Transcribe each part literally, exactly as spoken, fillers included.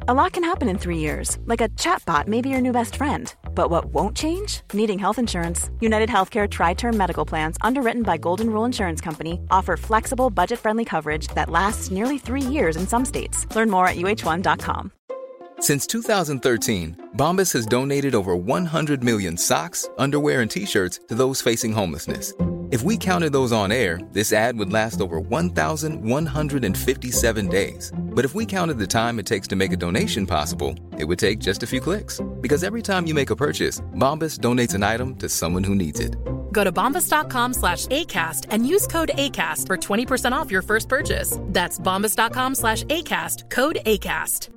A lot can happen in three years, like a chatbot may be your new best friend. But what won't change? Needing health insurance. United Healthcare Tri-Term Medical Plans, underwritten by Golden Rule Insurance Company, offer flexible, budget-friendly coverage that lasts nearly three years in some states. Learn more at U H one dot com. Since two thousand thirteen, Bombas has donated over one hundred million socks, underwear, and T-shirts to those facing homelessness. If we counted those on air, this ad would last over one thousand one hundred fifty-seven days. But if we counted the time it takes to make a donation possible, it would take just a few clicks. Because every time you make a purchase, Bombas donates an item to someone who needs it. Go to bombas.com slash ACAST and use code ACAST for twenty percent off your first purchase. That's bombas.com slash ACAST, code ACAST.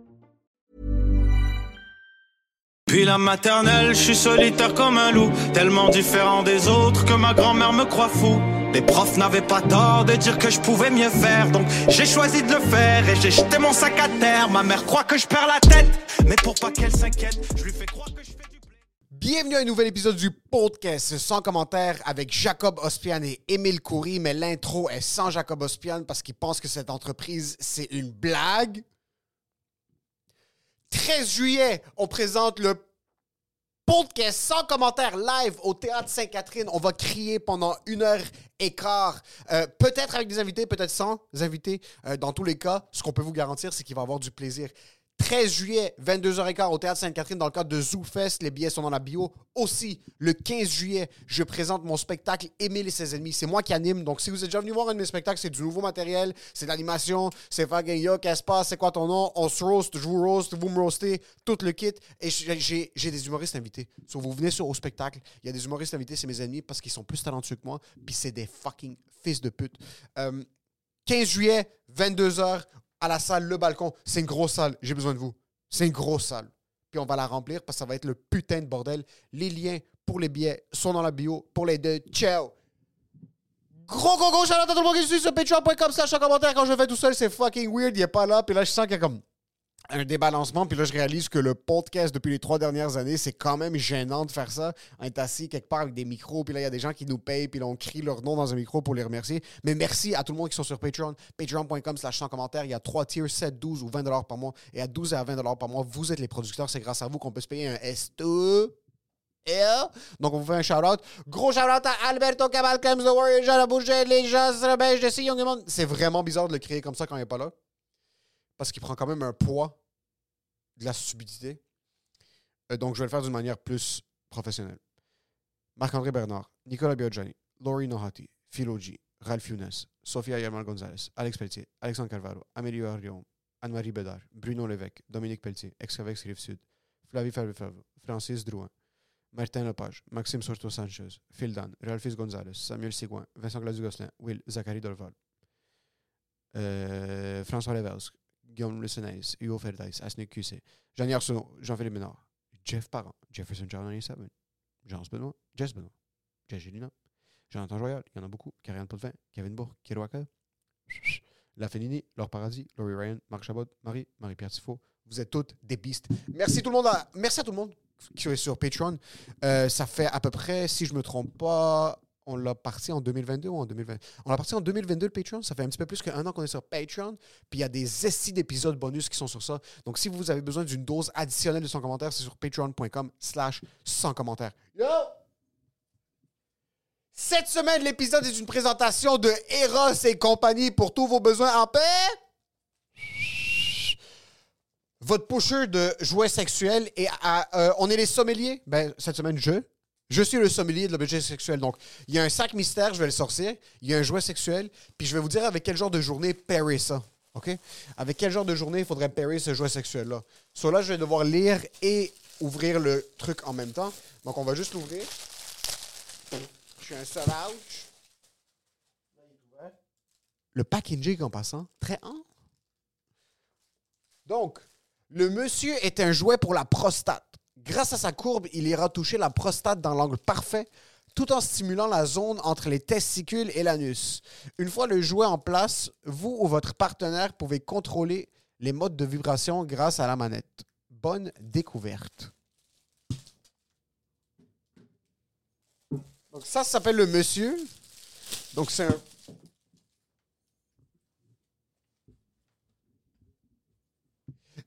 Puis la maternelle, je suis solitaire comme un loup, tellement différent des autres que ma grand-mère me croit fou. Les profs n'avaient pas tort de dire que je pouvais mieux faire, donc j'ai choisi de le faire et j'ai jeté mon sac à terre. Ma mère croit que je perds la tête, mais pour pas qu'elle s'inquiète, je lui fais croire que je fais du blé. Bienvenue à un nouvel épisode du podcast sans commentaire avec Jacob Ospian et Émile Coury, mais l'intro est sans Jacob Ospian parce qu'il pense que cette entreprise, c'est une blague. treize juillet, on présente le podcast sans commentaire live au Théâtre Sainte-Catherine. On va crier pendant une heure et quart. Euh, peut-être avec des invités, peut-être sans invités. Euh, dans tous les cas, ce qu'on peut vous garantir, c'est qu'il va y avoir du plaisir. treize juillet, vingt-deux heures quinze au Théâtre Sainte-Catherine dans le cadre de ZooFest. Les billets sont dans la bio. Aussi, le quinze juillet, je présente mon spectacle Émile et ses ennemis. C'est moi qui anime. Donc, si vous êtes déjà venu voir un de mes spectacles, c'est du nouveau matériel, c'est de l'animation, c'est fucking yo, qu'est-ce qui se passe, c'est quoi ton nom, on se roast, je vous roast, vous me roastez, tout le kit. Et j'ai, j'ai des humoristes invités. So, vous venez sur, au spectacle, il y a des humoristes invités, c'est mes ennemis parce qu'ils sont plus talentueux que moi, puis c'est des fucking fils de pute. Euh, quinze juillet, vingt-deux heures, à la salle Le Balcon. C'est une grosse salle. J'ai besoin de vous. C'est une grosse salle. Puis on va la remplir parce que ça va être le putain de bordel. Les liens pour les billets sont dans la bio. Pour les deux, ciao! Gros, gros, gros, shout-out à tout le monde qui suit sur patreon point com slash en commentaire. Quand je le fais tout seul, c'est fucking weird. Il est pas là. Puis là, je sens qu'il y a comme un débalancement. Puis là, je réalise que le podcast, depuis les trois dernières années, c'est quand même gênant de faire ça. On est assis quelque part avec des micros. Puis là, il y a des gens qui nous payent. Puis là, on crie leur nom dans un micro pour les remercier. Mais merci à tout le monde qui sont sur Patreon. patreon point com slash sans commentaire. Il y a trois tiers, sept, douze ou vingt dollars par mois. Et à douze et à vingt dollars par mois, vous êtes les producteurs. C'est grâce à vous qu'on peut se payer un S T E. Donc, on vous fait un shout-out. Gros shout-out à Alberto Cabal, Clems, The Warrior, Jean Labouche, les gens, Rebège, Jesse Young. C'est vraiment bizarre de le créer comme ça quand il n'est pas là. Parce qu'il prend quand même un poids de la stupidité. Euh, donc, je vais le faire d'une manière plus professionnelle. Marc-André Bernard, Nicolas Biaggiani, Laurie Nohati, Philo G, Ralph Younes, Sofia Yermal Gonzalez, Alex Pelletier, Alexandre Calvaro, Amélie Arion, Anne-Marie Bédard, Bruno Lévesque, Dominique Pelletier, Excavex Rive-Sud, Flavie Favre, Francis Drouin, Martin Lepage, Maxime Sorto-Sanchez, Phil Dan, Ralphis Gonzalez, Samuel Sigouin, Vincent Gladu-Gosselin, Will, Zachary Dorval, euh, François Levelsk, Guillaume Lucenais, Hugo Ferdais, Asnick Q C, Jean-Yves Arsenault, Jean-Philippe Ménard, Jeff Parent, Jefferson John ninety-seven, Jean Benoît, Jess Benoît, Jess Gélina, Jonathan Joyal, il y en a beaucoup, Karianne Potvin, Kevin Bourg, Kirouaka, La Fénini, Laure Paradis, Laurie Ryan, Marc Chabot, Marie, Marie-Pierre Tifo. Vous êtes toutes des pistes. Merci tout le monde. À, merci à tout le monde qui est sur Patreon. Euh, ça fait à peu près, si je ne me trompe pas, on l'a parti en deux mille vingt-deux ou en deux mille vingt. On l'a parti en deux mille vingt-deux, le Patreon. Ça fait un petit peu plus qu'un an qu'on est sur Patreon. Puis il y a des estis d'épisodes bonus qui sont sur ça. Donc si vous avez besoin d'une dose additionnelle de sans commentaire, c'est sur patreon point com slash sans commentaire. Yo! Cette semaine, l'épisode est une présentation de Eros et compagnie pour tous vos besoins en paix. Votre pusher de jouets sexuels et à, euh, on est les sommeliers. Ben, cette semaine, je. Je suis le sommelier de l'objet sexuel. Donc, il y a un sac mystère, je vais le sortir. Il y a un jouet sexuel. Puis, je vais vous dire avec quel genre de journée pairer ça. OK? Avec quel genre de journée il faudrait pairer ce jouet sexuel-là. So là, je vais devoir lire et ouvrir le truc en même temps. Donc, on va juste l'ouvrir. Je suis un sauvage. Le packaging, en passant, très en. Donc, le monsieur est un jouet pour la prostate. Grâce à sa courbe, il ira toucher la prostate dans l'angle parfait, tout en stimulant la zone entre les testicules et l'anus. Une fois le jouet en place, vous ou votre partenaire pouvez contrôler les modes de vibration grâce à la manette. Bonne découverte. Donc ça, ça s'appelle le monsieur. Donc c'est un...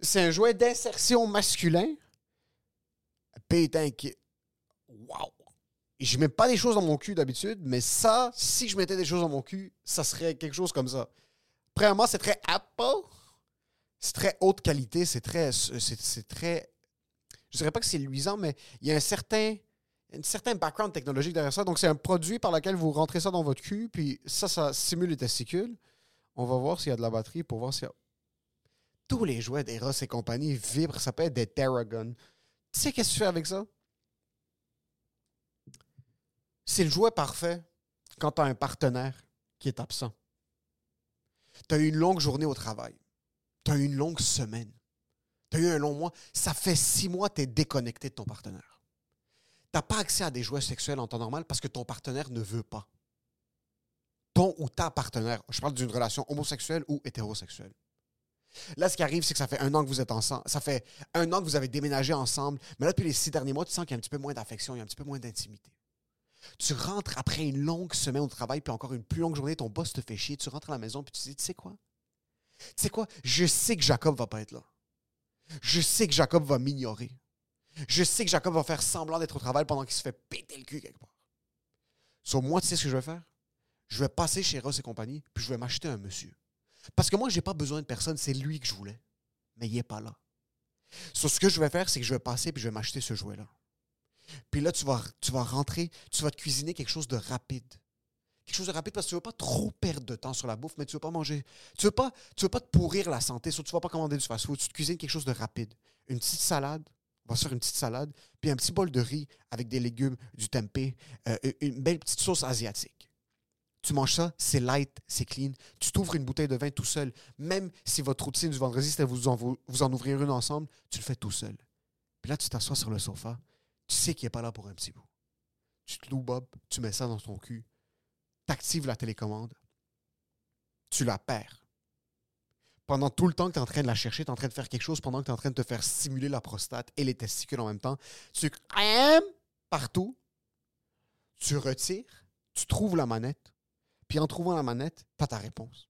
C'est un jouet d'insertion masculin. Putain, qui... Wow! Je mets pas des choses dans mon cul d'habitude, mais ça, si je mettais des choses dans mon cul, ça serait quelque chose comme ça. Premièrement, c'est très Apple. C'est très haute qualité. C'est très... C'est, c'est très... Je dirais pas que c'est luisant, mais il y a un certain... un certain background technologique derrière ça. Donc, c'est un produit par lequel vous rentrez ça dans votre cul, puis ça, ça stimule les testicules. On va voir s'il y a de la batterie pour voir s'il y a... Tous les jouets d'Eros et compagnie vibrent. Ça peut être des Terragun. Tu sais qu'est-ce que tu fais avec ça? C'est le jouet parfait quand tu as un partenaire qui est absent. Tu as eu une longue journée au travail. Tu as eu une longue semaine. Tu as eu un long mois. Ça fait six mois que tu es déconnecté de ton partenaire. Tu n'as pas accès à des jouets sexuels en temps normal parce que ton partenaire ne veut pas. Ton ou ta partenaire, je parle d'une relation homosexuelle ou hétérosexuelle. Là, ce qui arrive, c'est que ça fait un an que vous êtes ensemble. Ça fait un an que vous avez déménagé ensemble. Mais là, depuis les six derniers mois, tu sens qu'il y a un petit peu moins d'affection, il y a un petit peu moins d'intimité. Tu rentres après une longue semaine au travail, puis encore une plus longue journée, ton boss te fait chier. Tu rentres à la maison, puis tu te dis, tu sais quoi? Tu sais quoi? Je sais que Jacob va pas être là. Je sais que Jacob va m'ignorer. Je sais que Jacob va faire semblant d'être au travail pendant qu'il se fait péter le cul quelque part. Sur moi, tu sais ce que je vais faire? Je vais passer chez Ross et compagnie, puis je vais m'acheter un monsieur. Parce que moi, je n'ai pas besoin de personne, c'est lui que je voulais. Mais il n'est pas là. Sur ce que je vais faire, c'est que je vais passer puis je vais m'acheter ce jouet-là. Puis là, tu vas, tu vas rentrer, tu vas te cuisiner quelque chose de rapide. Quelque chose de rapide parce que tu ne veux pas trop perdre de temps sur la bouffe, mais tu ne veux pas manger. Tu ne veux pas, tu veux pas te pourrir la santé, soit tu ne vas pas commander du fast-food, tu te cuisines quelque chose de rapide. Une petite salade, on va se faire une petite salade, puis un petit bol de riz avec des légumes, du tempeh, euh, une belle petite sauce asiatique. Tu manges ça, c'est light, c'est clean. Tu t'ouvres une bouteille de vin tout seul. Même si votre routine du vendredi, c'était vous en, vous en ouvrir une ensemble, tu le fais tout seul. Puis là, tu t'assois sur le sofa. Tu sais qu'il n'est pas là pour un petit bout. Tu te loues Bob, tu mets ça dans ton cul. Tu actives la télécommande. Tu la perds. Pendant tout le temps que tu es en train de la chercher, tu es en train de faire quelque chose, pendant que tu es en train de te faire stimuler la prostate et les testicules en même temps, tu aimes partout. Tu retires, tu trouves la manette. Puis en trouvant la manette, tu as ta réponse.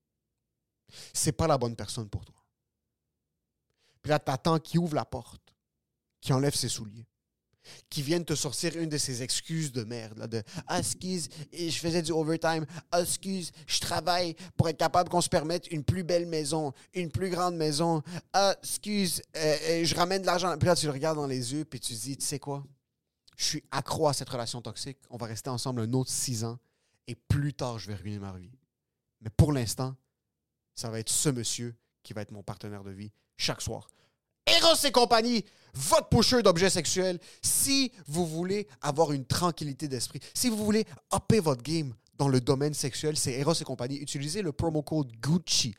C'est pas la bonne personne pour toi. Puis là, tu attends qu'il ouvre la porte, qu'il enlève ses souliers, qu'il vienne te sortir une de ses excuses de merde. Là, de « Ah, excuse, je faisais du overtime. Ah, excuse, je travaille pour être capable qu'on se permette une plus belle maison, une plus grande maison. Ah, excuse, euh, je ramène de l'argent. » Puis là, tu le regardes dans les yeux, puis tu te dis « Tu sais quoi? Je suis accro à cette relation toxique. On va rester ensemble un autre six ans. Et plus tard, je vais ruiner ma vie. Mais pour l'instant, ça va être ce monsieur qui va être mon partenaire de vie chaque soir. Eros et compagnie, votre pusher d'objets sexuels. Si vous voulez avoir une tranquillité d'esprit, si vous voulez upper votre game dans le domaine sexuel, c'est Eros et compagnie. Utilisez le promo code Gucci.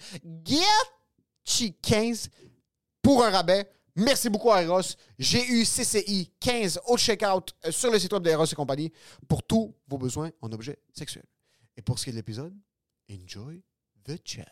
Gucci quinze pour un rabais. Merci beaucoup à Eros. G U C C I quinze au checkout sur le site web d'Eros et compagnie pour tous vos besoins en objets sexuels. Et pour ce qui est de l'épisode, enjoy the show.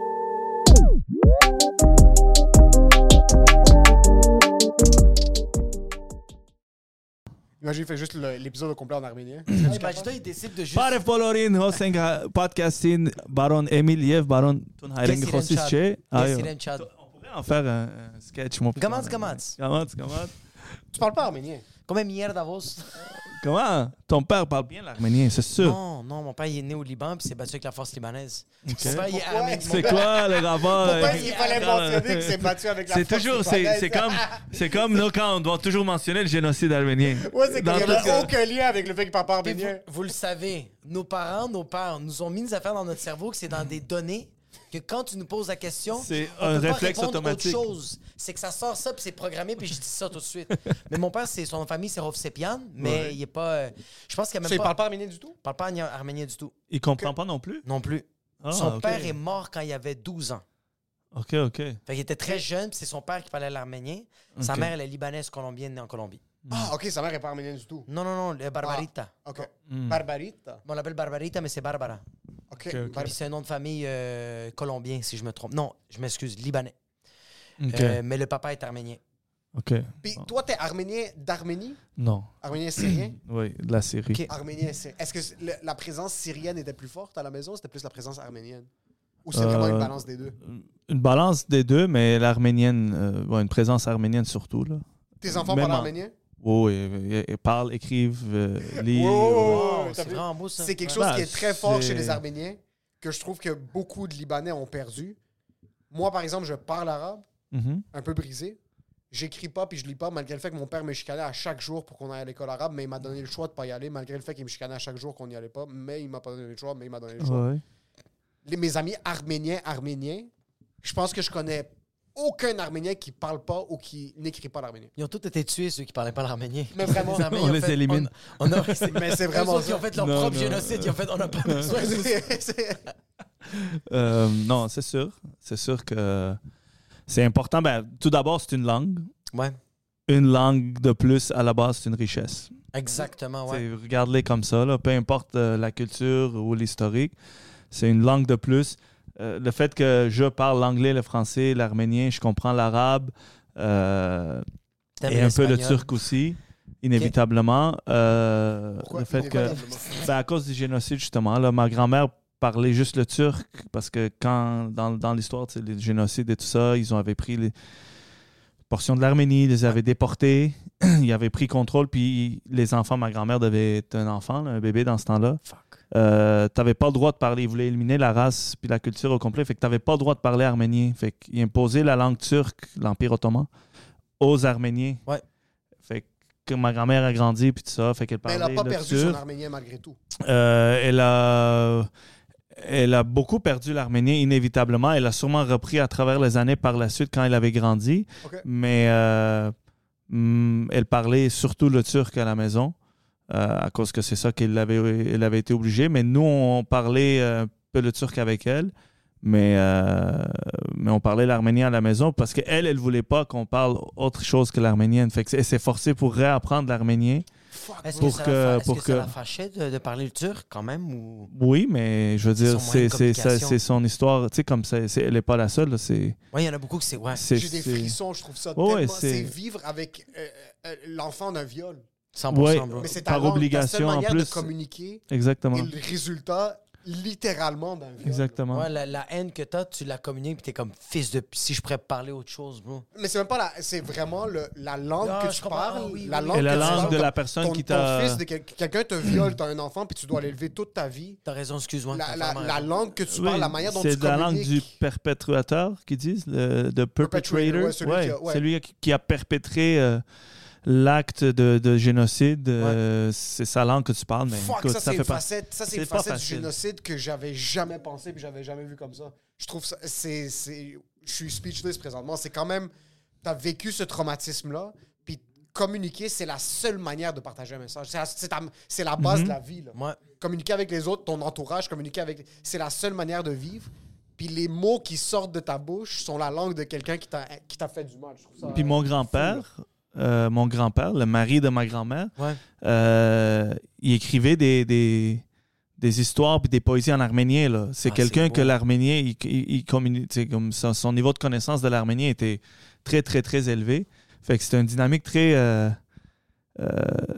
Imagine, il fait juste le, l'épisode au complet en arménien. Imagine-toi, il décide de juste... Pare Folorin, Hosenga, podcastin, Baron Emil Yev, Baron Ton Haireng Khosische. On pourrait en faire un, un sketch, mon Gamatz, gamatz. Gamatz, gamatz. Tu parles pas arménien? Comme mierda vos. Comment? Ton père parle bien l'arménien, c'est sûr. Non, non, mon père il est né au Liban puis s'est battu avec la force libanaise. Okay. Mon père, il est arménien. C'est quoi le rapport? Pourquoi il fallait mentionner que c'est battu avec la c'est force toujours, libanaise? c'est, c'est comme, c'est comme nous quand on doit toujours mentionner le génocide arménien. Ouais, c'est qu'il n'y avait que... aucun lien avec le fait qu'il parle pas arménien. Vous, vous le savez, nos parents, nos pères nous ont mis des affaires dans notre cerveau que c'est dans des données que quand tu nous poses la question, c'est on un peut réflexe pas répondre automatique. autre chose. C'est que ça sort ça puis c'est programmé puis je dis ça tout de suite. Mais mon père, c'est son famille, c'est Rovsepian, mais ouais. il est pas. Euh, je pense qu'il a même ça, pas. Il parle pas arménien du tout. Il parle pas arménien du tout. Il comprend que... pas non plus. Non plus. Ah, son okay. père est mort quand il avait douze ans. Ok, ok. Fait qu'il était très jeune, puis c'est son père qui parlait l'arménien. Sa okay. mère, elle est libanaise colombienne, née en Colombie. Ah, ok, sa mère est pas arménienne du tout. Non, non, non, le Barbarita. Ah, ok. Mm. Barbarita. On l'appelle Barbarita, mais c'est Barbara. Ok. okay, okay. Puis c'est un nom de famille euh, colombien, si je me trompe. Non, je m'excuse, libanais. Okay. Euh, mais le papa est arménien. Ok. Puis toi, t'es arménien d'Arménie? Non. Arménien syrien? Oui, de la Syrie. Okay. Arménien syrien. Est-ce que le, la présence syrienne était plus forte à la maison ou c'était plus la présence arménienne? Ou c'est vraiment Euh, une balance des deux? Une balance des deux, mais l'arménienne, euh, ouais, une présence arménienne surtout. Là. Tes enfants Même parlent en- arménien? Oui, ils, ils parlent, écrivent, euh, lisent. Ouais, ouais, ouais, Wow, ouais, t'as c'est vu? vraiment beau, ça. C'est quelque Ouais. chose Ben, qui est très fort c'est- chez les Arméniens, que je trouve que beaucoup de Libanais ont perdu. Moi, par exemple, je parle arabe, Mhm. un peu brisé. J'écris pas puis je lis pas, malgré le fait que mon père me chicanait à chaque jour pour qu'on aille à l'école arabe, mais il m'a donné le choix de pas y aller, malgré le fait qu'il me chicanait à chaque jour qu'on n'y allait pas, mais il m'a pas donné le choix, mais il m'a donné le choix. Ouais. Les, mes amis arméniens, arméniens, je pense que je connais aucun Arménien qui parle pas ou qui n'écrit pas l'arménien. Ils ont tous été tués, ceux qui parlaient pas l'arménien. Mais vraiment, Les Arméniens on ont les fait- élimine. On, on a, c'est, Mais c'est vraiment eux autres, ils ça. ont fait leur Non, propre non. génocide. Ils ont fait, on n'a pas besoin de ça. C'est- c'est- Euh, non, c'est sûr. C'est sûr que c'est important. Ben, tout d'abord, c'est une langue. Ouais, Une langue de plus, à la base, c'est une richesse. exactement, ouais. T'sais, regarde-les comme ça, là. Peu importe euh, la culture ou l'historique, c'est une langue de plus. Euh, le fait que je parle l'anglais, le français, l'arménien, je comprends l'arabe euh, T'aimes et un peu le l'espagnol. turc aussi, inévitablement. Euh, Pourquoi le fait que, inévitablement? ben, à cause du génocide, justement, là, ma grand-mère parlait juste le turc parce que quand, dans, dans l'histoire, tu sais, les génocides et tout ça, ils ont avaient pris les portions de l'Arménie, ils les avaient déportés, ils avaient pris contrôle, puis les enfants, ma grand-mère devait être un enfant, là, un bébé dans ce temps-là. Fuck. Euh, t'avais pas le droit de parler. Ils voulaient éliminer la race puis la culture au complet. Fait que t'avais pas le droit de parler arménien. Fait qu'ils imposaient la langue turque, l'Empire ottoman, aux Arméniens. Ouais. Fait que ma grand-mère a grandi puis tout ça. Fait qu'elle Mais parlait elle n'a pas le perdu turc. son arménien malgré tout. Euh, elle a... Elle a beaucoup perdu l'arménien, inévitablement. Elle a sûrement repris à travers les années par la suite quand elle avait grandi. OK. Mais euh, hum, elle parlait surtout le turc à la maison, euh, à cause que c'est ça qu'elle avait, elle avait été obligée. Mais nous, on parlait un peu le turc avec elle. Mais, euh, mais on parlait l'arménien à la maison parce qu'elle, elle ne voulait pas qu'on parle autre chose que l'arménienne. Fait qu'elle s'est forcée pour réapprendre l'arménien. Est-ce Pour que, ça, que- la fa- est-ce pour que, ça que- la fâchait de, de parler le turc quand même ou... Oui, mais je veux C'est dire, son moyen c'est, de c'est, ça- communication. c'est son histoire. Tu sais, comme ça, c'est- elle n'est pas la seule. Là, c'est, Ouais, il y en a beaucoup que c'est... Ouais, c'est, J'ai des c'est- frissons, je trouve ça Ouais, tellement... c'est- C'est vivre avec euh, euh, l'enfant d'un viol. cent pour cent, Ouais. bro. Mais c'est ta Par langue, ta obligation, seule en manière plus. de communiquer Exactement. et le résultat, littéralement, d'un viol. Exactement. Ouais, la, la haine que t'as, tu la communiques, puis t'es comme fils de... Si je pourrais parler autre chose, bro. Mais c'est même pas la... C'est vraiment le- la langue Ah, que je tu comprends. parles. Ah, oui, la oui, langue oui. Et la que tu langue parles. de la Ton- personne ton, qui ton t'a... fils, de quel- quelqu'un te viole, t'as un enfant, puis tu dois l'élever toute ta vie. T'as raison, excuse-moi. La, t'as la- vraiment la raison. langue que tu Oui, parles, la manière dont tu c'est la langue du communiques. perpétrateur qu'ils disent, le, de Perpetrator, perpetrator. ouais, celui qui a- ouais. C'est lui qui, qui a perpétré euh, l'acte de, de génocide. euh, c'est sa langue que tu parles, mais Fuck, écoute, ça, ça c'est fait une pas. facette, ça, c'est c'est une pas facette du facile. génocide que j'avais jamais pensé puis j'avais jamais vu comme ça. Je trouve ça, c'est, c'est, je suis speechless présentement. C'est quand même, t'as vécu ce traumatisme-là, puis communiquer, c'est la seule manière de partager un message. C'est la, c'est ta- c'est la base Mhm. de la vie, là. Ouais. Communiquer avec les autres, ton entourage, communiquer avec... C'est la seule manière de vivre. Puis les mots qui sortent de ta bouche sont la langue de quelqu'un qui t'a, qui t'a fait du mal. Je trouve ça Puis mon fou, grand-père, euh, mon grand-père, le mari de ma grand-mère, Ouais. euh, il écrivait des, des, des histoires puis des poésies en arménien. Là. C'est Ah, quelqu'un c'est que beau. l'arménien, il, il, il communique, tu sais, comme son, son niveau de connaissance de l'arménien était très, très, très élevé. Fait que c'était une dynamique très... euh, euh,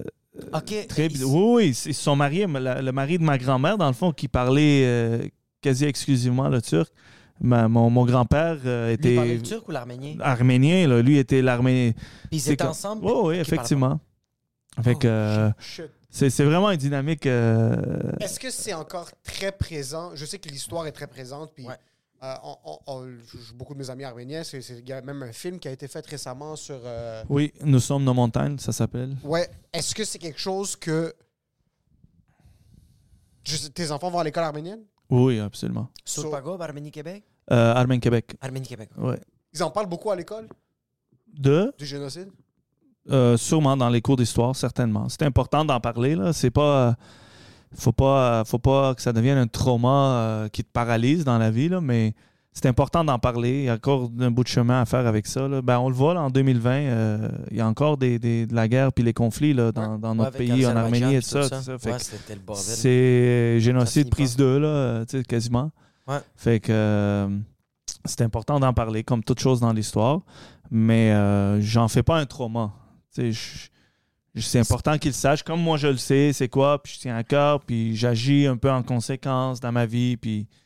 OK. très Ils- oui, oui, ils se sont mariés. Le, le mari de ma grand-mère, dans le fond, qui parlait euh, quasi exclusivement le turc. Ma- mon, mon grand-père euh, Lui, il parlait était le turc ou l'arménien? arménien. Là. Lui était l'arménien. Puis ils C'est étaient comme- ensemble? Oui, oui, Qui parlaient effectivement. Fait Oh, que euh, Shit. c'est, c'est vraiment une dynamique. euh, Est-ce que c'est encore très présent? Je sais que l'histoire est très présente, puis Ouais. euh, on- on- on- j'ai beaucoup de mes amis arméniens, c'est, c'est- il y a même un film qui a été fait récemment sur... euh, Oui, nous sommes nos montagnes, ça s'appelle. Ouais, est-ce que c'est quelque chose que... Je sais- tes enfants vont à l'école arménienne? Oui, absolument. Sur So- Pagob, Arménie-Québec? Euh, Armène Québec. Arménie-Québec. Ouais. Ils en parlent beaucoup à l'école, De, du génocide? euh, sûrement dans les cours d'histoire, certainement. C'est important d'en parler. Là. C'est pas, euh, faut pas, euh, faut pas que ça devienne un trauma euh, qui te paralyse dans la vie, là, mais c'est important d'en parler. Il y a encore un bout de chemin à faire avec ça. Là. Ben, on le voit là, en deux mille vingt. euh, il y a encore des, des- de la guerre puis les conflits là, dans, dans Ouais, notre avec pays, en Azerbaïdjan Arménie et puis tout ça. tout ça. Fait Ouais, que c'était le bordel. c'est génocide finit prise pas. deux, là, euh, tu sais, quasiment. Ouais. Fait que euh, c'est important d'en parler, comme toute chose dans l'histoire. Mais euh, j'en fais pas un trauma. Tu sais, je- je- c'est important qu'ils sachent, comme moi je le sais, c'est quoi, puis je tiens à cœur, puis j'agis un peu en conséquence dans ma vie, puis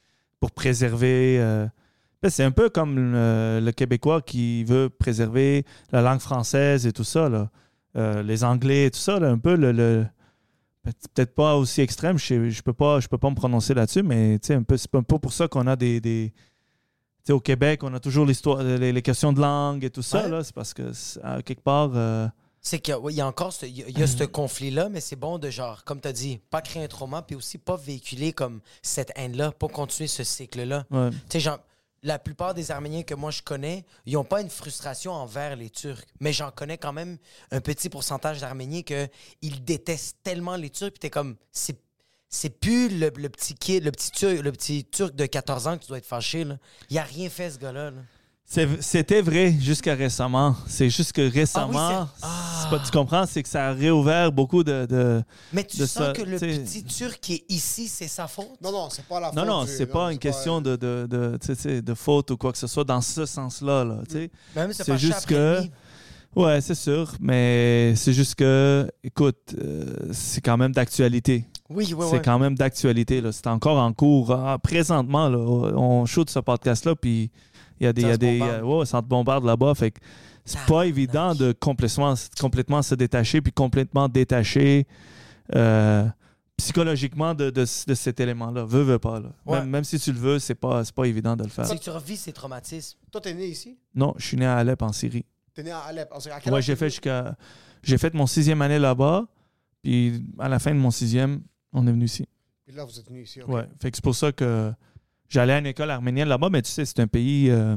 pour préserver... Euh, c'est un peu comme le, le Québécois qui veut préserver la langue française et tout ça, là. Euh, les Anglais et tout ça, là, un peu le... le peut-être pas aussi extrême, je ne peux pas, je peux pas me prononcer là-dessus, mais un peu, c'est un peu pour ça qu'on a des... des au Québec, on a toujours l'histoire, les, les questions de langue et tout ça. Ouais. Là, c'est parce que, à quelque part... Euh... C'est qu'il y a, oui, il y a encore ce, il y a, il y a ce conflit-là, mais c'est bon de genre, comme tu as dit, pas créer un trauma, puis aussi pas véhiculer comme cette haine-là, pas continuer ce cycle-là. Ouais. Tu sais, genre, la plupart des Arméniens que moi je connais, ils n'ont pas une frustration envers les Turcs, mais j'en connais quand même un petit pourcentage d'Arméniens qu'ils détestent tellement les Turcs, puis t'es comme, c'est C'est plus le, le petit kid, le petit turc, le petit turc de quatorze ans que tu dois être fâché. Là. Il a rien fait, ce gars-là. Là. C'est, c'était vrai jusqu'à récemment. C'est juste que récemment, ah oui, c'est... Ah. C'est pas, tu comprends, c'est que ça a réouvert beaucoup de... de Mais tu de sens ça, que le t'sais... petit turc qui est ici, c'est sa faute? Non, non, c'est pas la faute. Non, non, du... c'est pas non, une c'est question pas... de, de, de, de, de, de faute ou quoi que ce soit dans ce sens-là. Là, mmh. Même c'est juste que... Nuit. Ouais, c'est sûr, mais c'est juste que, écoute, euh, c'est quand même d'actualité. Oui, oui, C'est ouais. quand même d'actualité. Là. C'est encore en cours. Ah, présentement, là, on shoot ce podcast-là, puis il y a des... Ça y a se des bombarde. euh, ouais, ça te bombarde là-bas. Fait que c'est Ah, pas non. évident de complètement, complètement se détacher, puis complètement détacher euh, psychologiquement de, de, de cet élément-là. Veux, veux pas. Là. Ouais. Même, même si tu le veux, c'est pas, c'est pas évident de le faire. C'est que tu revis ces traumatismes. Toi, t'es né ici? Non, je suis né à Alep, en Syrie. T'es né à Alep. À quel Ouais, âge j'ai t'es fait venu? jusqu'à... J'ai fait mon sixième année là-bas, puis à la fin de mon sixième, on est venu ici. Puis là, vous êtes venu ici, OK. Ouais, fait que c'est pour ça que j'allais à une école arménienne là-bas, mais tu sais, c'est un pays euh,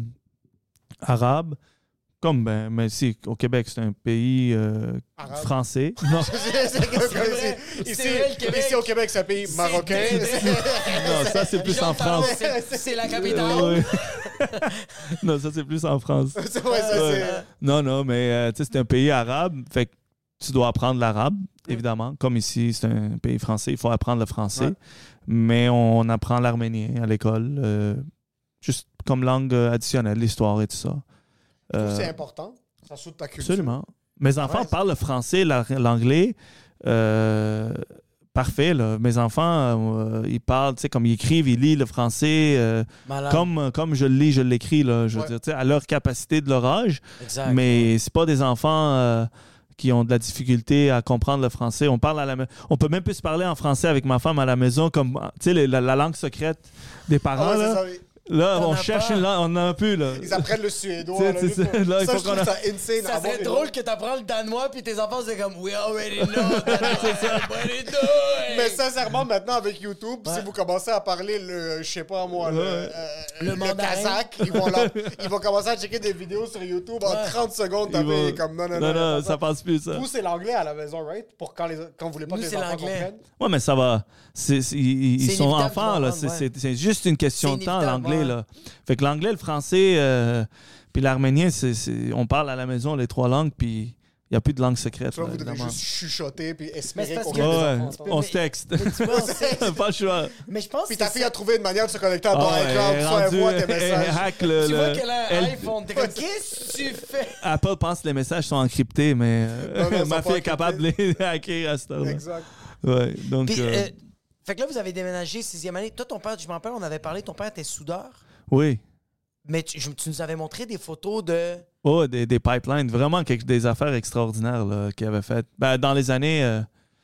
arabe, comme, ben, mais si, au Québec, c'est un pays euh, Arabe. français. Non, C'est- c'est comme C'est vrai. ici, ici, C'est vrai, le Québec. ici, au Québec, c'est un pays C'est marocain. non, ça, c'est plus en France. C'est, c'est la capitale. Euh, ouais. non, ça, c'est plus en France. C'est ouais, ça, Ouais. c'est... Non, non, mais euh, tu sais, c'est un pays arabe, fait que tu dois apprendre l'arabe, évidemment. Comme ici, c'est un pays français, il faut apprendre le français. Ouais. Mais on apprend l'arménien à l'école, euh, juste comme langue euh, additionnelle, l'histoire et tout ça. Je trouve que Euh, c'est important. Ça saute ta culture. absolument. Mes enfants Ouais, parlent le français, la- l'anglais. Euh, parfait, là. Mes enfants, euh, ils parlent, tu sais, comme ils écrivent, ils lisent le français. euh, Malade. comme, comme je le lis, je l'écris, là. Je veux Ouais. dire, tu sais, à leur capacité de leur âge. Exact. Mais c'est pas des enfants euh, qui ont de la difficulté à comprendre le français. On parle à la ma- on peut même plus se parler en français avec ma femme à la maison, comme tu sais les- la, la langue secrète des parents. Ah ouais, c'est là, ça, oui. là T'en on as cherche pas. une langue, on n'en a plus là. Ils apprennent le suédois. C'est- là, c'est juste ça. pour- Là, il ça, faut je trouve qu'on a- ça insane. Ça avoir serait une drôle langue. que t'apprends le danois puis tes enfants c'est comme we already know that c'est ça. What are you doing? Mais sincèrement, maintenant, avec YouTube, Ouais. si vous commencez à parler le, je sais pas moi, le, Ouais. euh, Le le, mandarin. kazakh, ils vont, leur- ils vont commencer à checker des vidéos sur YouTube en Ouais. trente secondes. Ils Taper vont- comme non, non, non, non. non, ça passe plus ça. Vous, c'est l'anglais à la maison, right? Pour quand, les, quand vous voulez pas Nous, que les c'est enfants l'anglais. comprennent. Ouais, mais ça va. C'est, c'est- ils ils C'est sont inévitable enfants qu'ils vont là. apprendre, C'est, ouais. c'est- c'est juste une question C'est de temps inévitable, l'anglais ouais. là. Fait que l'anglais, le français, euh, puis l'arménien, c'est, c'est- on parle à la maison les trois langues, puis il n'y a plus de langue secrète. Tu vois, là, vous devez évidemment. juste chuchoter puis Mais espérer c'est parce qu'on que- ait des Ouais, enfants ouais, entendent. on Mais- se texte. Mais tu vois, c'est- Pas le choix. mais je pense Puis que ta c'est fille ça. a trouvé une manière de se connecter à ton Ah ouais, iCloud, elle est soit elle rendue- voit tes elle messages. hack le- Tu vois le- qu'elle a un elle- iPhone, t'es comme qu'est-ce que tu fais? Apple pense que les messages sont encryptés, mais euh, Non, non, ils ma sont fille pas est capable de les hacker à ce temps-là. Exact. Ouais, donc, Puis, euh, euh, fait que là, vous avez déménagé sixième année. Toi, ton père, je m'en rappelle, on avait parlé, ton père était soudeur. oui. Mais tu, je- tu nous avais montré des photos de. Oh, des, des pipelines, vraiment quelque, des affaires extraordinaires là, qu'il avait faites. Ben, dans les années, euh,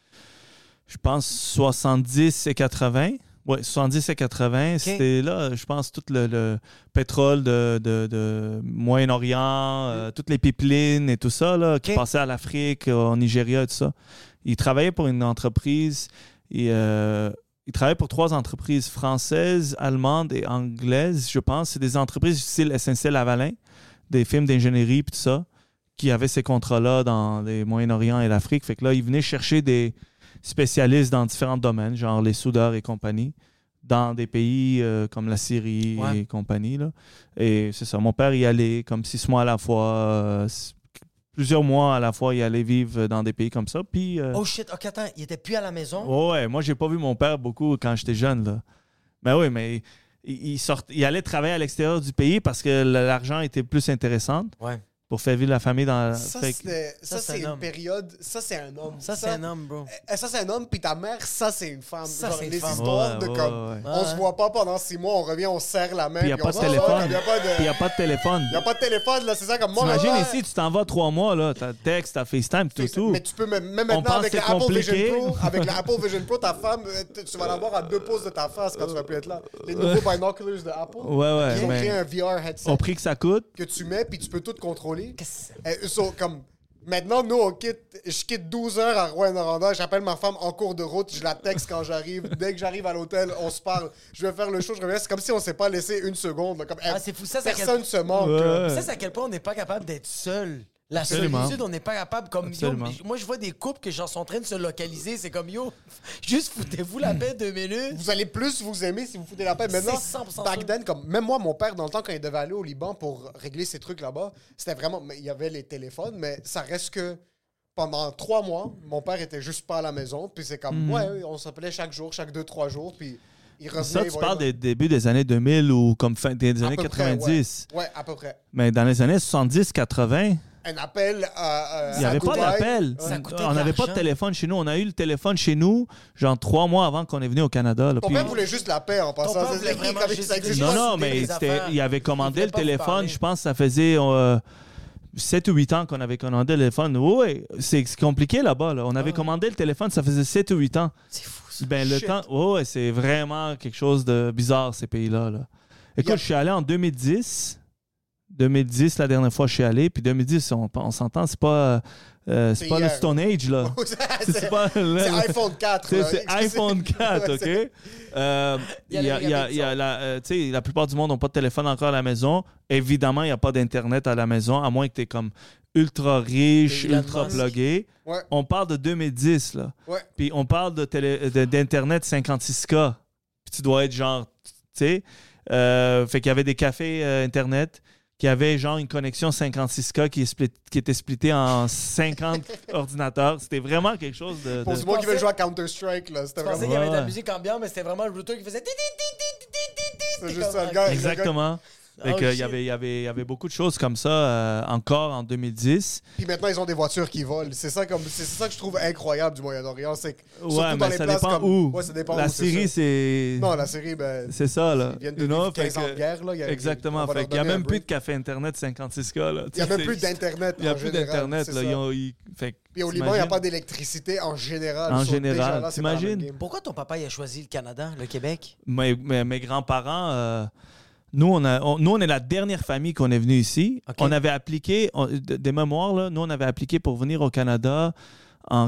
je pense, soixante-dix et quatre-vingts. Oui, soixante-dix et quatre-vingts. C'était là, je pense, tout le, le pétrole de, de, de Moyen-Orient, euh, toutes les pipelines et tout ça là, qui Ok. passaient à l'Afrique, au Nigeria et tout ça. Il travaillait pour une entreprise. Et, euh, il travaillait pour trois entreprises françaises, allemandes et anglaises, je pense. C'est des entreprises du style S N C-Lavalin, des firmes d'ingénierie et tout ça, qui avaient ces contrats-là dans les Moyen-Orient et l'Afrique. Fait que là, ils venaient chercher des spécialistes dans différents domaines, genre les soudeurs et compagnie, dans des pays euh, comme la Syrie Ouais. et compagnie. Là. Et c'est ça, mon père y allait comme six mois à la fois, euh, s- plusieurs mois à la fois, il allait vivre dans des pays comme ça. Puis, euh, Oh shit, ok, attends, il était plus à la maison. oh ouais, moi, j'ai pas vu mon père beaucoup quand j'étais jeune. Là. Mais oui, mais il, il, sort, il allait travailler à l'extérieur du pays parce que l'argent était plus intéressant. Ouais. pour faire vivre la famille dans... Ça, fait que- c'était- ça, Ça, c'est c'est un une homme. période. Ça, c'est un homme. Ça, c'est un homme, bro. Eh, Ça, c'est un homme, puis ta mère, ça, c'est une femme. Ça, Genre, c'est une les femme. histoires Ouais, de ouais, comme. ouais. On se voit pas pendant six mois, on revient, on serre la main. Puis il n'y a puis pas on de sort, téléphone. Il n'y a pas Puis il n'y a de. pas de téléphone. Il y a pas de téléphone, là, c'est ça comme moi. T'imagines là, ici, tu t'en vas trois mois, là, t'as texte, t'as FaceTime, tout, tout. Mais tu peux même, même On maintenant pense avec que la c'est Apple Vision compliqué. Pro, avec la Apple Vision Pro, ta femme, euh, t- tu vas l'avoir à deux pouces de ta face quand tu vas plus être là. Les nouveaux binoculars de Apple. Ouais, ouais, Ils ont mais- créé un V R headset Au prix que ça coûte, que tu mets puis tu peux tout contrôler. Qu'est-ce Euh, so, comme maintenant, nous, on quitte, je quitte douze heures à Rouen-Noranda. J'appelle ma femme en cours de route. Je la texte quand j'arrive. Dès que j'arrive à l'hôtel, on se parle. Je vais faire le show, je reviens. C'est comme si on s'est pas laissé une seconde. là. Comme, Ah, eh, c'est fou. Ça, c'est à quel- personne se manque. Ouais. là. Ça, c'est à quel point on n'est pas capable d'être seul. La Absolument. solitude, on n'est pas capable. Comme yo, Absolument. mais moi, je vois des couples que genre sont en train de se localiser. C'est comme yo, juste foutez-vous la paix deux minutes. Vous allez plus vous aimer si vous foutez la paix. Maintenant, C'est cent pour cent back ça. then, comme même moi, mon père, dans le temps, quand il devait aller au Liban pour régler ses trucs là-bas, c'était vraiment. mais il y avait les téléphones, mais ça reste que pendant trois mois, mon père était juste pas à la maison. Puis c'est comme, ouais, ouais, on s'appelait chaque jour, chaque deux, trois jours. Puis il revenait. ça, il tu voyait- parles des débuts des années deux mille ou comme fin des À années peu près, quatre-vingt-dix. Ouais. Ouais, à peu près. Mais dans les années soixante-dix quatre-vingts, Un appel à. il n'y avait pas d'appel. Ça coûtait On de n'avait pas de l'argent. téléphone chez nous. On a eu le téléphone chez nous, genre trois mois avant qu'on est venu au Canada. là. Ton Puis- père voulait juste la paix en passant. père C'est- voulait vraiment comme juste- ça existe Non, pas. non, décider mais des c'était- affaires. il avait Il commandé voulait le pas vous téléphone. parler. Je pense que ça faisait euh, sept ou huit ans qu'on avait commandé le téléphone. Oui, c'est c'est compliqué là-bas. Là. On avait commandé le téléphone, ça faisait sept ou huit ans. C'est fou, ça. Ben, le Shit. temps, oh, ouais, c'est vraiment quelque chose de bizarre, ces pays-là. Là. Écoute, Y a- je suis allé en deux mille dix. deux mille dix, la dernière fois que je suis allé. Puis deux mille dix, on, on s'entend, c'est pas, euh, c'est C'est pas le hier. Stone Age, là. c'est c'est pas le- c'est iPhone quatre. C'est là. c'est iPhone quatre, Ouais, OK? c'est- Euh, Il y a il y a- les il y a- gars il y a la, euh, tu sais, la plupart du monde n'ont pas de téléphone encore à la maison. Évidemment, il n'y a pas d'Internet à la maison, à moins que tu es comme ultra riche, Et Elon ultra Musk. plugué. Ouais. On parle de deux mille dix, là. Ouais. Puis on parle de télé- de- d'Internet cinquante-six K. Puis tu dois être genre, tu sais. Euh, fait qu'il y avait des cafés euh, Internet qui avaient genre une connexion cinquante-six K qui, est split- qui était splittée en cinquante ordinateurs. C'était vraiment quelque chose de... Pour de- du monde qui veut pensais- jouer à Counter-Strike, là. C'était Je pensais vraiment. qu'il y avait de la Ouais. musique ambiante, mais c'était vraiment le routeur qui faisait. ti, ti, ti, ti, ti, ti, ti. C'est T'es juste comme, ça, le gars. Exactement. Fait Oh, que il shit. y avait, il y, avait, il y avait beaucoup de choses comme ça euh, encore en deux mille dix. Puis maintenant, ils ont des voitures qui volent. C'est ça, comme, c'est c'est ça que je trouve incroyable du Moyen-Orient. C'est que, surtout Ouais, dans mais les ça places dépend comme- où. Ouais, ça dépend La où, c'est Syrie, ça. c'est... Non, la série, ben. C'est ça, là. Ils viennent de You know, vivre quinze fait ans que- de guerre, là. Il y a- Exactement. on va Fait leur qu'il n'y a donner un même plus de break. café Internet cinquante-six K, là. Il n'y a même plus d'Internet. Il n'y a en plus général, d'Internet, c'est là. ça. Ils ont- ils- fait que Puis au Liban, il n'y a t'imagines? pas d'électricité en général. En So, général, déjà, là, c'est pas la même t'imagines? game. Pourquoi ton papa il a choisi le Canada, le Québec? Mes, mes- mes grands-parents, euh, nous, on a, on, nous, on est la dernière famille qu'on est venu ici. Ok. On avait appliqué, on- de- des mémoires, là, nous, on avait appliqué pour venir au Canada en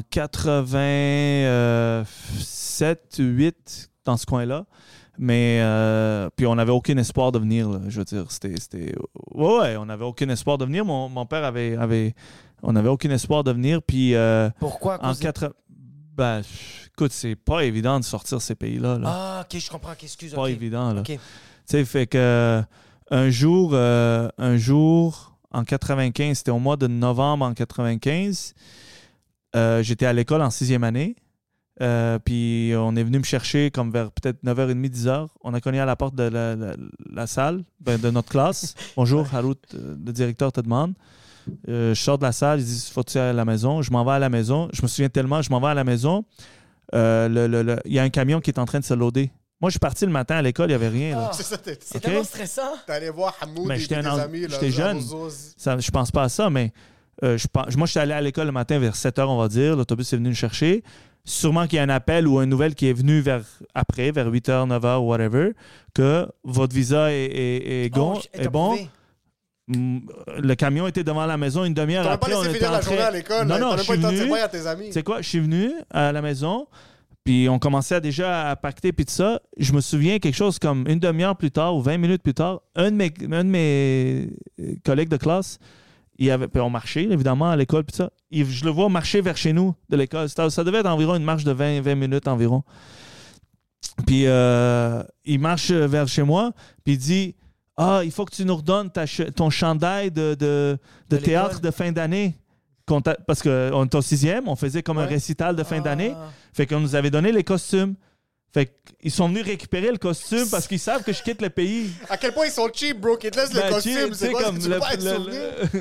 quatre-vingt-sept, huit dans ce coin-là. Mais, euh, puis on n'avait aucun espoir de venir, là. Je veux dire, c'était... c'était ouais, ouais, on n'avait aucun espoir de venir. Mon, mon père avait... avait on n'avait aucun espoir de venir, puis... euh, Pourquoi? à en cause de- quatre... Ben, écoute, c'est pas évident de sortir ces pays-là, là. Ah, ok, je comprends. ok, Excuse. Pas ok. évident, là. Ok. Tu sais, fait que euh, un jour, euh, un jour, en quatre-vingt-quinze, c'était au mois de novembre en quatre-vingt-quinze, euh, j'étais à l'école en sixième année. Euh, puis on est venu me chercher comme vers peut-être neuf heures trente, dix heures. On a cogné à la porte de la, la- la salle, ben, de notre classe. Bonjour, Harout, euh, le directeur te demande. Euh, je sors de la salle, il dit faut-tu aller à la maison? Je m'en vais à la maison. Je me souviens tellement, je m'en vais à la maison. Euh, le- le- le- Il y a un camion qui est en train de se loader. Moi, je suis parti le matin à l'école, il n'y avait rien. Là. Ah. C'est ça, t'es C'est Ok. tellement stressant. t'es allé voir Hamoud Mais et j'étais tes un- amis. là, j'étais jeune. aux os. Ça, je pense pas à ça, mais euh, je pense, moi, je suis allé à l'école le matin vers sept heures, on va dire. L'autobus est venu me chercher. Sûrement qu'il y a un appel ou une nouvelle qui est venue vers, après, vers huit heures, neuf heures, whatever, que votre visa est, est, est, gon- Oh, elle est t'a bon. prouvé. Mm, Le camion était devant la maison une demi-heure T'as même pas après. On laissé était finir la en train- journée à l'école. Non, là. non, T'as je même suis pas eu le temps de venu. dire bye à tes amis. Tu sais quoi, je suis venu à la maison, puis on commençait à déjà à pacter, puis tout ça. Je me souviens quelque chose comme une demi-heure plus tard ou vingt minutes plus tard, un de mes, un de mes euh, collègues de classe, il avait, puis on marchait évidemment à l'école, puis ça. Il- je le vois marcher vers chez nous de l'école. C'était- Ça devait être environ une marche de vingt, vingt minutes environ. Puis euh, il marche vers chez moi, puis il dit ah, il faut que tu nous redonnes ta ch- ton chandail de, de, de De théâtre l'école. de fin d'année. Qu'on t'a- Parce qu'on était au sixième, on faisait comme un Ouais. récital de fin Ah. d'année. Fait qu'on nous avait donné les costumes. Fait qu'ils sont venus récupérer le costume parce qu'ils savent que je quitte le pays. À quel point ils sont cheap, bro, qu'ils te laissent Ben, le costume. cheap, C'est tu sais, quoi, comme tu le- peux pas être le- souvenir?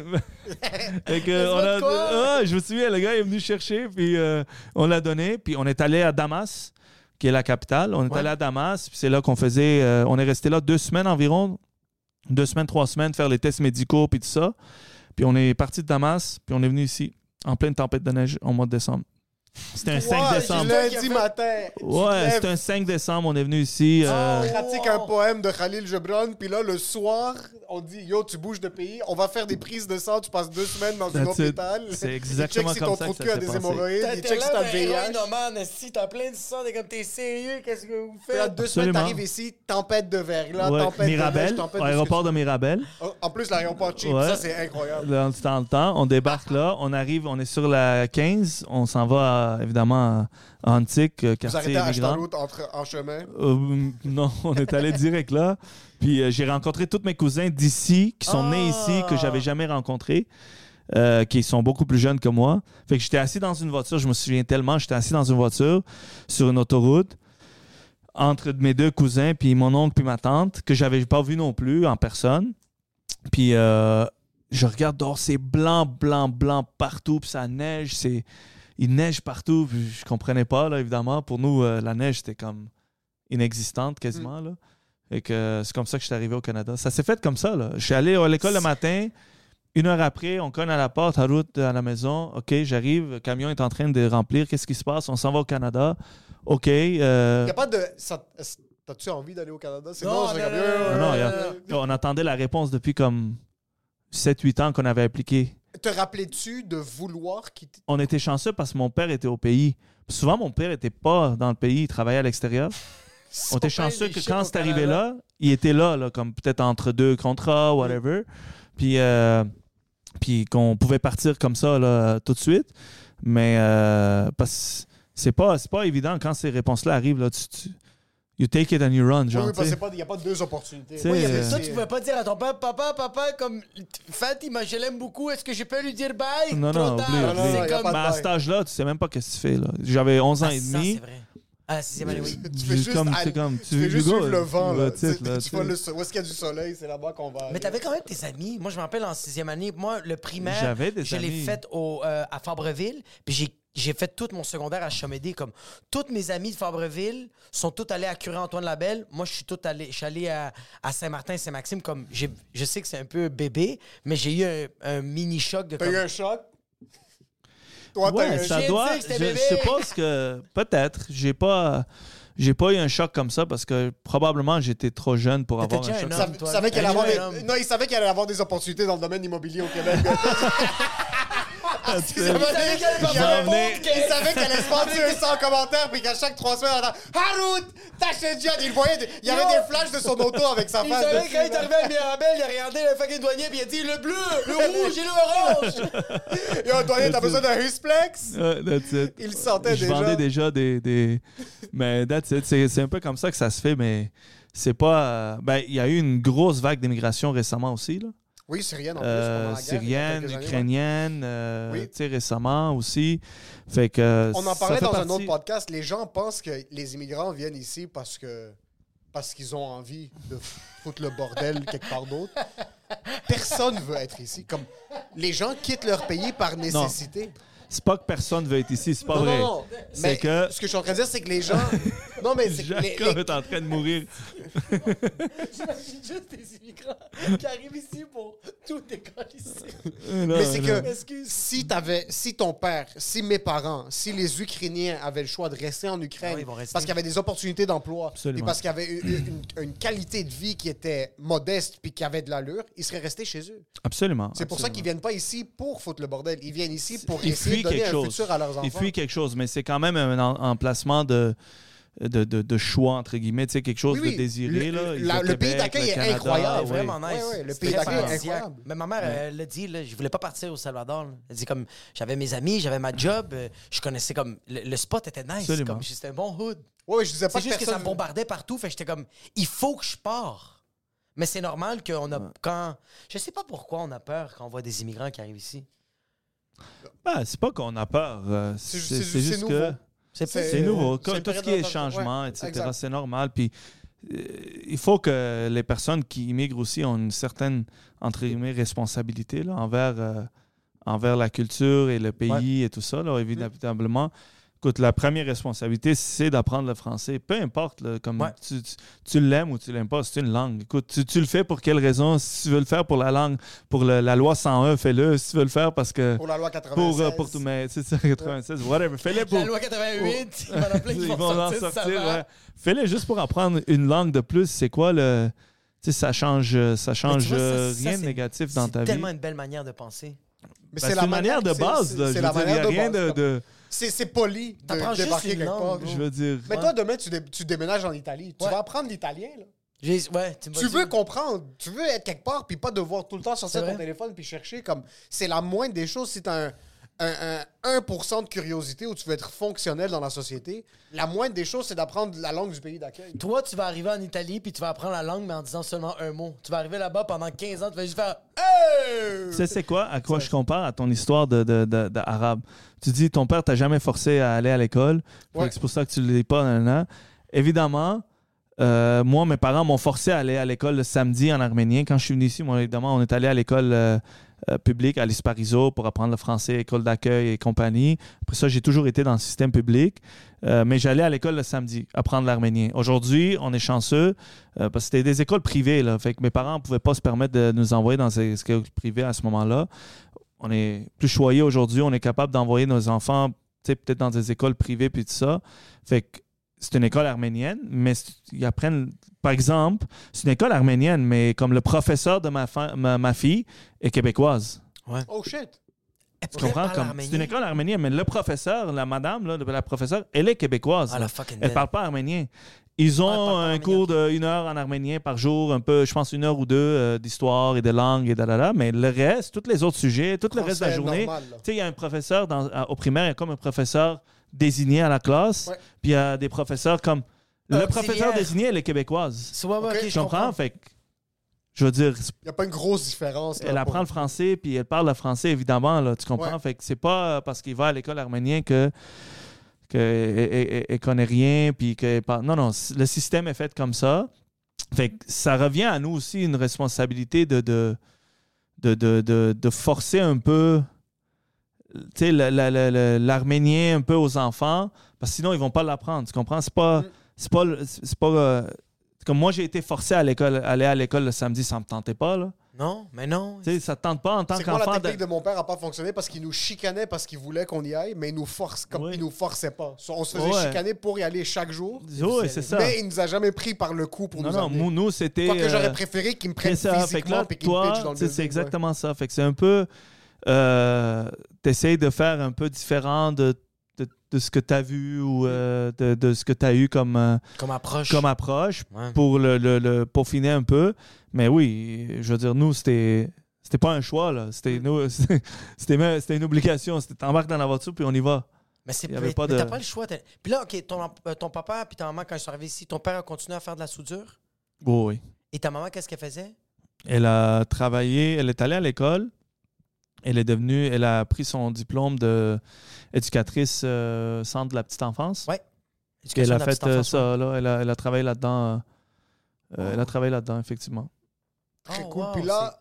le- Fait que on a- ah, je me souviens, le gars est venu chercher, puis euh, on l'a donné, puis on est allé à Damas, qui est la capitale. On est Ouais. allé à Damas, puis c'est là qu'on faisait. euh, on est resté là deux semaines environ, deux semaines, trois semaines, faire les tests médicaux, puis tout ça. Puis on est parti de Damas, puis on est venu ici, en pleine tempête de neige, au mois de décembre. C'était un cinq Ouais, décembre. Lundi matin. Ouais, c'était un cinq décembre, on est venu ici. euh, On pratique un poème de Khalil Gibran, puis là, le soir, on dit Yo, tu bouges de pays, on va faire des prises de sang, tu passes deux semaines dans un That's it. hôpital. C'est Il exactement check si comme ton ça trou que de ça cul a s'est des passé. hémorroïdes, il check si t'as le V I H. Non, man, si t'as plein de sang, t'es comme, t'es sérieux, qu'est-ce que vous Puis là, faites? deux semaines, Absolument. t'arrives ici, tempête de verglas, ouais, tempête de neige, Mirabel, tempête de aéroport de Mirabel. En plus, l'aéroport cheap, Ouais. ça, c'est incroyable. Dans le temps, le temps, on débarque là, on arrive, on est sur la quinze, on s'en va à, évidemment à Antique, euh, Vous quartier arrêtez à immigrant. Ashtarout entre, en chemin. Euh, non, on est allé direct là. Puis euh, j'ai rencontré tous mes cousins d'ici, qui sont nés ici, que j'avais jamais rencontrés, euh, qui sont beaucoup plus jeunes que moi. Fait que j'étais assis dans une voiture, je me souviens tellement, j'étais assis dans une voiture sur une autoroute entre mes deux cousins, puis mon oncle puis ma tante, que j'avais pas vu non plus en personne. Puis euh, je regarde dehors, c'est blanc, blanc, blanc partout, puis ça neige, c'est... Il neige partout, puis je comprenais pas, là, évidemment. Pour nous, euh, la neige, c'était comme inexistante quasiment, là. Et que euh, c'est comme ça que je suis arrivé au Canada. Ça s'est fait comme ça, là. Je suis allé à l'école le matin, une heure après, on cogne à la porte, à route à la maison. OK, j'arrive, le camion est en train de remplir. Qu'est-ce qui se passe? On s'en va au Canada. OK. Euh... Il n'y a pas de. ça- T'as-tu envie d'aller au Canada? C'est Non, c'est non, comme, non, euh, Non, non, il y a- euh, on attendait la réponse depuis comme sept huit ans qu'on avait appliqué. Te rappelais-tu de vouloir quitter? On était chanceux parce que mon père était au pays. Souvent, mon père était pas dans le pays, il travaillait à l'extérieur. On était chanceux que quand c'est arrivé là, il était là, là comme peut-être entre deux contrats, whatever. Puis, euh, puis qu'on pouvait partir comme ça là, tout de suite. Mais euh, parce que c'est pas, c'est pas évident quand ces réponses-là arrivent. Là, tu, tu- you take it and you run. Genre, Oui, oui, parce tu sais. qu'il n'y a pas deux opportunités. Tu sais, Oui, il y a euh, des- Toi, tu pouvais pas dire à ton père, papa, papa, comme, Fatima, je l'aime beaucoup, est-ce que je peux lui dire bye? Non, Trop non, tard. oublie, Non, non, oublie. non, y a C'est pas comme. de Mais à bail. cet âge-là, tu sais même pas ce que tu fais. Là. J'avais onze ans Ah, et ça, demi. c'est vrai. Ah, sixième année, oui. Tu fais juste, comme, aller- c'est comme, tu fais juste you go, suivre le vent. Là. that's it, Tu- là, tu tu vois sais. le so- où est-ce qu'il y a du soleil, c'est là-bas qu'on va. Mais t'avais quand même tes amis. Moi, je me rappelle en sixième année, moi, le primaire, J'avais des je l'ai amis. fait au, euh, à Fabreville, puis j'ai j'ai fait tout mon secondaire à Chamédé. Comme toutes mes amis de Fabreville sont tous allés à Curie-Antoine-Labelle. Moi, je suis tout allé, je suis allé à, à Saint-Martin-Saint-Maxime. Comme j'ai- je sais que c'est un peu bébé, mais j'ai eu un, un mini choc de T'as comme. eu un choc? Toi, t'as eu Ouais, un ça J'ai doit. dit Je, que c'était je bébé. suppose que peut-être. J'ai pas, j'ai pas eu un choc comme ça parce que probablement j'étais trop jeune pour T'étais avoir un déjà choc. un Ça- homme, tu toi. savais qu'il allait Un avoir des... homme. Non, il savait qu'il allait avoir des opportunités dans le domaine immobilier au Québec. Il savait Il savait qu'il allait il avoir avait- un il savait qu'elle allait se passer un cent commentaires, puis qu'à chaque trois semaines, on entend Harout, t'achètes John. Il voyait, des- il y avait Yo! des flashs de son auto avec sa Il face. savait dessus, quand il est là. arrivé à Mirabel, il a regardé le fucking douanier, puis il a dit le bleu, le rouge et le orange. Yo, Antoine, t'as besoin d'un Husplex? Ouais, that's it. Il le sentait Je déjà. vendais déjà des, des... mais that's it. C'est, c'est un peu comme ça que ça se fait, mais c'est pas. euh, Ben, il y a eu une grosse vague d'immigration récemment aussi là. Oui, syrienne en plus. Euh, pendant la guerre, il y a syrienne, quelques années, ouais. ukrainienne, euh, Oui. tu sais, récemment aussi. Fait que On en ça parlait fait dans un partie- autre podcast. Les gens pensent que les immigrants viennent ici parce que parce qu'ils ont envie de foutre le bordel quelque part d'autre. Personne veut être ici. Comme les gens quittent leur pays par nécessité. C'est pas que personne veut être ici, c'est pas Non, vrai. non, non. C'est Mais que ce que je suis en train de dire, c'est que les gens. Non, mais c'est que les- Jacob les- est en train de mourir. J'imagine juste des immigrants qui arrivent ici pour tout décoller. Mais c'est que Excuse. si t'avais, si ton père, si mes parents, si les Ukrainiens avaient le choix de rester en Ukraine Ah oui, ils vont rester. parce qu'il y avait des opportunités d'emploi, Absolument. puis parce qu'il y avait une, une- une qualité de vie qui était modeste puis qui avait de l'allure, ils seraient restés chez eux. Absolument. C'est pour ça absolument. qu'ils viennent pas ici pour foutre le bordel. Ils viennent ici pour Ils essayer fuient de donner quelque un chose. futur à leurs enfants. Ils fuient quelque chose, mais c'est quand même un en- emplacement de, de, de, de choix, entre guillemets, tu sais, quelque chose Oui, oui. de désiré. Le- là. Ils la- vont au le pays Québec, d'accueil le est Canada, incroyable. oui. Vraiment nice. Ouais, ouais, le C'est pays très d'accueil est paradisiaque. incroyable. Mais ma mère, elle l'a dit, là, je voulais pas partir au Salvador. là. Elle dit comme, j'avais mes amis, j'avais ma job, euh, je connaissais comme, le, le spot était nice. Absolument. Comme, c'était un bon hood. Ouais, je disais pas C'est que juste que ça personne. me bombardait partout, fait que j'étais comme, il faut que je pars. Mais c'est normal qu'on a, quand, je sais pas pourquoi on a peur quand on voit des immigrants qui arrivent ici. Ben, c'est pas qu'on a peur. euh, C'est- c'est c'est- c'est c'est juste nouveau. que. C'est, C'est- C'est nouveau. c'est Comme une tout ce période qui est d'adaptation. changement, Ouais, et cetera, exact. c'est normal. Puis euh, il faut que les personnes qui immigrent aussi ont une certaine, entre guillemets, responsabilité là, envers, euh, envers la culture et le pays et tout ça, là, évidemment. Écoute, la première responsabilité, c'est d'apprendre le français. Peu importe, là, comme Ouais. tu, tu, tu l'aimes ou tu l'aimes pas, c'est une langue. Écoute, tu, tu le fais pour quelle raison? Si tu veux le faire pour la langue, pour le- la loi cent un, fais-le. Si tu veux le faire parce que... Pour la loi Pour, quatre-vingt-seize. euh, pour tout, mais c'est ça, quatre-vingt-seize, whatever. Fais-le pour... La loi quatre-vingt-huit, il y en a plein qui Ils vont, vont en sortir, ça sortir, va. ouais. Fais-le juste pour apprendre une langue de plus. C'est quoi le... Tu sais, ça change, ça change vois, ça- euh, ça, rien de c'est- négatif dans ta C'est vie. tellement une belle manière de penser. Mais Ben, c'est une manière de c'est- base, c'est- là. Je C'est veux la dire, il n'y manière a de rien base. de... de- C'est c'est poli de T'apprends juste débarquer une quelque langue, part. bro. Je veux dire... Mais Ouais. toi, demain, tu, dé- tu déménages en Italie. Tu Ouais. vas apprendre l'italien, là. J'ai- ouais, tu m'as Tu dit- veux comprendre, tu veux être quelque part, puis pas devoir tout le temps sortir C'est ton vrai. téléphone puis chercher. Comme c'est la moindre des choses. Si tu as un, un, un un pour cent de curiosité où tu veux être fonctionnel dans la société, la moindre des choses, c'est d'apprendre la langue du pays d'accueil. Toi, tu vas arriver en Italie puis tu vas apprendre la langue, mais en disant seulement un mot. Tu vas arriver là-bas pendant quinze ans, tu vas juste faire Hey! Tu sais, c'est quoi? À quoi je compare à ton histoire de, de, de- d'arabe? Tu dis, ton père t'a jamais forcé à aller à l'école. Fait Ouais. que C'est pour ça que tu ne l'es pas. Nanana. Évidemment, euh, moi, mes parents m'ont forcé à aller à l'école le samedi en arménien. Quand je suis venu ici, moi, évidemment, on est allé à l'école euh, euh, publique à l'Isparizo pour apprendre le français, école d'accueil et compagnie. Après ça, j'ai toujours été dans le système public. Euh, mais j'allais à l'école le samedi, apprendre l'arménien. Aujourd'hui, on est chanceux euh, parce que c'était des écoles privées. Là, fait que mes parents ne pouvaient pas se permettre de nous envoyer dans ces écoles privées à ce moment-là. On est plus choyés aujourd'hui. On est capable d'envoyer nos enfants tu sais, peut-être dans des écoles privées puis tout ça. Fait que c'est une école arménienne, mais c'est- ils apprennent... Par exemple, c'est une école arménienne, mais comme le professeur de ma, fa- ma, ma fille est québécoise. Oh shit! Tu comprends? Comme, c'est une école arménienne, mais le professeur, la madame, là, la professeure, elle est québécoise. Ah, là. la fucking Elle dead. parle pas arménien. Ils ont Ah, elle parle pas un arménien, cours ok. d'une heure en arménien par jour, un peu, je pense une heure ou deux euh, d'histoire et de langue et da, da, da, mais le reste, tous les autres sujets, tout le reste de la Français journée. normal, là. Tu sais, il y a un professeur dans, à- au primaire, il y a comme un professeur désigné à la classe, Ouais. puis il y a des professeurs comme... Le Auxiliaire. professeur désigné, elle est québécoise. C'est- ouais, ouais, Ok, ok, Tu je comprends? comprends. Fait que, je veux dire, c'est- Il n'y a pas une grosse différence. là, elle pour- apprend le français, puis elle parle le français, évidemment, là, tu comprends? Ouais. Fait que c'est pas parce qu'il va à l'école arménienne que qu'elle connaît rien, puis qu'elle parle... Non, non, c- le système est fait comme ça. Fait que ça revient à nous aussi une responsabilité de, de, de, de, de, de forcer un peu tu sais, la- la- la- la- l'arménien un peu aux enfants, parce que sinon, ils vont pas l'apprendre, tu comprends? C'est pas... Mm. C'est pas... le- C'est pas euh, comme moi, j'ai été forcé à l'école, à aller à l'école le samedi, ça me tentait pas, là. Non, mais non. Tu sais, ça te tente pas en tant C'est que moi, la qu'enfant. technique de- de mon père n'a pas fonctionné parce qu'il nous chicanait parce qu'il voulait qu'on y aille, mais il nous force comme Ouais. il nous forçait pas. So, on se faisait Ouais. chicaner pour y aller chaque jour, Oui, c'est ça. mais il nous a jamais pris par le cou pour Non, nous non, amener. nous, nous, c'était... Quoique euh, j'aurais préféré qu'il me prenne c'est ça. Fait que physiquement là, et qu'il me pitch toi, dans le tu sais, c'est building, exactement ça. Fait que c'est un peu... Euh, t'essayes de faire un peu différent de, de, de ce que tu as vu ou euh, de, de ce que tu as eu comme, euh, Comme approche. comme approche Ouais. pour le, le, le peaufiner un peu. Mais oui, je veux dire, nous, c'était... C'était pas un choix, là. C'était, nous, c'était, c'était, c'était une obligation. C'était t'embarques dans la voiture puis on y va. Mais c'est Il y avait mais- pas mais de- t'as pas le choix. t'as- Puis là, OK, ton, euh, ton papa puis ta maman, quand ils sont arrivés ici, ton père a continué à faire de la soudure. Oui, oui. Et ta maman, qu'est-ce qu'elle faisait? Elle a travaillé, elle est allée à l'école. Elle est devenue, elle a pris son diplôme d'éducatrice euh, centre de la petite enfance. Ouais. Puis elle Éducation a de la fait petite euh, enfance, ça, là. Elle a, elle a travaillé là-dedans. euh, euh, Oh. Elle a travaillé là-dedans, effectivement. Très Oh, cool. wow, Puis là,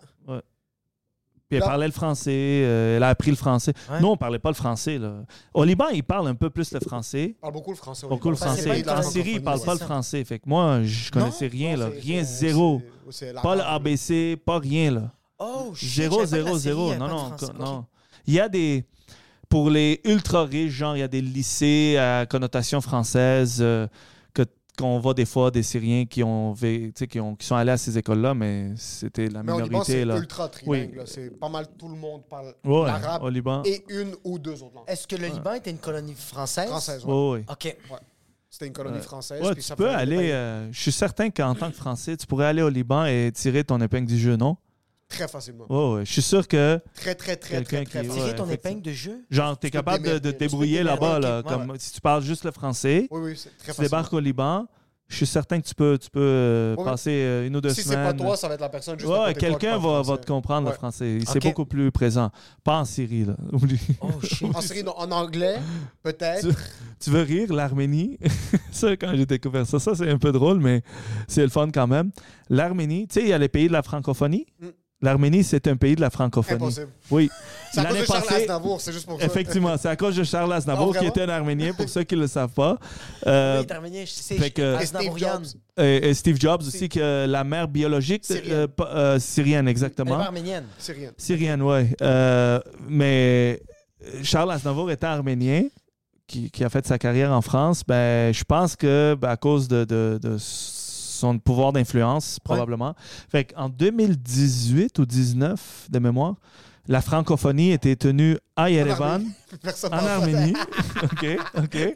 Puis elle Là- parlait le français, euh, elle a appris le français. Ouais. Nous, on parlait pas le français, là. Au Liban, ils parlent un peu plus le français. on parle beaucoup le français. au Beaucoup le Liban. Parce que c'est pas français. une En colonie Syrie, ils parlent francophone, pas le c'est ça. français. Fait que moi, je connaissais rien, Non, là. c'est- Rien, c'est- zéro. c'est- c'est Pas le l'arabe. A B C, pas rien, là. Oh, shit, Zéro, j'avais pas de zéro, la série, zéro. il y avait Non, pas de non, français. co- Ok. non. Il y a des... Pour les ultra riches, genre, il y a des lycées à connotation française euh, que, qu'on voit des fois des Syriens qui ont, vé- tu sais, qui ont qui sont allés à ces écoles-là, mais c'était la Mais au Liban, minorité, c'est là. ultra trilingue. Oui. là. C'est pas mal tout le monde parle Ouais, l'arabe au Liban. et une ou deux autres langues. Est-ce que le Liban était une colonie française? Française, ouais. Ouais, ouais. OK. C'était une colonie Ouais. française. Ouais, puis tu ça peux faisait aller. des- euh, je suis certain qu'en tant que Français, tu pourrais aller au Liban et tirer ton épingle du jeu, non? Très facilement. Ouais, ouais. Je suis sûr que, Très, très, très, Quelqu'un très, très qui- fort. Tirer Ouais, ton effectivement. épingle de jeu? genre, tu es Tu peux capable de, de démerder, te tu peux débrouiller démerder, là-bas, ok, là. ouais, Comme ouais. si tu parles juste le français, Oui, oui, c'est très tu facile. débarques au Liban. je suis certain que tu peux, tu peux euh, Ouais, passer euh, une ou deux Si c'est semaines. pas toi, ça va être la personne juste à Ouais, côté de toi qui quelqu'un parle va, va français. te comprendre Ouais. le français. C'est Ok. beaucoup plus présent. Pas en Syrie, là. Oublie. Oh shit. En Syrie, non, en anglais, peut-être. Tu, tu veux rire, l'Arménie? Ça, quand j'ai découvert ça, ça, c'est un peu drôle, mais c'est le fun quand même. L'Arménie, tu sais, il y a les pays de la francophonie. Mm. L'Arménie, c'est un pays de la francophonie. Impossible. Oui. C'est à cause L'année de Charles passée, Aznavour, c'est juste pour ça. effectivement, c'est à cause de Charles Aznavour, Ah, qui vraiment? était un Arménien, pour ceux qui ne le savent pas. Euh, Oui, Arménien, je sais. fait que- Et Steve Aznavourian. Jobs. et, et Steve Jobs aussi, que la mère biologique, Syrienne. euh, pas- euh, syrienne, Elle est exactement. pas arménienne. C'est rien. Syrienne, oui. Euh, mais Charles Aznavour était arménien, qui, qui a fait sa carrière en France. Ben, je pense que ben, à cause de, de, de son pouvoir d'influence, probablement. Fait qu'en deux mille dix-huit ou dix-neuf, de mémoire, la francophonie était tenue à Yerevan, Personne en parle Arménie. OK, OK.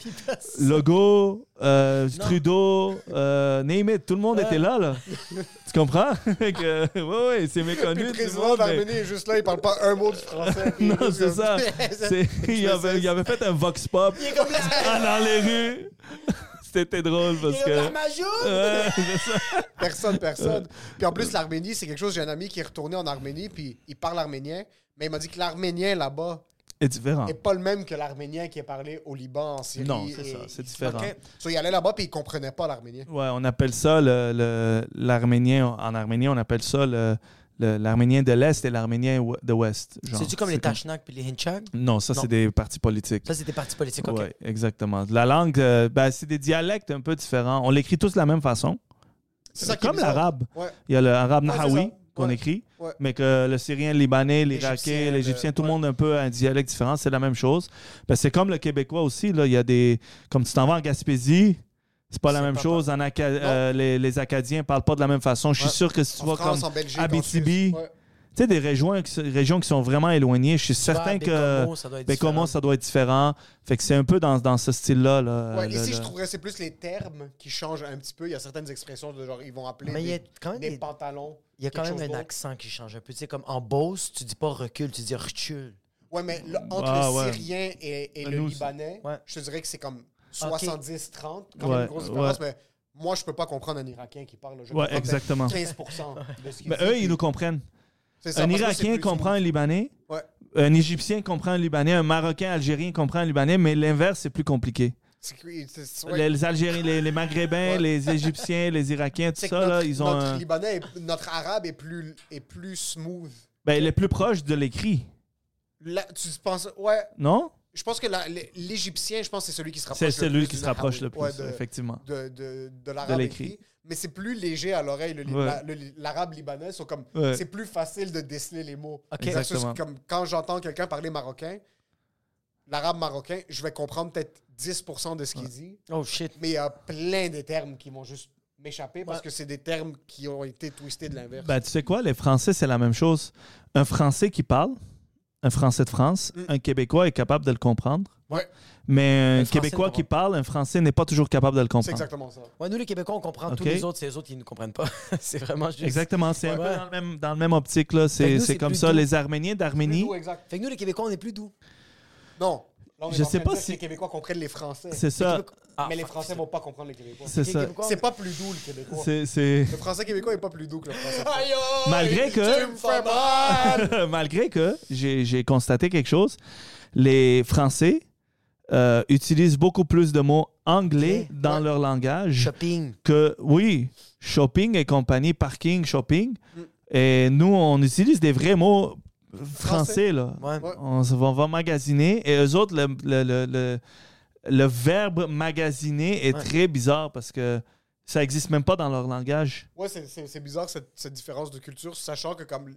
Legault, euh, Trudeau, euh, name it, tout le monde était là, là. Tu comprends? Fait que, ouais, ouais, c'est méconnu. Le du président monde, mais- d'Arménie est juste là, il parle pas un mot de français. puis il est Non, juste c'est comme- ça. C'est- il, avait, il avait fait un vox pop ah, dans les rues. C'était drôle parce que. Ouais, c'est ça. Personne, personne. Puis en plus, l'Arménie, c'est quelque chose. J'ai un ami qui est retourné en Arménie, puis il parle arménien, mais il m'a dit que l'arménien là-bas C'est différent. n'est pas le même que l'arménien qui est parlé au Liban, en Syrie. Non, c'est et- ça, c'est différent. Ok. So, il allait là-bas, puis il comprenait pas l'arménien. Ouais, on appelle ça le, le- l'arménien. En arménien, on appelle ça le, le- l'arménien de l'Est et l'arménien ou- de l'Ouest. genre. C'est-tu comme les comme- Tachnak puis les Hinchag? Non, ça, Non. c'est des partis politiques. Ça, c'est des partis politiques, OK. Oui, exactement. La langue, euh, ben, c'est des dialectes un peu différents. On l'écrit tous de la même façon. C'est ça qui est Comme bizarre. l'arabe. Ouais. Il y a le arabe Ouais, c'est nahawi ça. qu'on Ouais. écrit, Ouais. mais que le syrien, le libanais, l'iraquien, L'Égyptien, l'égyptien, le- tout le ouais. monde a un peu un dialecte différent, c'est la même chose. Ben, c'est comme le québécois aussi. Là. Il y a des. Comme tu t'en vas en Gaspésie, c'est pas la C'est même pas chose. En Aca- euh, les, les Acadiens parlent pas de la même façon. Je suis Ouais. sûr que si tu En vas France, comme en Belgique, Abitibi, en Suisse. Ouais. tu sais, des régions, qui- régions qui sont vraiment éloignées, je suis Tu vas à certain que. Bécomo, ça doit être Bécomo, différent. ça doit être différent. Fait que c'est un peu dans, dans ce style-là. Là, Ouais, le- ici, le- je trouverais que c'est plus les termes qui changent un petit peu. Il y a certaines expressions de genre, ils vont appeler Mais il y a des, quand même des des- pantalons. Il y a quand quelque même chose un d'autre. accent qui change un peu. Tu sais, comme en Beauce, tu dis pas recule, tu dis recule. Ouais, mais le- entre Ah, le ouais. Syrien et, et Ben, le nous, Libanais, Ouais. je te dirais que c'est comme soixante-dix trente. Quand Ouais, même une grosse différence, ouais. mais moi, je peux pas comprendre un Irakien qui parle. Je Ouais, comprends exactement. peut-être quinze pour cent de ce qu'il Mais dit, eux, puis ils nous comprennent. c'est ça, Un parce que c'est Irakien plus comprend un smooth. Libanais. Ouais. Un Égyptien comprend un Libanais. Un Marocain, Algérien comprend un Libanais. Mais l'inverse, c'est plus compliqué. C'est que- c'est- c'est- ouais. Les, les Algériens, les, les Maghrébins, Ouais. les Égyptiens, les Irakiens, tout C'est ça, que là, notre, ils ont notre un- Libanais, est- notre arabe est plus, est plus smooth. ben, les plus proches de l'écrit, Là, tu penses, ouais, non? je pense que la- l'Égyptien, je pense que c'est celui qui se rapproche C'est le celui plus qui du se rapproche le nahawi. plus, Ouais, de, effectivement. de, de, de De l'arabe l'écrit. écrit. Mais c'est plus léger à l'oreille. Le, li- Ouais. la- le- l'arabe libanais, sont comme, Ouais. c'est plus facile de déceler les mots. Ok. Versus Exactement. comme quand j'entends quelqu'un parler marocain, l'arabe marocain, je vais comprendre peut-être dix pour cent de ce qu'il dit, Oh shit. mais il y a plein de termes qui vont juste m'échapper parce Ouais. que c'est des termes qui ont été twistés de l'inverse. Ben, tu sais quoi, les Français, c'est la même chose. Un Français qui parle, un Français de France, Mm. un Québécois est capable de le comprendre. Ouais. Mais un, Un Français Québécois ne qui comprend parle, un Français n'est pas toujours capable de le c'est comprendre. exactement ça. Ouais, nous, les Québécois, on comprend. Ok. Tous les autres, c'est les autres qui ne comprennent pas. C'est vraiment juste. Exactement, c'est un Ouais. peu dans le même, dans le même optique. Là. Fait que C'est, nous, c'est c'est comme plus ça. doux. Les Arméniens Plus d'Arménie, doux, exact. Fait que nous, les Québécois, on est plus doux. Non. Là, on est Je en sais train de pas dire si- que les Québécois comprennent les Français. c'est ça. Ah, mais les fuck, Français c'est- vont pas comprendre les Québécois. C'est Les ça. Québécois, C'est pas plus doux, le Québécois. C'est, c'est... Le français québécois est pas plus doux que le français. Aïe, aïe, Malgré que- tu me fais mal. Malgré que j'ai, j'ai constaté quelque chose, les Français euh, utilisent beaucoup plus de mots anglais Ok. dans Ouais. leur langage Shopping. que, oui, shopping et compagnie, parking, shopping. Mm. Et nous, on utilise des vrais mots français, Français. là. Ouais. Ouais. On, se- on va magasiner et eux autres, le, le, le, le, le verbe magasiner est Ouais. très bizarre parce que ça n'existe même pas dans leur langage. Ouais, c'est- c'est c'est bizarre cette, cette différence de culture, sachant que comme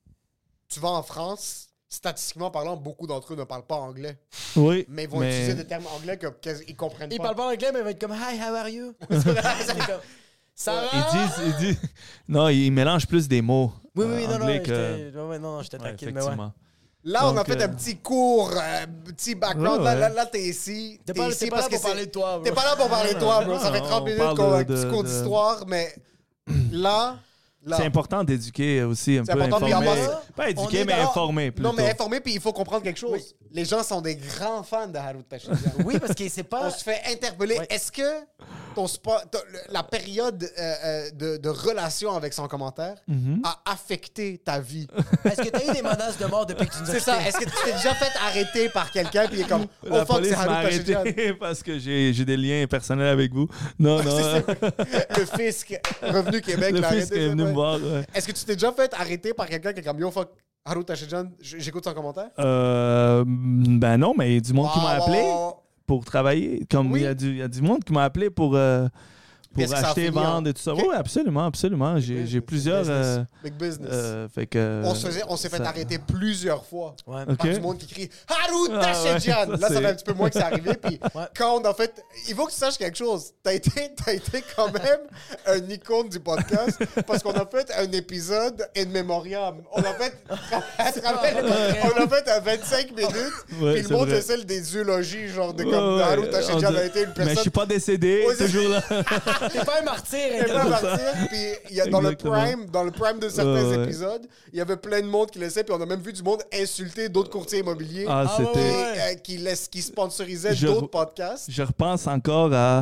tu vas en France, statistiquement parlant, beaucoup d'entre eux ne parlent pas anglais. Oui, Mais ils vont mais- utiliser des termes anglais que- qu'ils comprennent Ils pas. parlent pas anglais, mais ils vont être comme Hi, how are you? C'est comme, ça va? Ils disent, ils disent... Non, ils mélangent plus des mots Oui, oui, euh, oui, non, non, anglais que... j'étais- ouais, ouais, non, non, j'étais Ouais, tranquille, mais ouais. effectivement. Là, on a Donc, fait euh, un petit cours, euh, petit background. Ouais, Là, ouais. là, là, t'es ici. T'es T'es pas, ici t'es pas parce là que pour c'est- parler de toi, bro. T'es pas là pour parler de toi, bro. Ça fait Non, trente on minutes parle qu'on a un de- petit de- cours de- d'histoire, mais là, là C'est important d'éduquer aussi un C'est peu, important, puis en informer. passant, Pas on éduquer, est mais dans- informer plutôt. Non, mais informer, puis il faut comprendre quelque chose. Oui. Les gens sont des grands fans de Harout Tachidjian. Oui, parce que c'est pas. On se fait interpeller. Ouais. Est-ce que ton spo- ton- le- la période euh, euh, de, de relation avec son commentaire Mhm. a affecté ta vie. Est-ce que t'as eu des menaces de mort depuis que tu nous as C'est ça. quittés? Est-ce que tu t'es déjà fait arrêter par quelqu'un puis il est comme oh La fuck, police c'est m'a Harout Tachedjian. arrêté parce que j'ai j'ai des liens personnels avec vous. Non, non. Le fisc Revenu Québec Le l'a fils qui arrêté. est venu ouais. me voir. ouais. Est-ce que tu t'es déjà fait arrêter par quelqu'un qui est comme yo fuck Harout Tachedjian, j- j'écoute son commentaire? Euh, ben non, mais il y a du monde qui Wow, m'a wow, appelé wow. pour travailler. Comme Oui. il y a du, il y a du monde qui m'a appelé pour, euh, pour Est-ce que ça a acheter, fini en- vendre et tout ça. Ok. Oui, absolument, absolument. J'ai business, j'ai big plusieurs. business, euh, big business. euh, fait que, on se faisait, on s'est fait ça- arrêter plusieurs fois. Ouais. Ok. Par du monde qui crie Harout Ah ouais, Tachedjian. ça, Là, ça c'est- fait un petit peu moins que c'est arrivé. Puis Ouais. quand on a fait. Il faut que tu saches quelque chose. T'as été, t'as été quand même un icône du podcast parce qu'on a fait un épisode in memoriam. On a fait. tu te rappelles? On a fait un vingt-cinq minutes. Ouais, puis le c'est monde vrai. fait celle des eulogies, genre de Ouais, comme ouais, Harout Tachedjian on a dit- été une Mais je personne. suis pas décédé, Ouais, c'est- toujours là. T'es pas un martyr, Il est hein, pas partir, puis il y a, dans, le Exactement. prime, dans le prime de certains Ouais, ouais. épisodes, il y avait plein de monde qui laissait, puis on a même vu du monde insulter d'autres courtiers immobiliers Ah, Ah, c'était. qui, ouais, ouais. euh, qui, laisse, qui sponsorisaient Je- d'autres podcasts. Je repense encore à,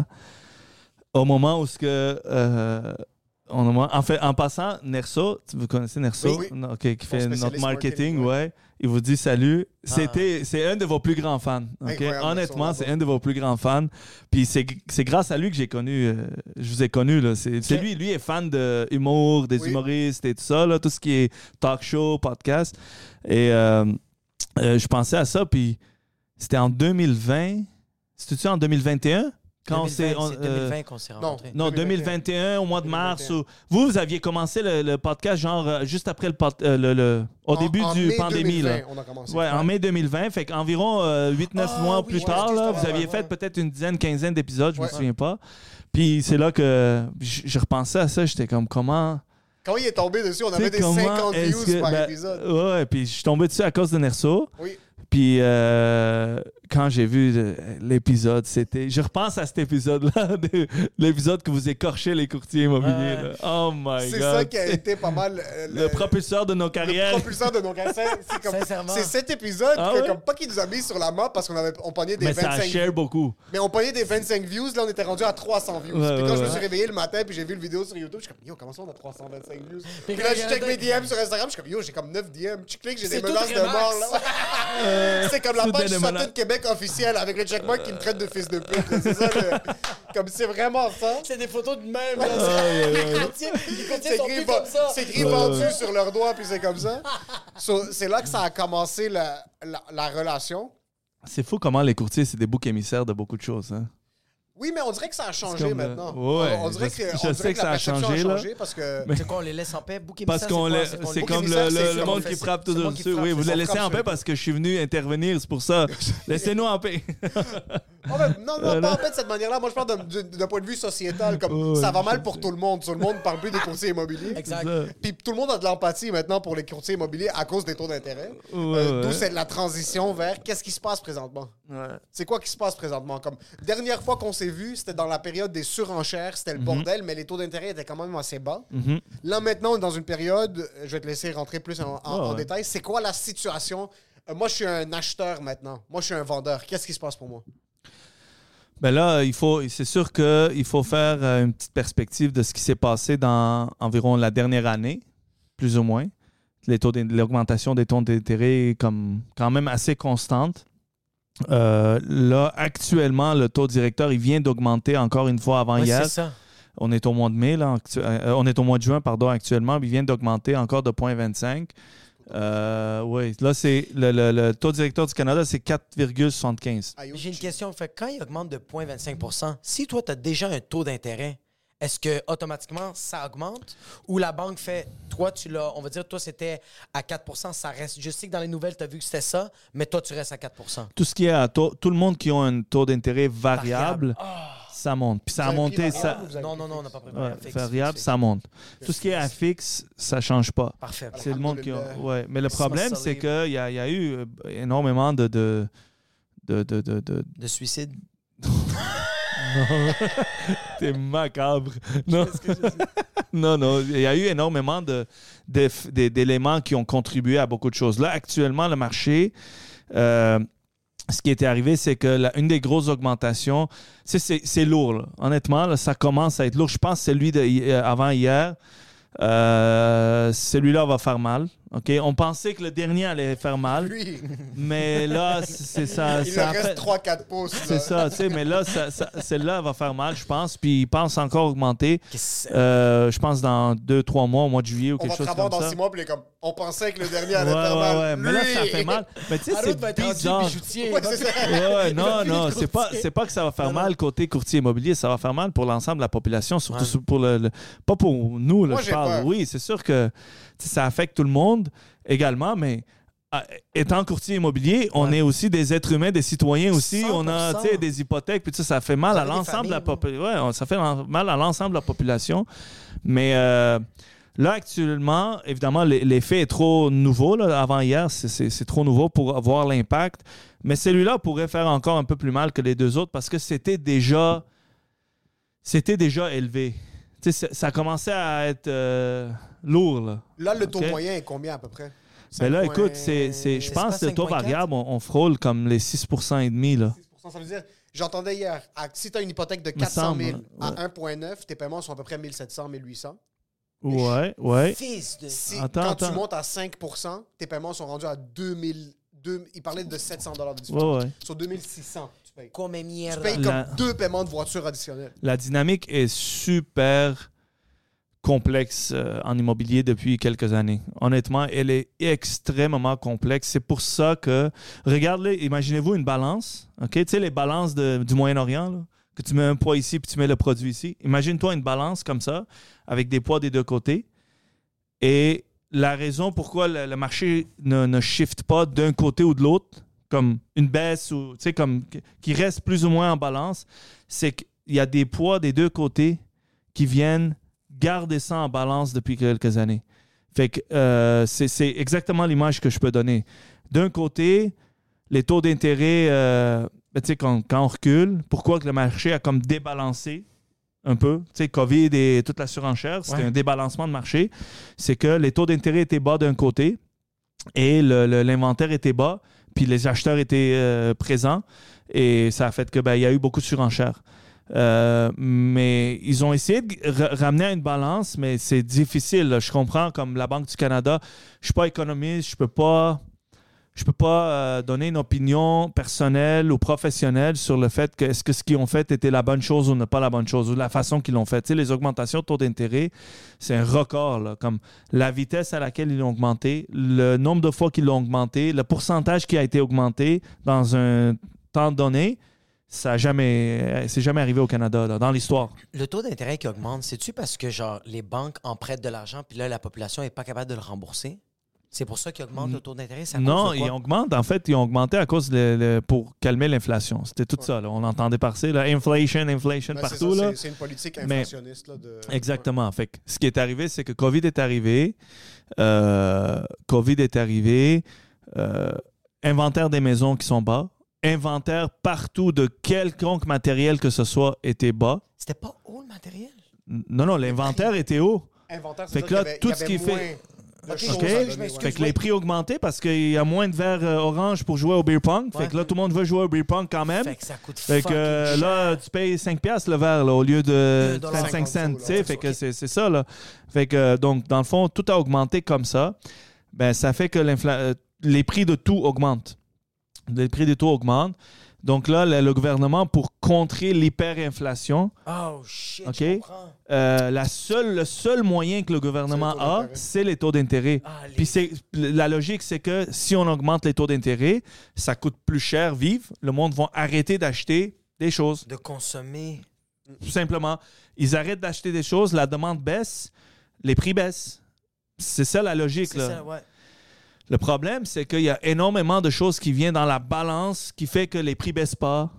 au moment où ce que. Euh, on a- en fait, en passant, Nerso, tu- vous connaissez Nerso, Oui, oui. Non, ok, qui fait spécialiste notre marketing, marketing, ouais. Il vous dit salut. C'était, c'est un de vos plus grands fans. ok? Incroyable, Honnêtement, Nerso, c'est un de vos plus grands fans. Puis c'est, c'est grâce à lui que j'ai connu, euh, je vous ai connu. Là. C'est, c'est lui, lui est fan de humour, des Oui. humoristes et tout ça, là, tout ce qui est talk show, podcast. Et euh, euh, je pensais à ça, puis c'était en deux mille vingt. C'était-tu en deux mille vingt et un? Quand on s'est, deux mille vingt, on, c'est euh, deux mille vingt qu'on s'est rencontrés. non, deux mille vingt et un, au mois de mars. Où, vous, vous aviez commencé le, le podcast, genre, euh, juste après le, pod- euh, le, le- au En- début en du mai pandémie. deux mille vingt, Là. on a commencé. Ouais, en mai deux mille vingt. Fait qu'environ euh, huit neuf Ah, mois oui, plus ouais, tard, là, excuse-moi, vous aviez ouais, fait ouais. peut-être une dizaine, quinzaine d'épisodes, je Ouais. me souviens pas. Puis c'est là que je, je repensais à ça, j'étais comme, comment... Quand il est tombé dessus, on tu avait sais, des comment cinquante est-ce views que- par ben, épisode. Ouais, puis je suis tombé dessus à cause de Nerso. Oui. Puis euh, quand j'ai vu le- l'épisode, c'était. Je repense à cet épisode-là, de- l'épisode que vous écorchez les courtiers immobiliers. Ouais. là. Oh my C'est god. ça qui a été pas mal. euh, Le propulseur de nos le carrières. propulseur de nos carrières. C'est comme- Sincèrement. c'est cet épisode Ah que, ouais? comme pas qu'il nous a mis sur la map parce qu'on avait on pognait des Mais ça vingt-cinq share beaucoup. Mais on pognait des vingt-cinq views, là on était rendu à trois cents views. Ouais, puis ouais, quand je me ouais. suis réveillé le matin puis j'ai vu le vidéo sur YouTube, je suis comme yo, comment ça on a trois cent vingt-cinq views? Puis Puis là quand je il y check a- mes D M sur Instagram, je suis comme yo, j'ai comme neuf D M. Tu cliques, j'ai des C'est tout menaces de Remax. mort là. C'est comme la Tout page des Sutton menaces. Québec officielle avec le checkmark qui me traite de fils de pute. là. C'est ça le- comme c'est vraiment ça. C'est des photos de même, là. ouais, Les ouais. courtiers, les courtiers C'est sont écrit, plus va- comme ça. c'est écrit Ouais, vendu ouais. sur leurs doigts, puis c'est comme ça. So, c'est là que ça a commencé la, la, la relation. C'est fou comment les courtiers, c'est des boucs émissaires de beaucoup de choses. Hein. Oui, mais on dirait que ça a changé comme, euh, maintenant. ouais, on, on dirait je- que, je on sais dirait que la ça a perception changé, là. changé parce que... C'est quoi, on les laisse en paix? Bouc Parce émissaire, qu'on c'est le- quoi? quoi c'est le comme bouc le, émissaire, le- c'est le sur- monde c'est- qui frappe tout c'est le monde qui dessus. frappe, Oui, c'est vous ça. les laissez frappe en sur- paix parce que je suis venu intervenir, c'est pour ça. Laissez-nous en paix. En fait, non, non, Euh, pas non. en fait de cette manière-là. Moi, je parle d'un- d'un d'un point de vue sociétal. Comme Ouais, ça va je mal sais. pour tout le monde. Tout le monde parle plus des courtiers immobiliers. Exact. Ça. Puis tout le monde a de l'empathie maintenant pour les courtiers immobiliers à cause des taux d'intérêt. Ouais, Euh, D'où ouais. c'est la transition vers qu'est-ce qui se passe présentement. Ouais. C'est quoi qui se passe présentement? Comme dernière fois qu'on s'est vu, c'était dans la période des surenchères, c'était le bordel, mais les taux d'intérêt étaient quand même assez bas. Mhm. Là maintenant, on est dans une période, euh, je vais te laisser rentrer plus en, en- Ouais, en ouais. détail. C'est quoi la situation? Euh, moi, je suis un acheteur maintenant. Moi, je suis un vendeur. Qu'est-ce qui se passe pour moi? Ben là, il faut, c'est sûr qu'il faut faire euh, une petite perspective de ce qui s'est passé dans environ la dernière année, plus ou moins. Les taux d'in- l'augmentation des taux d'intérêt est comme quand même assez constante. Euh, là, actuellement, le taux directeur, il vient d'augmenter encore une fois avant Ouais, hier. c'est ça. On est au mois de mai, là, actu- euh, on est au mois de juin, pardon, actuellement. Il vient d'augmenter encore de zéro virgule vingt-cinq. Euh, oui, là, c'est le, le- le taux directeur du Canada, c'est quatre virgule soixante-quinze. Aïe, J'ai une question. Fait, que quand il augmente de zéro virgule vingt-cinq pour cent, si toi, tu as déjà un taux d'intérêt, est-ce que automatiquement ça augmente ou la banque fait, toi, tu l'as, on va dire, toi, c'était à quatre pour cent, ça reste. Je sais que dans les nouvelles, tu as vu que c'était ça, mais toi, tu restes à quatre pour cent. Tout ce qui est à taux, tout le monde qui a un taux d'intérêt variable, Ah! ça monte. Puis ça a Vous avez pris monté, variable ça. ou vous avez Non, pris non, non, on fixe? n'a pas pris Ouais, variable. Fixe, variable, fixe, ça monte. Tout ce qui est à fixe, ça change pas. Parfait. C'est le monde qui a. Alhamdoulilah. Ouais. Mais le Smith problème, Salih. c'est qu'il y a, il y a eu euh, énormément de. de, de, de, de, de- De suicide. Non. T'es macabre. Non. non, non. Il y a eu énormément de, de- de- d'éléments qui ont contribué à beaucoup de choses. Là, actuellement, le marché, euh, ce qui était arrivé, c'est que la, une des grosses augmentations, c'est, c'est, c'est lourd. Là. Honnêtement, là, ça commence à être lourd. Je pense que celui de, euh, avant hier, euh, celui-là va faire mal. Okay? On pensait que le dernier allait faire mal. Lui. Mais là, c'est ça. Il ça lui reste fait... trois quatre pouces. Là. C'est ça, tu sais, mais là, ça, ça, celle-là va faire mal, je pense. Puis il pense encore augmenter. Euh, je pense dans deux trois mois, au mois de juillet ou on quelque chose va comme dans ça. six mois, puis comme, on pensait que le dernier allait ouais, faire ouais, mal. Ouais, mais là, ça fait mal. Mais tu sais, c'est bizarre. Ouais, c'est ça. Ouais, non, non, c'est pas, c'est pas que ça va faire mal côté courtier immobilier, ça va faire mal pour l'ensemble de la population, surtout ouais. pour le, le. Pas pour nous, là, Moi, je parle. Peur. Oui, c'est sûr que ça affecte tout le monde également, mais. Étant courtier immobilier, on ouais. est aussi des êtres humains, des citoyens aussi. cent pour cent. On a des hypothèques, puis ça, ça fait mal ça à l'ensemble familles, de la population. Ouais, ça fait mal à l'ensemble de la population. Mais euh, là, actuellement, évidemment, l'effet est trop nouveau. Là, avant hier, c'est, c'est, c'est trop nouveau pour avoir l'impact. Mais celui-là pourrait faire encore un peu plus mal que les deux autres parce que c'était déjà, c'était déjà élevé. Tu sais, ça commençait à être euh, lourd. Là, là le taux okay? moyen est combien à peu près? Mais là, écoute, c'est, c'est, je pense que le taux variable, on, on frôle comme les six pour cent et demi. Là. six pour cent, ça veut dire, j'entendais hier, à, si tu as une hypothèque de quatre cent mille à ouais. un virgule neuf, tes paiements sont à peu près mille sept cents, mille huit cents. Ouais, ouais. Fils de... Si, attends, quand attends. tu montes à cinq pour cent, tes paiements sont rendus à deux mille. deux, il parlait de sept cents dollars de différence. Ouais, ouais. Sur deux mille six cents, tu payes. Comme merde. Tu payes la... comme deux paiements de voiture additionnels. La dynamique est super complexe euh, en immobilier depuis quelques années. Honnêtement, elle est extrêmement complexe. C'est pour ça que, regardez, imaginez-vous une balance, ok? Tu sais, les balances de, du Moyen-Orient, là, que tu mets un poids ici puis tu mets le produit ici. Imagine-toi une balance comme ça, avec des poids des deux côtés. Et la raison pourquoi le, le marché ne, ne shift pas d'un côté ou de l'autre, comme une baisse, ou tu sais, comme qui reste plus ou moins en balance, c'est qu'il y a des poids des deux côtés qui viennent garder ça en balance depuis quelques années. Fait que euh, c'est, c'est exactement l'image que je peux donner. D'un côté, les taux d'intérêt, euh, ben, tu sais, quand, quand on recule, pourquoi que le marché a comme débalancé un peu? Tu sais, COVID et toute la surenchère, c'était ouais. un débalancement de marché. C'est que les taux d'intérêt étaient bas d'un côté et le, le, l'inventaire était bas, puis les acheteurs étaient euh, présents et ça a fait que ben, il y a eu beaucoup de surenchères. Euh, mais ils ont essayé de r- ramener à une balance, mais c'est difficile. Là. Je comprends, comme la Banque du Canada, je suis pas économiste, je peux pas, je peux pas euh, donner une opinion personnelle ou professionnelle sur le fait que est-ce que ce qu'ils ont fait était la bonne chose ou n'est pas la bonne chose, ou la façon qu'ils l'ont fait. Tu sais, les augmentations de taux d'intérêt, c'est un record. Là, comme la vitesse à laquelle ils l'ont augmenté, le nombre de fois qu'ils l'ont augmenté, le pourcentage qui a été augmenté dans un temps donné. Ça a jamais, c'est jamais arrivé au Canada, là, dans l'histoire. Le taux d'intérêt qui augmente, c'est-tu parce que genre les banques en prêtent de l'argent puis là, la population n'est pas capable de le rembourser? C'est pour ça qu'ils augmentent le taux d'intérêt? C'est à non, cause de quoi? ils augmentent. En fait, ils ont augmenté à cause de, le, pour calmer l'inflation. C'était tout ouais. ça. Là. On entendait parler là, inflation, inflation ben, partout. C'est, ça, là. C'est, c'est une politique inflationniste. Là, de... Exactement. Ouais. Fait que ce qui est arrivé, c'est que COVID est arrivé. Euh, COVID est arrivé. Euh, inventaire des maisons qui sont bas. Inventaire partout de quelconque matériel que ce soit était bas. C'était pas haut le matériel? Non, non, l'inventaire était haut. Inventaire, fait que là, avait, tout ce qui est fait. Okay. Okay. Donner, fait que les prix augmentés parce qu'il y a moins de verres euh, orange pour jouer au beer pong. Ouais. Fait que là, tout le monde veut jouer au beer pong quand même. Fait que ça coûte Fait que euh, là, tu payes cinq piastres le verre là, au lieu de trente-cinq cents. Tu sais, fait que c'est, c'est ça. Là. Fait que donc, dans le fond, tout a augmenté comme ça. Ben, ça fait que l'infla... les prix de tout augmentent. Les prix des taux augmentent. Donc là, le, le gouvernement, pour contrer l'hyperinflation, oh, shit, okay, euh, la seule, le seul moyen que le gouvernement c'est a, c'est les taux d'intérêt. Ah, les... Puis c'est, la logique, c'est que si on augmente les taux d'intérêt, ça coûte plus cher vivre. Le monde va arrêter d'acheter des choses. De consommer. Tout simplement. Ils arrêtent d'acheter des choses, la demande baisse, les prix baissent. C'est ça la logique. C'est là. ça, ouais. Le problème, c'est qu'il y a énormément de choses qui viennent dans la balance qui fait que les prix ne baissent pas.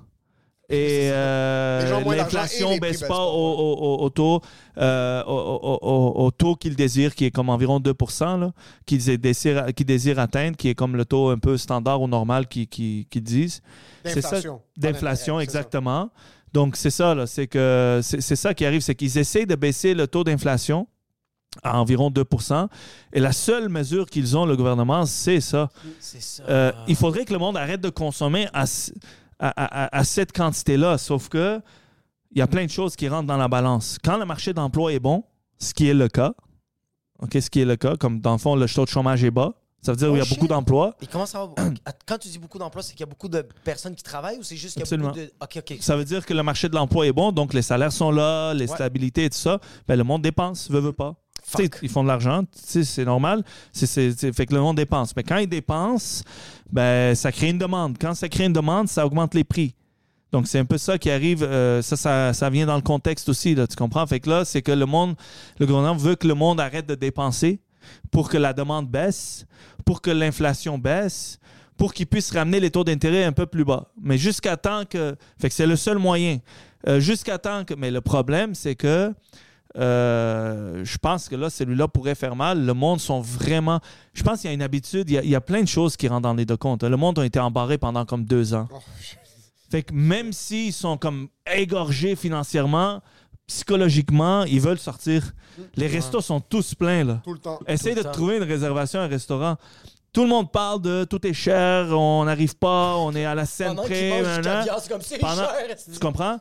Et euh, l'inflation ne baisse pas au, au, au, taux, euh, au, au, au taux qu'ils désirent, qui est comme environ deux pour cent, là, qu'ils désirent, qu'ils désirent atteindre, qui est comme le taux un peu standard ou normal qu'ils, qu'ils, qu'ils disent. D'inflation. C'est ça, d'inflation, exactement. Donc, c'est ça, là, c'est, que, c'est, c'est ça qui arrive, c'est qu'ils essayent de baisser le taux d'inflation à environ deux pour cent. Et la seule mesure qu'ils ont, le gouvernement, c'est ça. C'est ça. Euh, il faudrait que le monde arrête de consommer à, à, à, à cette quantité-là. Sauf que il y a plein de choses qui rentrent dans la balance. Quand le marché d'emploi est bon, ce qui est le cas, okay, ce qui est le cas, comme dans le fond, le taux de chômage est bas, ça veut dire Oh, qu'il y a shit. beaucoup d'emplois. Et comment ça va? Quand tu dis beaucoup d'emplois, c'est qu'il y a beaucoup de personnes qui travaillent ou c'est juste qu'il y a Absolument. beaucoup de... OK, OK. Ça veut dire que le marché de l'emploi est bon, donc les salaires sont là, les Ouais. stabilités et tout ça. Ben, le monde dépense, veut, veut pas. Tu sais, ils font de l'argent, tu sais, c'est normal. C'est, c'est, c'est, fait que le monde dépense. Mais quand ils dépensent, ben, ça crée une demande. Quand ça crée une demande, ça augmente les prix. Donc, c'est un peu ça qui arrive. Euh, ça, ça, ça vient dans le contexte aussi, là, tu comprends? Fait que là, c'est que le monde, le gouvernement veut que le monde arrête de dépenser pour que la demande baisse, pour que l'inflation baisse, pour qu'ils puissent ramener les taux d'intérêt un peu plus bas. Mais jusqu'à temps que... Fait que c'est le seul moyen. Euh, jusqu'à temps que... Mais le problème, c'est que euh, je pense que là, celui-là pourrait faire mal. Le monde sont vraiment... Je pense qu'il y a une habitude, il y a, il y a plein de choses qui rentrent dans les deux comptes. Le monde a été embarré pendant comme deux ans. Oh, Fait que même s'ils sont comme égorgés financièrement, psychologiquement, ils veulent sortir. Les restos sont tous pleins, là. tout le temps. Essaye Tout de le temps. trouver une réservation à un restaurant. Tout le monde parle de tout est cher, on n'arrive pas, on est à la scène Pendant qu'ils près. mangent du nanana. caviar, c'est comme c'est Pendant- cher. Tu comprends?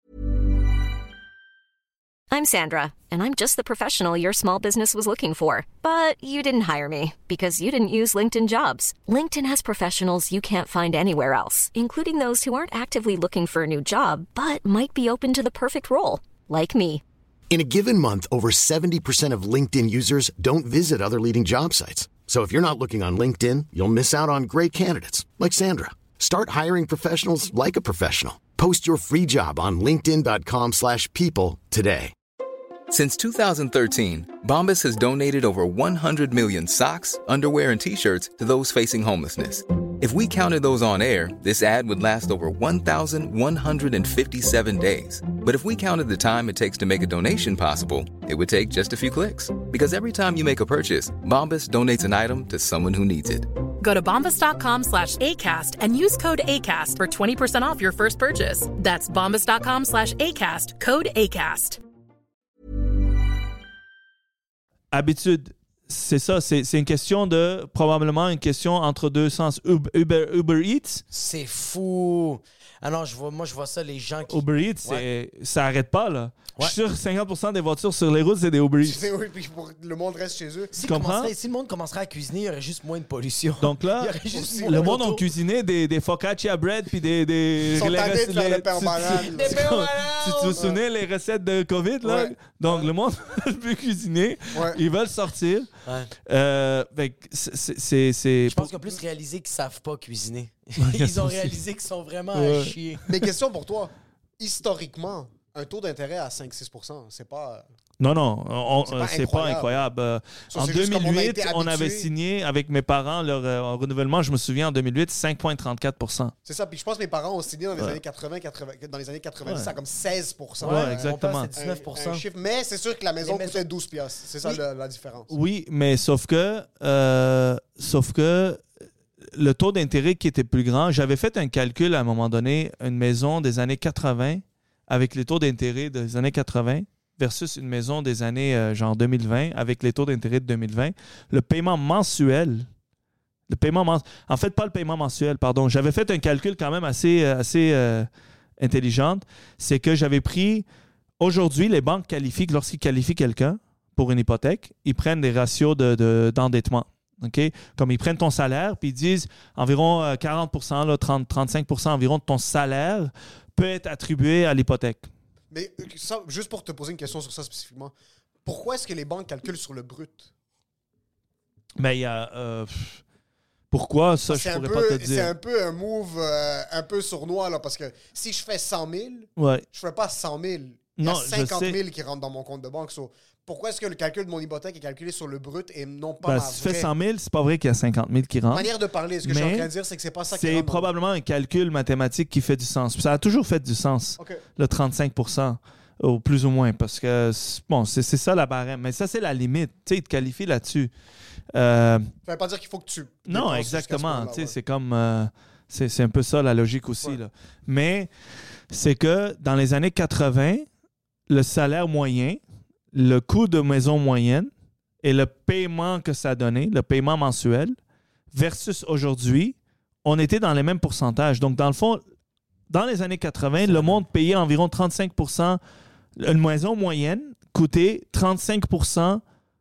I'm Sandra, and I'm just the professional your small business was looking for. But you didn't hire me because you didn't use LinkedIn Jobs. LinkedIn has professionals you can't find anywhere else, including those who aren't actively looking for a new job, but might be open to the perfect role, like me. In a given month, over seventy percent of LinkedIn users don't visit other leading job sites. So if you're not looking on LinkedIn, you'll miss out on great candidates like Sandra. Start hiring professionals like a professional. Post your free job on linkedin dot com slash people today. Since two thousand thirteen, Bombas has donated over one hundred million socks, underwear, and T-shirts to those facing homelessness. If we counted those on air, this ad would last over one thousand one hundred fifty-seven days. But if we counted the time it takes to make a donation possible, it would take just a few clicks. Because every time you make a purchase, Bombas donates an item to someone who needs it. Go to bombas.com slash ACAST and use code ACAST for twenty percent off your first purchase. That's bombas.com slash ACAST, code ACAST. Habitude, c'est ça. C'est, c'est une question de... Probablement une question entre deux sens. Uber, Uber, Uber Eats. C'est fou. Ah non, je vois, moi, je vois ça, les gens qui... Uber Eats, Ouais. c'est, ça arrête pas, là. Ouais. Je suis sûr que cinquante pour cent des voitures sur les routes, c'est des Uber Eats. C'est- oui, puis pour que le monde reste chez eux. Si, comprends? commencerait- si le monde commencerait à cuisiner, il y aurait juste moins de pollution. Donc là, Il y aurait juste moins le de monde a motos. cuisiné des, des focaccia bread puis des... des Ils sont les tannés de recettes- faire les- le pain en tu- banane. tu- Des pains en banane! Tu tu te souviens les recettes de COVID, là? Ouais. Donc, le monde veut plus cuisiner. Ouais. Ils veulent sortir. Ouais. Euh, fait que c'est... c'est, c'est, c'est- Je pense qu'ils ont plus réalisé qu'ils savent pas cuisiner. Ouais, Ils ont aussi. réalisé qu'ils sont vraiment Ouais. à chier. Mais question pour toi. Historiquement, un taux d'intérêt à cinq à six pour cent, c'est pas... Non, non, on- C'est pas c'est pas incroyable. incroyable. Euh, Ça, en c'est juste comme on a deux mille huit, été on, avait habitué. signé avec mes parents leur euh, renouvellement, je me souviens, en deux mille huit, cinq virgule trente-quatre pour cent. C'est ça. Puis je pense que mes parents ont signé dans les Ouais. années quatre-vingts, quatre-vingts, dans les années quatre-vingt-dix, Ouais. ça comme seize pour cent. Ouais, Euh, exactement. Mon père, c'est dix-neuf pour cent. Un, un chiffre. Mais c'est sûr que la maison Les coûtait maisons- douze piastres. C'est ça Oui. la, la différence. Oui, mais sauf que, euh, sauf que le taux d'intérêt qui était plus grand, j'avais fait un calcul à un moment donné, une maison des années quatre-vingts avec les taux d'intérêt des années quatre-vingts versus une maison des années euh, genre deux mille vingt avec les taux d'intérêt de deux mille vingt. Le paiement mensuel, le paiement mens- en fait pas le paiement mensuel, pardon, j'avais fait un calcul quand même assez, euh, assez euh, intelligent, c'est que j'avais pris, aujourd'hui les banques qualifient, lorsqu'ils qualifient quelqu'un pour une hypothèque, ils prennent des ratios de, de- d'endettement. OK? Comme ils prennent ton salaire, puis ils disent environ euh, quarante pour cent, là, trente à trente-cinq pour cent environ de ton salaire peut être attribué à l'hypothèque. Mais euh, ça, juste pour te poser une question sur ça spécifiquement, pourquoi est-ce que les banques calculent sur le brut? Mais il y a... euh, pff, pourquoi? Ça, je C'est un, pourrais peu, pas te c'est dire. un peu un move euh, un peu sournois, là, parce que si je fais cent mille, Ouais. je ne ferai pas cent mille. Il y Non, a je cinquante sais. mille qui rentrent dans mon compte de banque. So, pourquoi est-ce que le calcul de mon hypothèque est calculé sur le brut et non pas Ben, ma si tu fais vraie cent mille, c'est pas vrai qu'il y a cinquante mille qui rentrent. manière de parler? Ce que je suis Mais en train de dire, c'est que c'est pas ça qui C'est rentre dans- probablement un calcul mathématique qui fait du sens. Puis ça a toujours fait du sens, OK. le trente-cinq pour cent, ou plus ou moins, parce que, c'est- bon, c'est, c'est ça la barème. Mais ça, c'est la limite. Tu sais, ils te qualifient là-dessus. Euh, Ça veut pas dire qu'il faut que tu... Non, dépenses jusqu'à ce exactement. point-là, Tu sais, ouais. C'est comme. euh, c'est, c'est un peu ça la logique aussi. Ouais. Là. Mais c'est que dans les années quatre-vingts, le salaire moyen, le coût de maison moyenne, et le paiement que ça a donné, le paiement mensuel, versus aujourd'hui, on était dans les mêmes pourcentages. Donc, dans le fond, dans les années quatre-vingts, le monde payait environ trente-cinq pour cent. Une maison moyenne coûtait trente-cinq pour cent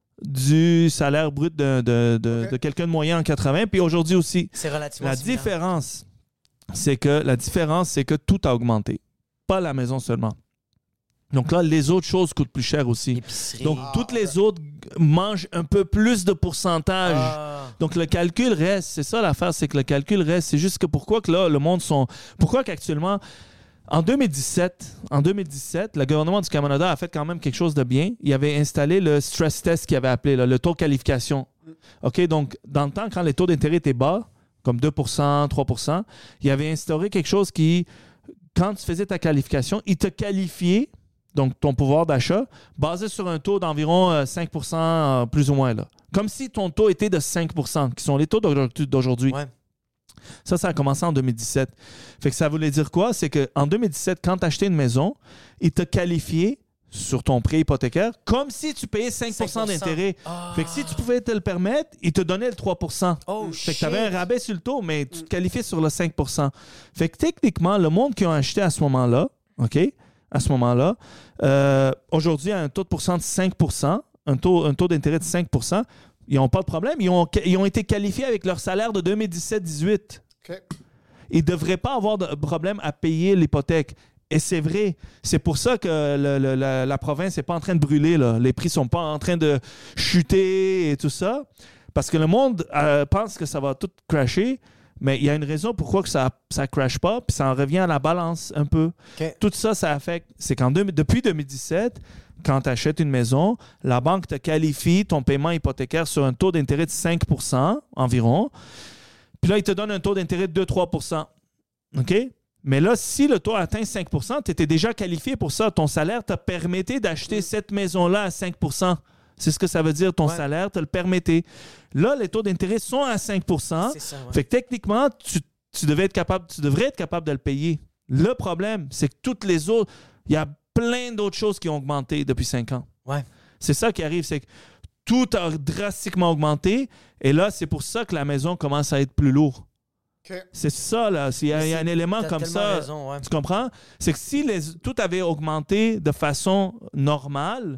du salaire brut de, de, de, okay. de quelqu'un de moyen en quatre-vingts. Puis aujourd'hui aussi, c'est relativement la similaire. différence, c'est que la différence, c'est que tout a augmenté, pas la maison seulement. Donc là, les autres choses coûtent plus cher aussi. L'épicerie. Donc, Ah, toutes okay. les autres mangent un peu plus de pourcentage. Ah. Donc, le calcul reste. C'est ça l'affaire, c'est que le calcul reste. C'est juste que pourquoi que là, le monde sont... Pourquoi qu'actuellement, en deux mille dix-sept, en deux mille dix-sept, le gouvernement du Canada a fait quand même quelque chose de bien. Il avait installé le stress test qu'il avait appelé, là, le taux de qualification. OK? Donc, dans le temps, quand les taux d'intérêt étaient bas, comme deux pour cent, trois pour cent, il avait instauré quelque chose qui, quand tu faisais ta qualification, il te qualifiait, donc ton pouvoir d'achat, basé sur un taux d'environ euh, cinq pour cent, euh, plus ou moins. Là. Comme si ton taux était de cinq pour cent, qui sont les taux d'aujourd'hui. Ouais. Ça, ça a commencé en deux mille dix-sept. Fait que ça voulait dire quoi? C'est qu'en deux mille dix-sept, quand tu achetais une maison, il t'a qualifié sur ton prêt hypothécaire comme si tu payais cinq pour cent d'intérêt. Ah. Fait que si tu pouvais te le permettre, il te donnait le trois pour cent. Oh, fait que shit. tu avais un rabais sur le taux, mais tu te qualifiais sur le cinq pour cent. Fait que techniquement, le monde qui a acheté à ce moment-là, OK? À ce moment-là, euh, aujourd'hui, a un taux de pourcent de cinq pour cent, un taux, un taux d'intérêt de cinq pour cent. Ils n'ont pas de problème. Ils ont, ils ont été qualifiés avec leur salaire de deux mille dix-sept dix-huit. Okay. Ils ne devraient pas avoir de problème à payer l'hypothèque. Et c'est vrai. C'est pour ça que le, le, la, la province n'est pas en train de brûler. Là. Les prix ne sont pas en train de chuter et tout ça. Parce que le monde euh, pense que ça va tout crasher. Mais il y a une raison pourquoi que ça ne crash pas, puis ça en revient à la balance un peu. Okay. Tout ça, ça affecte. C'est qu'en deux, depuis deux mille dix-sept, quand tu achètes une maison, la banque te qualifie ton paiement hypothécaire sur un taux d'intérêt de cinq pour cent environ. Puis là, il te donne un taux d'intérêt de deux à trois pour cent. OK? Mais là, si le taux atteint cinq pour cent, tu étais déjà qualifié pour ça. Ton salaire t'a permis d'acheter mmh. cette maison-là à cinq pour cent. C'est ce que ça veut dire, ton ouais. salaire te le permettait. Là, les taux d'intérêt sont à cinq pour cent. C'est ça, ouais. Fait que techniquement, tu, tu, devais être capable, tu devrais être capable de le payer. Le problème, c'est que toutes les autres, il y a plein d'autres choses qui ont augmenté depuis cinq ans. Ouais. C'est ça qui arrive, c'est que tout a drastiquement augmenté. Et là, c'est pour ça que la maison commence à être plus lourde. Okay. C'est ça, là. Il y a, il y a un élément comme ça. Raison, ouais. Tu comprends? C'est que si les, tout avait augmenté de façon normale,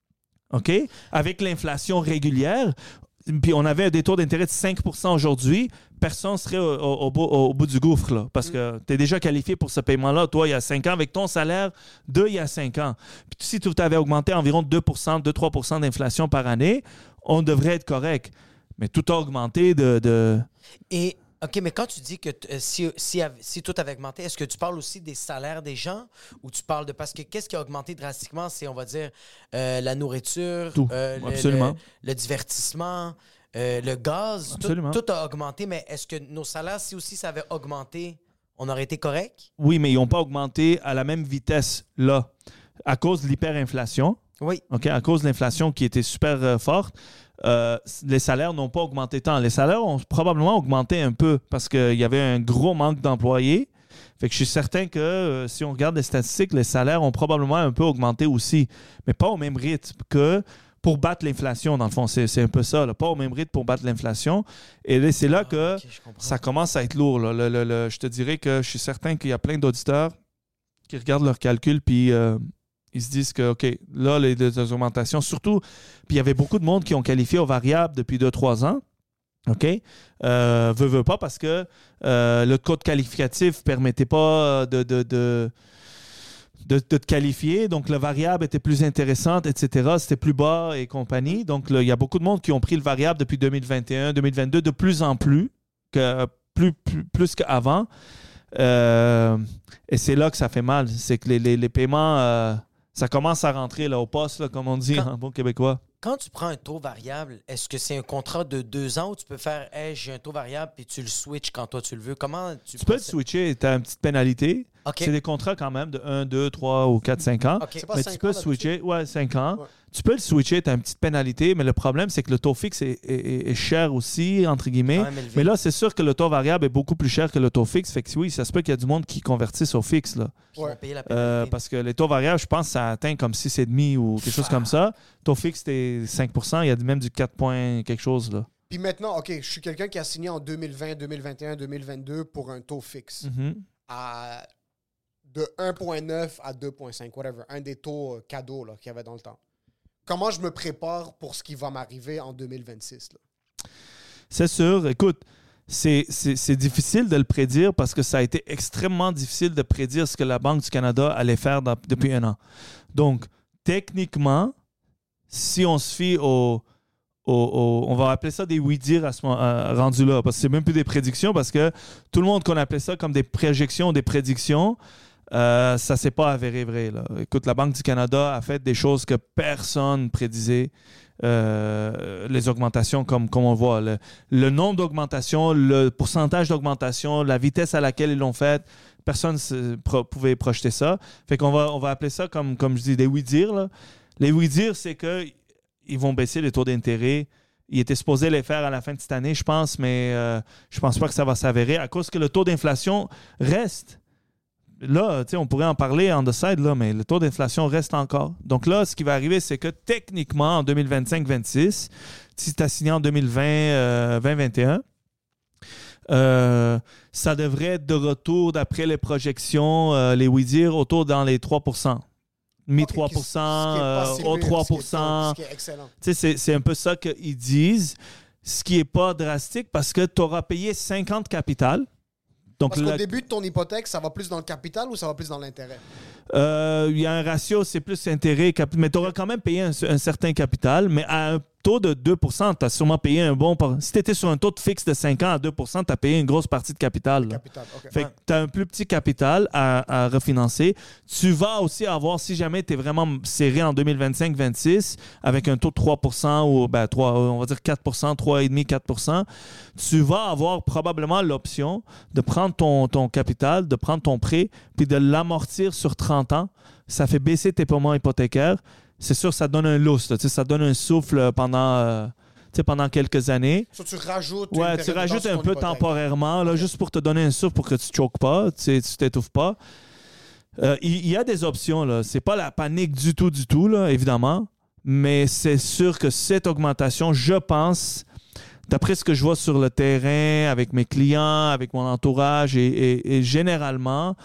OK, avec l'inflation régulière, puis on avait des taux d'intérêt de cinq pour cent aujourd'hui, personne ne serait au, au, au, bout, au bout du gouffre, là, parce que tu es déjà qualifié pour ce paiement-là, toi, il y a cinq ans, avec ton salaire de il y a cinq ans. Puis si tout avait augmenté environ deux pour cent, deux à trois pour cent d'inflation par année, on devrait être correct. Mais tout a augmenté de... de... Et... OK, mais quand tu dis que t- si, si, si tout avait augmenté, est-ce que tu parles aussi des salaires des gens ou tu parles de... Parce que qu'est-ce qui a augmenté drastiquement, c'est, on va dire, euh, la nourriture, tout. Euh, le, Absolument. Le, le divertissement, euh, le gaz. Absolument. Tout, tout a augmenté, mais est-ce que nos salaires, si aussi ça avait augmenté, on aurait été correct? Oui, mais ils n'ont pas augmenté à la même vitesse, là, à cause de l'hyperinflation. Oui. OK, à cause de l'inflation qui était super euh, forte. Euh, les salaires n'ont pas augmenté tant. Les salaires ont probablement augmenté un peu parce qu'il y avait un gros manque d'employés. Fait que je suis certain que euh, si on regarde les statistiques, les salaires ont probablement un peu augmenté aussi, mais pas au même rythme que pour battre l'inflation, dans le fond. C'est, c'est un peu ça, là. Pas au même rythme pour battre l'inflation. Et là, c'est là ah, que okay, ça commence à être lourd. Là. Le, le, le, je te dirais que je suis certain qu'il y a plein d'auditeurs qui regardent leurs calculs puis... Euh, ils se disent que, OK, là, les, les augmentations, surtout, puis il y avait beaucoup de monde qui ont qualifié aux variables depuis deux à trois ans. OK? Euh, veut, veut pas parce que euh, le code qualificatif ne permettait pas de, de, de, de, de te qualifier. Donc, la variable était plus intéressante, et cetera. C'était plus bas et compagnie. Donc, il y a beaucoup de monde qui ont pris le variable depuis deux mille vingt et un, deux mille vingt-deux, de plus en plus, que, plus, plus, plus qu'avant. Euh, et c'est là que ça fait mal. C'est que les, les, les paiements... Euh, ça commence à rentrer là, au poste, là, comme on dit quand, en bon québécois. Quand tu prends un taux variable, est-ce que c'est un contrat de deux ans où tu peux faire hey, « j'ai un taux variable » puis tu le switches quand toi tu le veux? Comment tu Tu peux le switcher, tu as une petite pénalité. Okay. C'est des contrats quand même de un, deux, trois ou quatre, cinq ans. Okay. C'est pas Mais cinq tu peux ans, switcher. Ouais, cinq ans. Ouais. Tu peux le switcher, tu as une petite pénalité, mais le problème, c'est que le taux fixe est, est, est cher aussi, entre guillemets. Quand même élevé. Mais là, c'est sûr que le taux variable est beaucoup plus cher que le taux fixe. Fait que oui, ça se peut qu'il y a du monde qui convertisse au fixe. Là. Qui vont Ouais. payer la Euh, pénalité. parce que les taux variables, je pense, ça atteint comme six virgule cinq ou quelque chose comme ça. Taux fixe, c'est cinq pour cent. Il y a même du quatre points quelque chose. Là. Puis maintenant, OK, je suis quelqu'un qui a signé en deux mille vingt, deux mille vingt et un, deux mille vingt-deux pour un taux fixe Mm-hmm. à de un virgule neuf à deux virgule cinq, whatever, un des taux euh, cadeaux là, qu'il y avait dans le temps. Comment je me prépare pour ce qui va m'arriver en deux mille vingt-six? Là? C'est sûr. Écoute, c'est, c'est, c'est difficile de le prédire parce que ça a été extrêmement difficile de prédire ce que la Banque du Canada allait faire dans- depuis un an. Donc, techniquement, si on se fie au... au- au- on va appeler ça des oui-dire à ce moment, euh, rendu là, parce que c'est même plus des prédictions, parce que tout le monde qu'on appelait ça comme des projections, des prédictions, euh, ça ne s'est pas avéré vrai. Là. Écoute, la Banque du Canada a fait des choses que personne prédisait. Euh, les augmentations, comme, comme on le voit. Le, le nombre d'augmentations, le pourcentage d'augmentation, la vitesse à laquelle ils l'ont fait, personne ne pro- pouvait projeter ça. Fait qu'on va, on va appeler ça, comme, comme je dis, des oui-dire. Là. Les oui-dire, c'est qu'ils vont baisser les taux d'intérêt. Ils étaient supposés les faire à la fin de cette année, je pense, mais euh, je pense pas que ça va s'avérer à cause que le taux d'inflation reste. Là, on pourrait en parler on the side, là, mais le taux d'inflation reste encore. Donc là, ce qui va arriver, c'est que techniquement, en deux mille vingt-cinq vingt-six, si tu as signé en deux mille vingt vingt vingt et un, euh, ça devrait être de retour, d'après les projections, euh, les oui-dire, autour dans les trois pour cent. Mi trois pour cent, euh, au trois pour cent. Ce qui est excellent. Tu sais, c'est, c'est un peu ça qu'ils disent, ce qui n'est pas drastique parce que tu auras payé cinquante capitales. Donc, Parce qu'au la- début de ton hypothèque, ça va plus dans le capital ou ça va plus dans l'intérêt? Euh, il y a un ratio, c'est plus intérêt, cap- mais tu auras quand même payé un, un certain capital, mais à un taux de deux pour cent, tu as sûrement payé un bon... par- Si tu étais sur un taux de fixe de cinq ans à deux pour cent, tu as payé une grosse partie de capital. Là. Capital, OK. Fait que tu as un plus petit capital à, à refinancer. Tu vas aussi avoir, si jamais tu es vraiment serré en deux mille vingt-cinq vingt-six, avec un taux de trois pour cent ou ben, trois, on va dire quatre pour cent, trois virgule cinq quatre pour cent, tu vas avoir probablement l'option de prendre ton, ton capital, de prendre ton prêt, puis de l'amortir sur trente ans. Ça fait baisser tes paiements hypothécaires. C'est sûr, ça donne un lousse, là, tu sais, ça donne un souffle pendant, euh, tu sais, pendant quelques années. So, tu rajoutes une Ouais, tu période rajoutes dans un ton peu hypothèque. temporairement, là, juste pour te donner un souffle pour que tu ne choques pas, tu sais, tu t'étouffes pas. Euh, Il il y, a des options, là. C'est pas la panique du tout, du tout, là, évidemment. Mais c'est sûr que cette augmentation, je pense, d'après ce que je vois sur le terrain, avec mes clients, avec mon entourage, et, et- et généralement,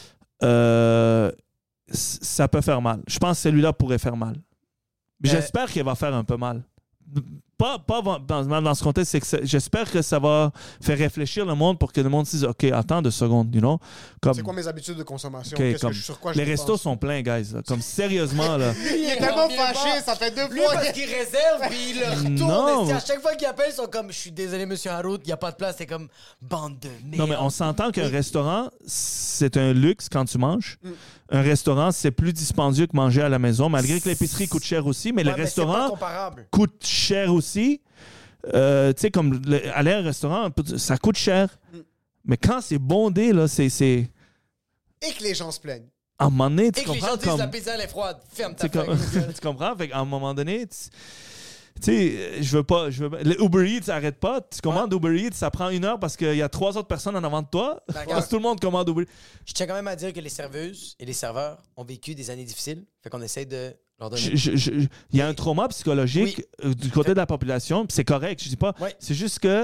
euh, c- ça peut faire mal. Je pense que celui-là pourrait faire mal. J'espère qu'il va faire un peu mal. Pas, pas dans, dans ce contexte, c'est que ça- j'espère que ça va faire réfléchir le monde pour que le monde se dise OK, attends deux secondes, you know? Comme, C'est quoi mes habitudes de consommation? OK, Qu'est-ce comme- que je, sur quoi je les dépense? restos sont pleins, guys. là. Comme sérieusement, là. Il est tellement fâché, ça fait deux Lui, fois. parce qu'il réserve, puis il le retourne. Non. Et à chaque fois qu'il appelle, ils sont comme, je suis désolé, monsieur Harout, il n'y a pas de place. C'est comme, bande de merde. Non, mais on s'entend qu'un restaurant, c'est un luxe quand tu manges. Mm. Un restaurant, c'est plus dispendieux que manger à la maison, malgré que l'épicerie coûte cher aussi, mais Ouais, le mais c'est pas restaurant comparable. coûte cher aussi. Euh, tu sais, comme le- aller à un restaurant, ça coûte cher. Mm. Mais quand c'est bondé, là, c'est... c'est... Et que les gens se plaignent. À un moment donné, Et tu que les gens comprends disent comme... la pizza, elle est froide. Ferme ta Tu com- gueule. tu comprends? Fait qu'à un moment donné, tu tu sais, je veux pas. Je veux pas- le Uber Eats, ça arrête pas. Tu commandes Uber Eats, ça prend une heure parce qu'il y a trois autres personnes en avant de toi. regarde. Parce que tout le monde commande Uber Eats. Je tiens quand même à dire que les serveuses et les serveurs ont vécu des années difficiles. Fait qu'on essaie de leur donner. Je- je- je- Il y a un trauma psychologique euh, du côté de la population, puis c'est correct, je dis pas. Ouais. C'est juste que,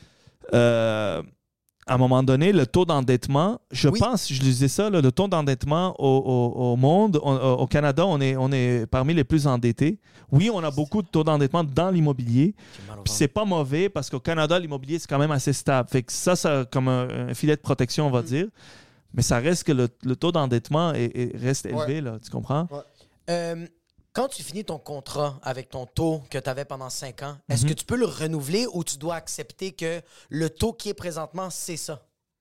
euh, à un moment donné, le taux d'endettement, je Oui. pense, je disais ça, là, le taux d'endettement au, au- au monde, on- au, au Canada, on est, on est parmi les plus endettés. Oui, on a beaucoup de taux d'endettement dans l'immobilier. J'ai mal au Puis ventre. c'est pas mauvais parce qu'au Canada, l'immobilier, c'est quand même assez stable. Fait que ça, ça comme un, un filet de protection, on va dire. Mais ça reste que le, le taux d'endettement est- est- reste élevé, là, tu comprends? Euh, quand tu finis ton contrat avec ton taux que tu avais pendant cinq ans, est-ce Mhm. que tu peux le renouveler ou tu dois accepter que le taux qui est présentement, c'est ça?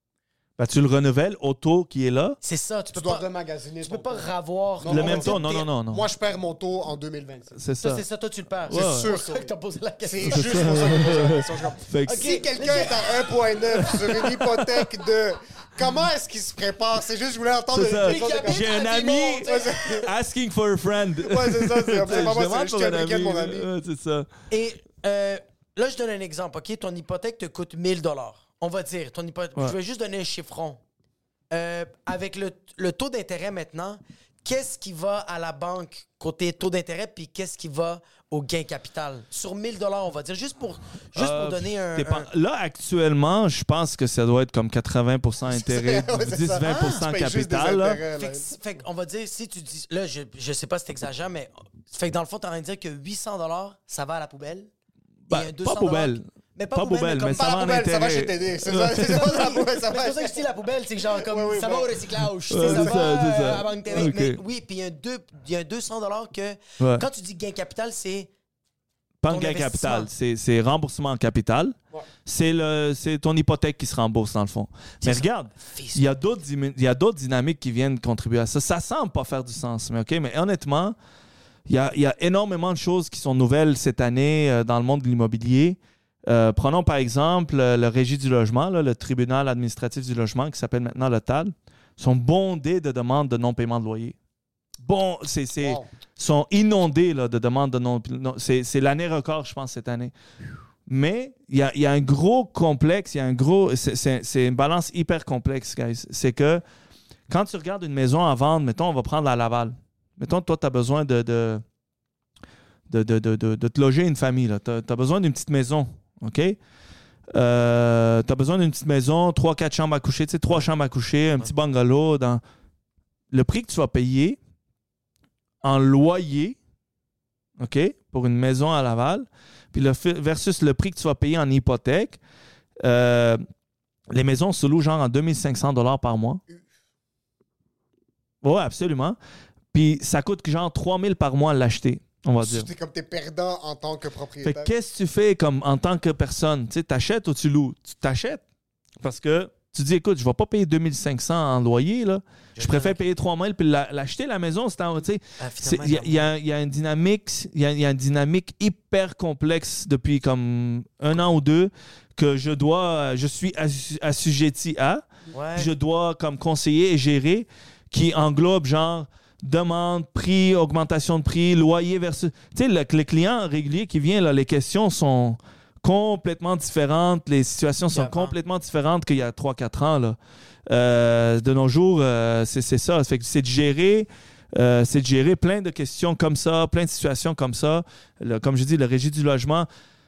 Ben, tu le renouvelles au taux qui est là. C'est ça, tu peux Tu dois pas, remagasiner tu ton peux pas taux. ravoir... Non, Le on même va dire, taux, non, t'es- non, non, non. Moi, je perds mon taux en deux mille vingt-six. C'est Ça, ça. c'est ça, toi, tu le perds. C'est Ouais. sûr. C'est pour ça que t'as posé la question. C'est juste pour ça que je pose la question. Je comprends. Fait que- Si quelqu'un est à un virgule neuf sur une hypothèque de... Comment est-ce qu'il se prépare? C'est juste, je voulais entendre... C'est ça. une question de- J'ai un ami Ouais, c'est- asking for a friend. Ouais, c'est ça. C'est Je absolument pas demande ça. Je pour suis un américain de mon ami. ami. Ouais, c'est ça. Et euh, là, je donne un exemple, OK? Ton hypothèque te coûte mille dollars. On va dire, ton hypothèque... Ouais. Je vais juste donner un chiffron. Euh, avec le, le taux d'intérêt maintenant, qu'est-ce qui va à la banque côté taux d'intérêt, puis qu'est-ce qui va au gain capital? Sur mille dollars, on va dire, juste pour, juste Euh, pour donner un... dépend- un- Là, actuellement, je pense que ça doit être comme quatre-vingts pour cent intérêt, Ouais, c'est ça. dix à vingt pour Ah, cent tu payes juste des capital. là. intérêts, Fait là. que, si- fait qu'on va dire, si tu dis... Là, je, je sais pas si t'exagères, mais... Fait que dans le fond, t'es en train de dire que huit cents dollars, ça va à la poubelle. Ben, Et un deux pas cents dollars poubelle. Mais pas, Pas poubelle, poubelle, mais, mais comme... ça Pas va la en poubelle, ça va intérêt. chez T D. C'est ça, c'est pas la poubelle, ça Mais va. c'est pour ça que je dis la poubelle, c'est que genre comme Oui, oui, ça bon. va au recyclage, tu sais, Ouais, ça c'est va ça, c'est euh, ça. à Banque T V. Ok. Mais oui, puis il y a un deux, il y a un deux cents dollars que Ouais. quand tu dis gain capital, c'est Pas ton un gain investissement. capital, c'est, c'est remboursement en capital. Ouais. C'est, le, c'est ton hypothèque qui se rembourse dans le fond. Mais ça. regarde, Fils. il y, a d'autres, dymi- il y a d'autres dynamiques qui viennent contribuer à ça. Ça semble pas faire du sens, mais OK. Mais honnêtement, il y a, il y a énormément de choses qui sont nouvelles cette année euh, dans le monde de l'immobilier. Euh, prenons par exemple euh, le Régie du logement, là, le tribunal administratif du logement qui s'appelle maintenant le T A L, sont bondés de demandes de non-paiement de loyer. Bon, c'est, c'est, Wow. sont inondés là, de demandes de non, non c'est, c'est l'année record, je pense, cette année. Mais il y a, il y a un gros complexe, il y a un gros. C'est, c'est, c'est une balance hyper complexe, guys. C'est que quand tu regardes une maison à vendre, mettons, on va prendre la Laval. Mettons, toi, tu as besoin de, de, de, de, de, de, de te loger une famille. Tu as besoin d'une petite maison. OK? Euh, tu as besoin d'une petite maison, trois, quatre chambres à coucher, tu sais, trois chambres à coucher, un petit bungalow. Dans... Le prix que tu vas payer en loyer, OK, pour une maison à Laval, puis le fi- versus le prix que tu vas payer en hypothèque, euh, les maisons se louent genre en deux mille cinq cents dollars par mois. Oui, absolument. Puis ça coûte genre trois mille par mois à l'acheter, on va dire. C'est comme t'es perdant en tant que Fait propriétaire. que qu'est-ce que tu fais comme en tant que personne? Tu sais, t'achètes ou tu loues? Tu t'achètes parce que tu dis, écoute, je vais pas payer deux mille cinq cents en loyer, là. Je préfère payer trois mille puis la- l'acheter la maison. C'est en- tu sais, Ah, c'est- finalement, il y, a- il y a, il y a une dynamique, il y a, il y a une dynamique hyper complexe depuis comme un an ou deux que je dois, je suis assu- assujetti à. Ouais. Je dois comme conseiller et gérer, qui englobe genre demande, prix, augmentation de prix, loyer versus... Tu sais, le, le client régulier qui vient, là, les questions sont complètement différentes, les situations sont D'avant. complètement différentes qu'il y a trois quatre ans. Là. Euh, de nos jours, euh, c'est, c'est ça. Fait que c'est de gérer... euh, c'est de gérer plein de questions comme ça, plein de situations comme ça. Le- comme je dis, le Régie du logement,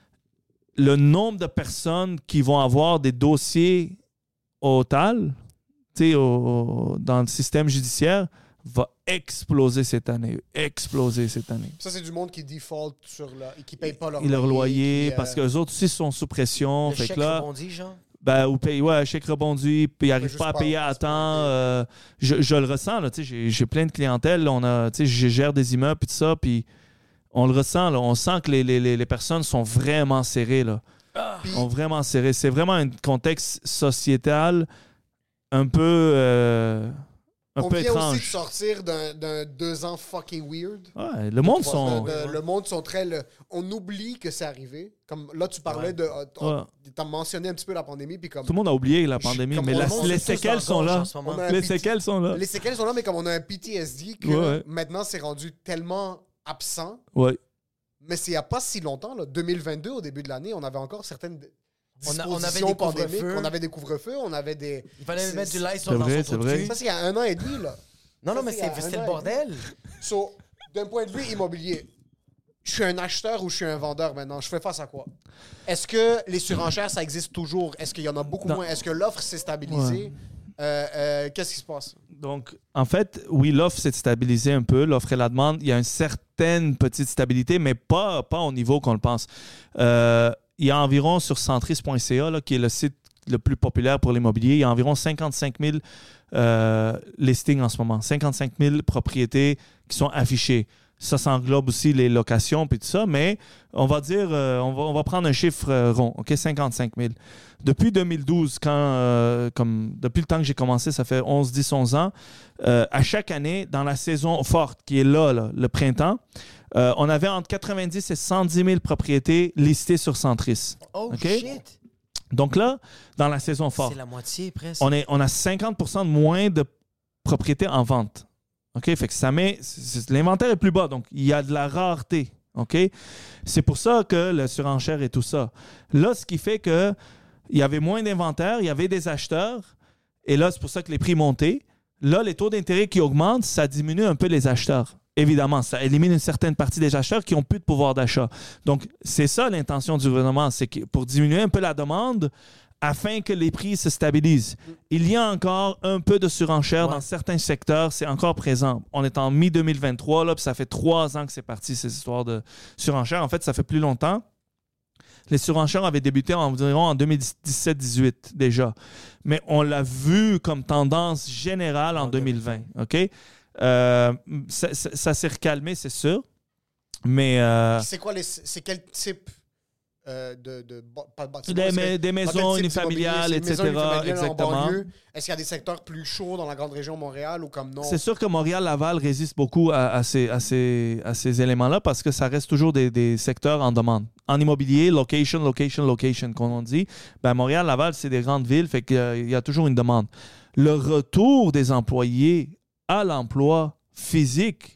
le nombre de personnes qui vont avoir des dossiers au T A L, tu sais, au- dans le système judiciaire, va exploser cette année. Exploser cette année. Ça, c'est du monde qui default sur leur... et qui paye pas leur Et leur loyer, qui, euh, parce qu'eux autres aussi sont sous pression. Le Fait chèque que là, rebondi, genre. ben, ou paye, ouais, chèque rebondi, puis ils n'arrivent juste pas à pas- payer à pas se temps. payer. euh, je, je le ressens, là, tu sais, j'ai, j'ai plein de clientèle. On a, tu sais, je gère des immeubles et tout ça, puis on le ressent, là. On sent que les, les, les les personnes sont vraiment serrées, là. Sont vraiment serrées. C'est vraiment un contexte sociétal un peu, euh, un On peu vient aussi de étrange. sortir d'un, d'un deux ans fucking weird. Ouais, le monde De- sont... de- le monde sont très... le- on oublie que c'est arrivé. Comme là, tu parlais Ouais. de... euh, on- Ouais. T'as mentionné un petit peu la pandémie, puis comme... Tout le monde a oublié la pandémie, comme mais on- la- le monde les se pousse séquelles dans sont la gorge là. en ce moment. On a un Les petit- séquelles sont là. Les séquelles sont là, mais comme on a un P T S D que Ouais, ouais. maintenant, c'est rendu tellement absent. Ouais. Mais c'est il n'y a pas si longtemps, là, deux mille vingt-deux, au début de l'année, on avait encore certaines On a- dispositions on avait des pandémiques. couvre-feux. On avait des couvre-feux, on avait des... Il fallait c'est- mettre du light c'est sur dans vrai, son c'est trou de vrai. cul. Ça, c'est il y a un an et demi, là. Non, non, Ça, mais c'est il y a c'est- un c'était an le et bordel. So, d'un point de vue immobilier, je suis un acheteur ou je suis un vendeur maintenant? Je fais face à quoi? Est-ce que les surenchères, ça existe toujours? Est-ce qu'il y en a beaucoup Non. moins? Est-ce que l'offre s'est stabilisée? Ouais. Euh, euh, qu'est-ce qui se passe? Donc, en fait, oui, l'offre s'est stabilisée un peu, l'offre et la demande. Il y a une certaine petite stabilité, mais pas, pas au niveau qu'on le pense. Euh, il y a environ sur centris point c a, là, qui est le site le plus populaire pour l'immobilier, il y a environ cinquante-cinq mille euh, listings en ce moment, cinquante-cinq mille propriétés qui sont affichées. Ça, ça englobe aussi les locations puis tout ça, mais on va dire, euh, on, va, on va prendre un chiffre euh, rond, OK, cinquante-cinq mille. Depuis deux mille douze, quand, euh, comme, depuis le temps que j'ai commencé, ça fait onze, dix, onze ans, euh, à chaque année, dans la saison forte, qui est là, là le printemps, euh, on avait entre quatre-vingt-dix et cent dix mille propriétés listées sur Centris. Oh, okay? shit! Donc là, dans la saison forte, c'est la moitié presque. On, est, on a cinquante pour cent de moins de propriétés en vente. OK? Fait que ça met... c'est, l'inventaire est plus bas, donc il y a de la rareté. OK? C'est pour ça que le surenchère et tout ça. Là, ce qui fait que il y avait moins d'inventaire, il y avait des acheteurs, et là, c'est pour ça que les prix montaient. Là, les taux d'intérêt qui augmentent, ça diminue un peu les acheteurs. Évidemment, ça élimine une certaine partie des acheteurs qui n'ont plus de pouvoir d'achat. Donc, c'est ça l'intention du gouvernement, c'est que pour diminuer un peu la demande, afin que les prix se stabilisent. Il y a encore un peu de surenchère ouais. dans certains secteurs, c'est encore présent. On est en mi deux mille vingt-trois, là, puis ça fait trois ans que c'est parti, ces histoires de surenchère. En fait, ça fait plus longtemps. Les surenchères avaient débuté environ en deux mille dix-sept dix-huit déjà. Mais on l'a vu comme tendance générale en deux mille vingt. OK? Euh, ça, ça, ça s'est recalmé, c'est sûr. Mais... Euh... C'est quoi les... C'est quel type... Euh, de, de, pas de bâtiments, des, mais, des maisons unifamiliales, et cetera. Exactement. Est-ce qu'il y a des secteurs plus chauds dans la grande région de Montréal ou comme non? C'est sûr que Montréal-Laval résiste beaucoup à, à, ces, à, ces, à ces éléments-là parce que ça reste toujours des, des secteurs en demande. En immobilier, location, location, location, comme on dit. Ben, Montréal-Laval, c'est des grandes villes, fait qu'il euh, y a toujours une demande. Le retour des employés à l'emploi physique,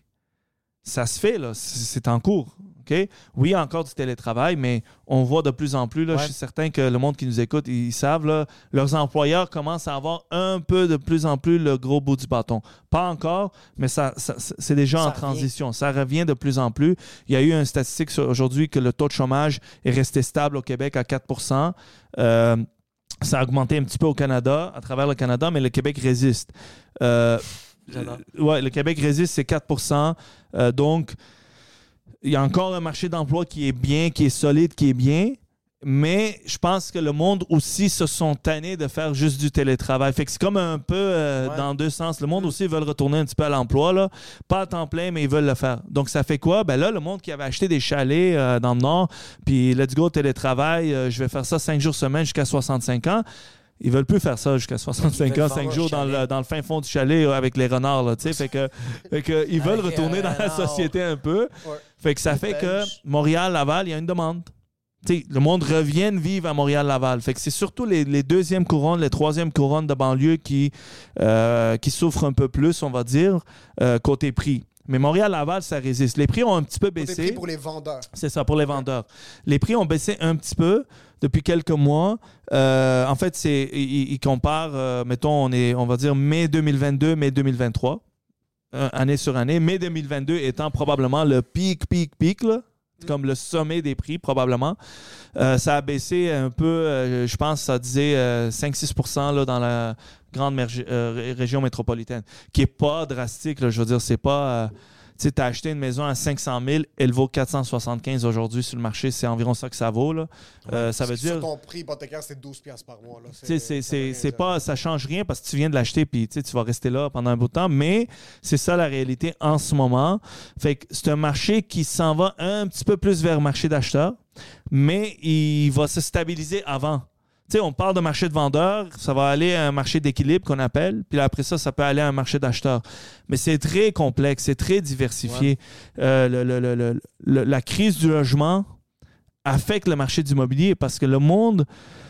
ça se fait, là. C'est, c'est en cours. Okay? Oui, il y a encore du télétravail, mais on voit de plus en plus, là, ouais. je suis certain que le monde qui nous écoute, ils savent, là, leurs employeurs commencent à avoir un peu de plus en plus le gros bout du bâton. Pas encore, mais ça, ça c'est déjà ça en transition. Revient. Ça revient de plus en plus. Il y a eu une statistique aujourd'hui que le taux de chômage est resté stable au Québec à quatre pour cent. Euh, ça a augmenté un petit peu au Canada, à travers le Canada, mais le Québec résiste. Euh, euh, ouais, le Québec résiste, c'est quatre pour cent. Euh, donc, il y a encore un marché d'emploi qui est bien, qui est solide, qui est bien, mais je pense que le monde aussi se sont tannés de faire juste du télétravail. Fait que c'est comme un peu euh, ouais. dans deux sens. Le monde aussi veut retourner un petit peu à l'emploi, là. Pas à temps plein, mais ils veulent le faire. Donc, ça fait quoi? Ben là, le monde qui avait acheté des chalets euh, dans le Nord, puis let's go télétravail, euh, je vais faire ça cinq jours semaine jusqu'à soixante-cinq ans. Ils veulent plus faire ça jusqu'à soixante-cinq ans, cinq jours dans le, dans le fin fond du chalet avec les renards. Là, fait que, fait que, ils veulent retourner dans la société un peu. Ouais. Fait que ça fait que Montréal-Laval, il y a une demande. T'sais, le monde revienne vivre à Montréal-Laval. Fait que c'est surtout les, les deuxièmes couronnes, les troisièmes couronnes de banlieue qui, euh, qui souffrent un peu plus, on va dire, euh, côté prix. Mais Montréal-Laval, ça résiste. Les prix ont un petit peu baissé. Les prix pour les vendeurs. C'est ça, pour les vendeurs. Les prix ont baissé un petit peu depuis quelques mois. Euh, en fait, c'est, ils, ils comparent, euh, mettons, on est, on va dire mai deux mille vingt-deux, mai deux mille vingt-trois, euh, année sur année. mai deux mille vingt-deux étant probablement le pic, pic, pic, là. Comme le sommet des prix, probablement. Euh, ça a baissé un peu, euh, je pense, ça disait euh, cinq à six pour cent là, dans la grande mergi- euh, région métropolitaine, qui n'est pas drastique. Là, je veux dire, c'est pas... Euh, tu sais, tu as acheté une maison à cinq cent mille, elle vaut quatre cent soixante-quinze aujourd'hui sur le marché. C'est environ ça que ça vaut. Là. Euh, ça veut dire... Sur ton prix hypothécaire, c'est douze dollars par mois. Là. C'est, c'est, c'est, c'est pas, ça ne change rien parce que tu viens de l'acheter et tu vas rester là pendant un bout de temps. Mais c'est ça la réalité en ce moment. Fait que c'est un marché qui s'en va un petit peu plus vers le marché d'acheteurs, mais il va se stabiliser avant. Tu sais, on parle de marché de vendeurs, ça va aller à un marché d'équilibre qu'on appelle, puis là, après ça, ça peut aller à un marché d'acheteurs. Mais c'est très complexe, c'est très diversifié. Ouais. Euh, le, le, le, le, la crise du logement affecte le marché du mobilier parce que le monde,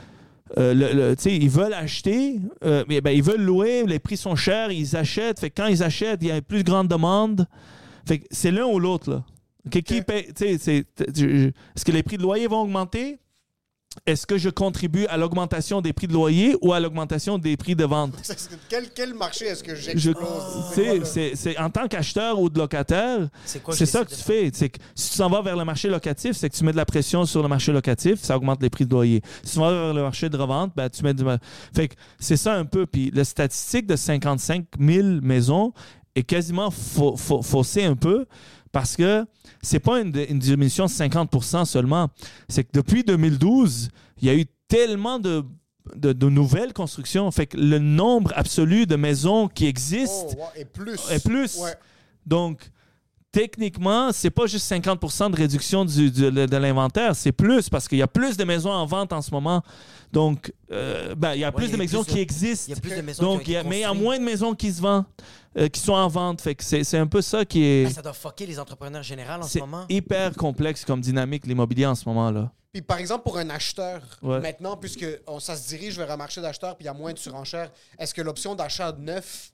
euh, le, le, tu sais, ils veulent acheter, euh, mais, ben, ils veulent louer, les prix sont chers, ils achètent. Fait que quand ils achètent, il y a une plus grande demande. Fait que c'est l'un ou l'autre, là. Okay, qui paye, tu sais, c'est, est-ce que les prix de loyer vont augmenter? Est-ce que je contribue à l'augmentation des prix de loyer ou à l'augmentation des prix de vente? Quel, quel marché est-ce que j'explose? Je, c'est, c'est, c'est, en tant qu'acheteur ou de locataire, c'est, quoi, c'est ça que tu fais. C'est que si tu s'en vas vers le marché locatif, c'est que tu mets de la pression sur le marché locatif, ça augmente les prix de loyer. Si tu vas vers le marché de revente, ben, tu mets du... Fait que c'est ça un peu. Puis la statistique de cinquante-cinq mille maisons est quasiment fa- fa- faussée un peu. Parce que c'est pas une, une diminution de cinquante pour cent seulement. C'est que depuis deux mille douze, il y a eu tellement de, de, de nouvelles constructions. Fait que le nombre absolu de maisons qui existent oh, ouais, est plus. Est plus. Ouais. Donc, techniquement, c'est pas juste cinquante pour cent de réduction du, du, de, de l'inventaire, c'est plus parce qu'il y a plus de maisons en vente en ce moment. Donc, euh, ben, il y a plus Ouais, de il y a maisons plus de- qui existent. il y a plus de maisons Donc, qui ont il y a- été mais il y a construites. moins de maisons qui se vendent, euh, qui sont en vente. Fait que c'est, c'est un peu ça qui est. Ah, ça doit fucker les entrepreneurs généraux en ce C'est moment. hyper complexe comme dynamique, l'immobilier en ce moment-là. Puis par exemple, pour un acheteur, Ouais. maintenant, puisque on, ça se dirige vers un marché d'acheteurs puis il y a moins de surenchères, est-ce que l'option d'achat neuf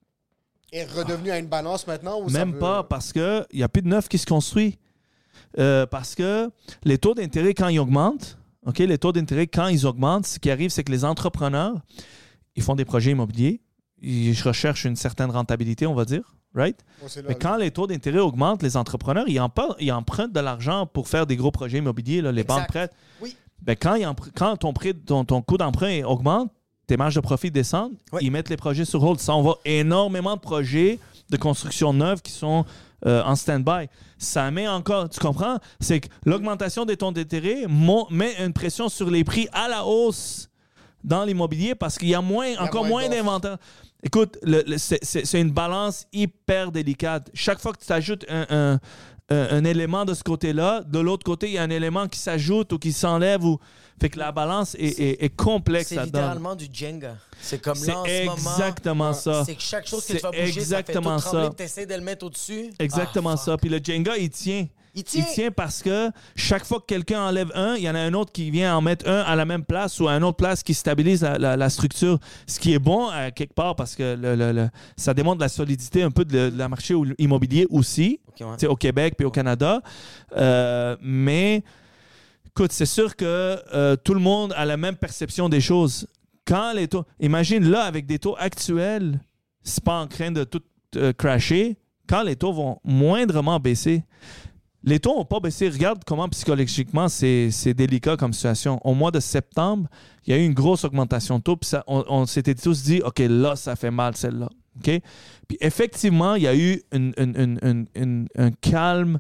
est redevenue à une balance maintenant? Ou ça Même veut- pas, parce qu'il n'y a plus de neuf qui se construit. Euh, parce que les taux d'intérêt, quand ils augmentent, OK, les taux d'intérêt, quand ils augmentent, ce qui arrive, c'est que les entrepreneurs, ils font des projets immobiliers, ils recherchent une certaine rentabilité, on va dire, right? Ouais, c'est là, Mais là. quand les taux d'intérêt augmentent, les entrepreneurs, ils, empruntent, ils empruntent de l'argent pour faire des gros projets immobiliers, là, les Exact. banques prêtent. Oui. Ben, quand, ils empr- quand ton, prêt, ton, ton coût d'emprunt augmente, tes marges de profit descendent, Oui. ils mettent les projets sur hold. Ça, on voit énormément de projets de construction neuve qui sont euh, en stand-by. Ça met encore, tu comprends? C'est que l'augmentation des taux d'intérêt mon- met une pression sur les prix à la hausse dans l'immobilier parce qu'il y a moins, a encore moins moins d'offres. d'inventaire. Écoute, le- le- c'est, c'est- c'est une balance hyper délicate. Chaque fois que tu ajoutes un, un- un- un élément de ce côté-là, de l'autre côté, il y a un élément qui s'ajoute ou qui s'enlève. Ou... Fait que la balance est, est- est complexe C'est là-dedans. littéralement du Jenga. C'est comme C'est là en ce moment. exactement ça. C'est que chaque chose que C'est tu vas bouger, exactement ça fait tout trembler, ça. tu essaies de le mettre au-dessus. Exactement Ah, ça. fuck. Puis le Jenga, il tient. Il tient. parce que chaque fois que quelqu'un enlève un, il y en a un autre qui vient en mettre un à la même place ou à une autre place qui stabilise la, la- la structure. Ce qui est bon à quelque part parce que le- le- le- ça démontre la solidité un peu de, de la marché immobilier aussi, Ok, ouais. tu sais, au Québec puis au Canada. Euh, mais écoute, c'est sûr que euh, tout le monde a la même perception des choses. Quand les taux... Imagine là, avec des taux actuels, c'est pas en train de tout euh, crasher. Quand les taux vont moindrement baisser, les taux n'ont pas baissé. Regarde comment psychologiquement c'est, c'est délicat comme situation. Au mois de septembre, il y a eu une grosse augmentation de taux. Puis ça, on, on s'était tous dit, OK, là, ça fait mal, celle-là. OK? Puis effectivement, il y a eu une- une- une- une- une- un calme.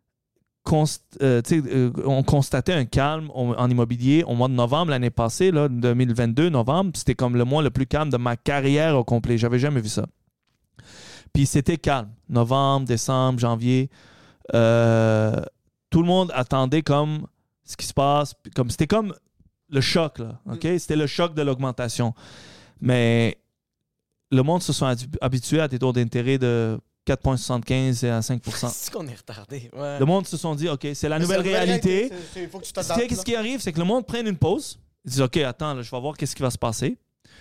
Const, euh, tu sais, euh, on constatait un calme en, en immobilier au mois de novembre l'année passée, là, deux mille vingt-deux, novembre. C'était comme le mois le plus calme de ma carrière au complet. J'avais jamais vu ça. Puis c'était calme. Novembre, décembre, janvier. Euh, tout le monde attendait comme ce qui se passe. Comme, c'était comme le choc, là. OK? C'était le choc de l'augmentation. Mais le monde se sont adu- habitués à des taux d'intérêt de quatre virgule soixante-quinze et à cinq pour cent. C'est qu'on est retardé. Ouais. Le monde se sont dit, OK, c'est la Mais nouvelle c'est la réalité. c'est- c'est- Il faut que tu Tu t'adaptes. sais, qu'est-ce là. qui arrive? C'est que le monde prenne une pause. Ils disent, OK, attends, là, je vais voir qu'est-ce qui va se passer.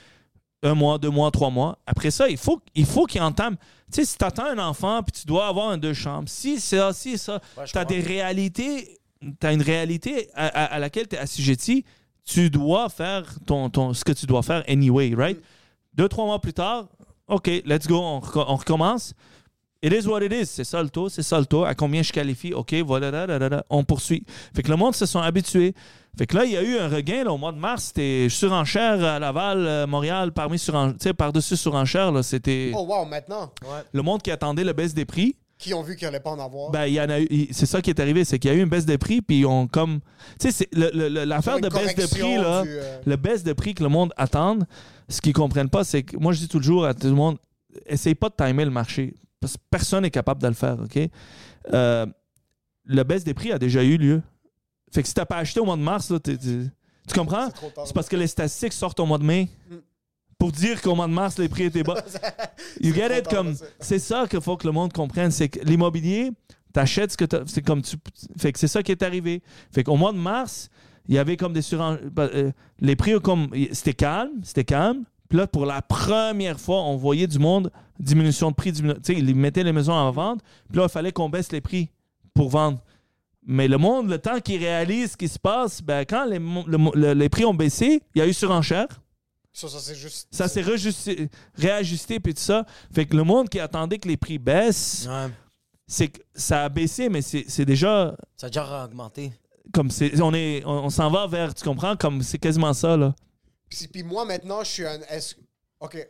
Un mois, deux mois, trois mois. Après ça, il faut, il faut qu'il entame. Tu sais, si tu attends un enfant puis tu dois avoir un deux chambres, si c'est ça, si ça, Ouais, je tu as comprends. des réalités, tu as une réalité à, à- à laquelle tu es assujetti, tu dois faire ton, ton, ce que tu dois faire anyway, right? Deux, trois mois plus tard, OK, let's go, on, reco- on recommence. It is what it is. C'est ça le taux, c'est ça le taux. À combien je qualifie? OK, voilà, là, là, là, là. On poursuit. Fait que le monde se sont habitués. Fait que là, il y a eu un regain là, au mois de mars. C'était surenchère à Laval, euh, Montréal, parmi suren... tu sais, par-dessus surenchère. Là, c'était Oh, wow, maintenant. le monde qui attendait la baisse des prix. Qui ont vu qu'il n'allait pas en avoir. Ben, il y en a eu, il- c'est ça qui est arrivé, c'est qu'il y a eu une baisse de prix, puis on comme, tu sais, c'est le- le- le- l'affaire Une de baisse de prix correction là, du, euh, le baisse de prix que le monde attend, ce qu'ils comprennent pas, c'est que moi je dis tout le jour à tout le monde, essaye pas de timer le marché, parce que personne n'est capable de le faire, ok? Euh, la baisse des prix a déjà eu lieu, fait que si t'as pas acheté au mois de mars, là, t'es- t'es- tu comprends? C'est trop tard. C'est parce que les statistiques sortent au mois de mai. Pour dire qu'au mois de mars, les prix étaient bas. You C'est get trop it? tard, Comme, là, c'est- c'est ça qu'il faut que le monde comprenne. C'est que l'immobilier, t'achètes ce que t'as. C'est comme tu. Fait que c'est ça qui est arrivé. Fait qu'au mois de mars, il y avait comme des suren... euh, les prix, comme. C'était calme, c'était calme. Puis là, pour la première fois, on voyait du monde, diminution de prix. diminu- Tu sais, ils mettaient les maisons en vente. Puis là, il fallait qu'on baisse les prix pour vendre. Mais le monde, le temps qu'il réalise ce qui se passe, ben, quand les, mo- le mo- le- les prix ont baissé, il y a eu surenchère. Ça, ça c'est juste. Ça s'est rejusté- réajusté, puis tout ça. Fait que le monde qui attendait que les prix baissent, Ouais. c'est que ça a baissé, mais c'est c'est déjà Ça a déjà augmenté. comme c'est on est on, on s'en va vers, tu comprends, comme c'est quasiment ça là. Puis, puis moi, maintenant, je suis un. est-ce- OK.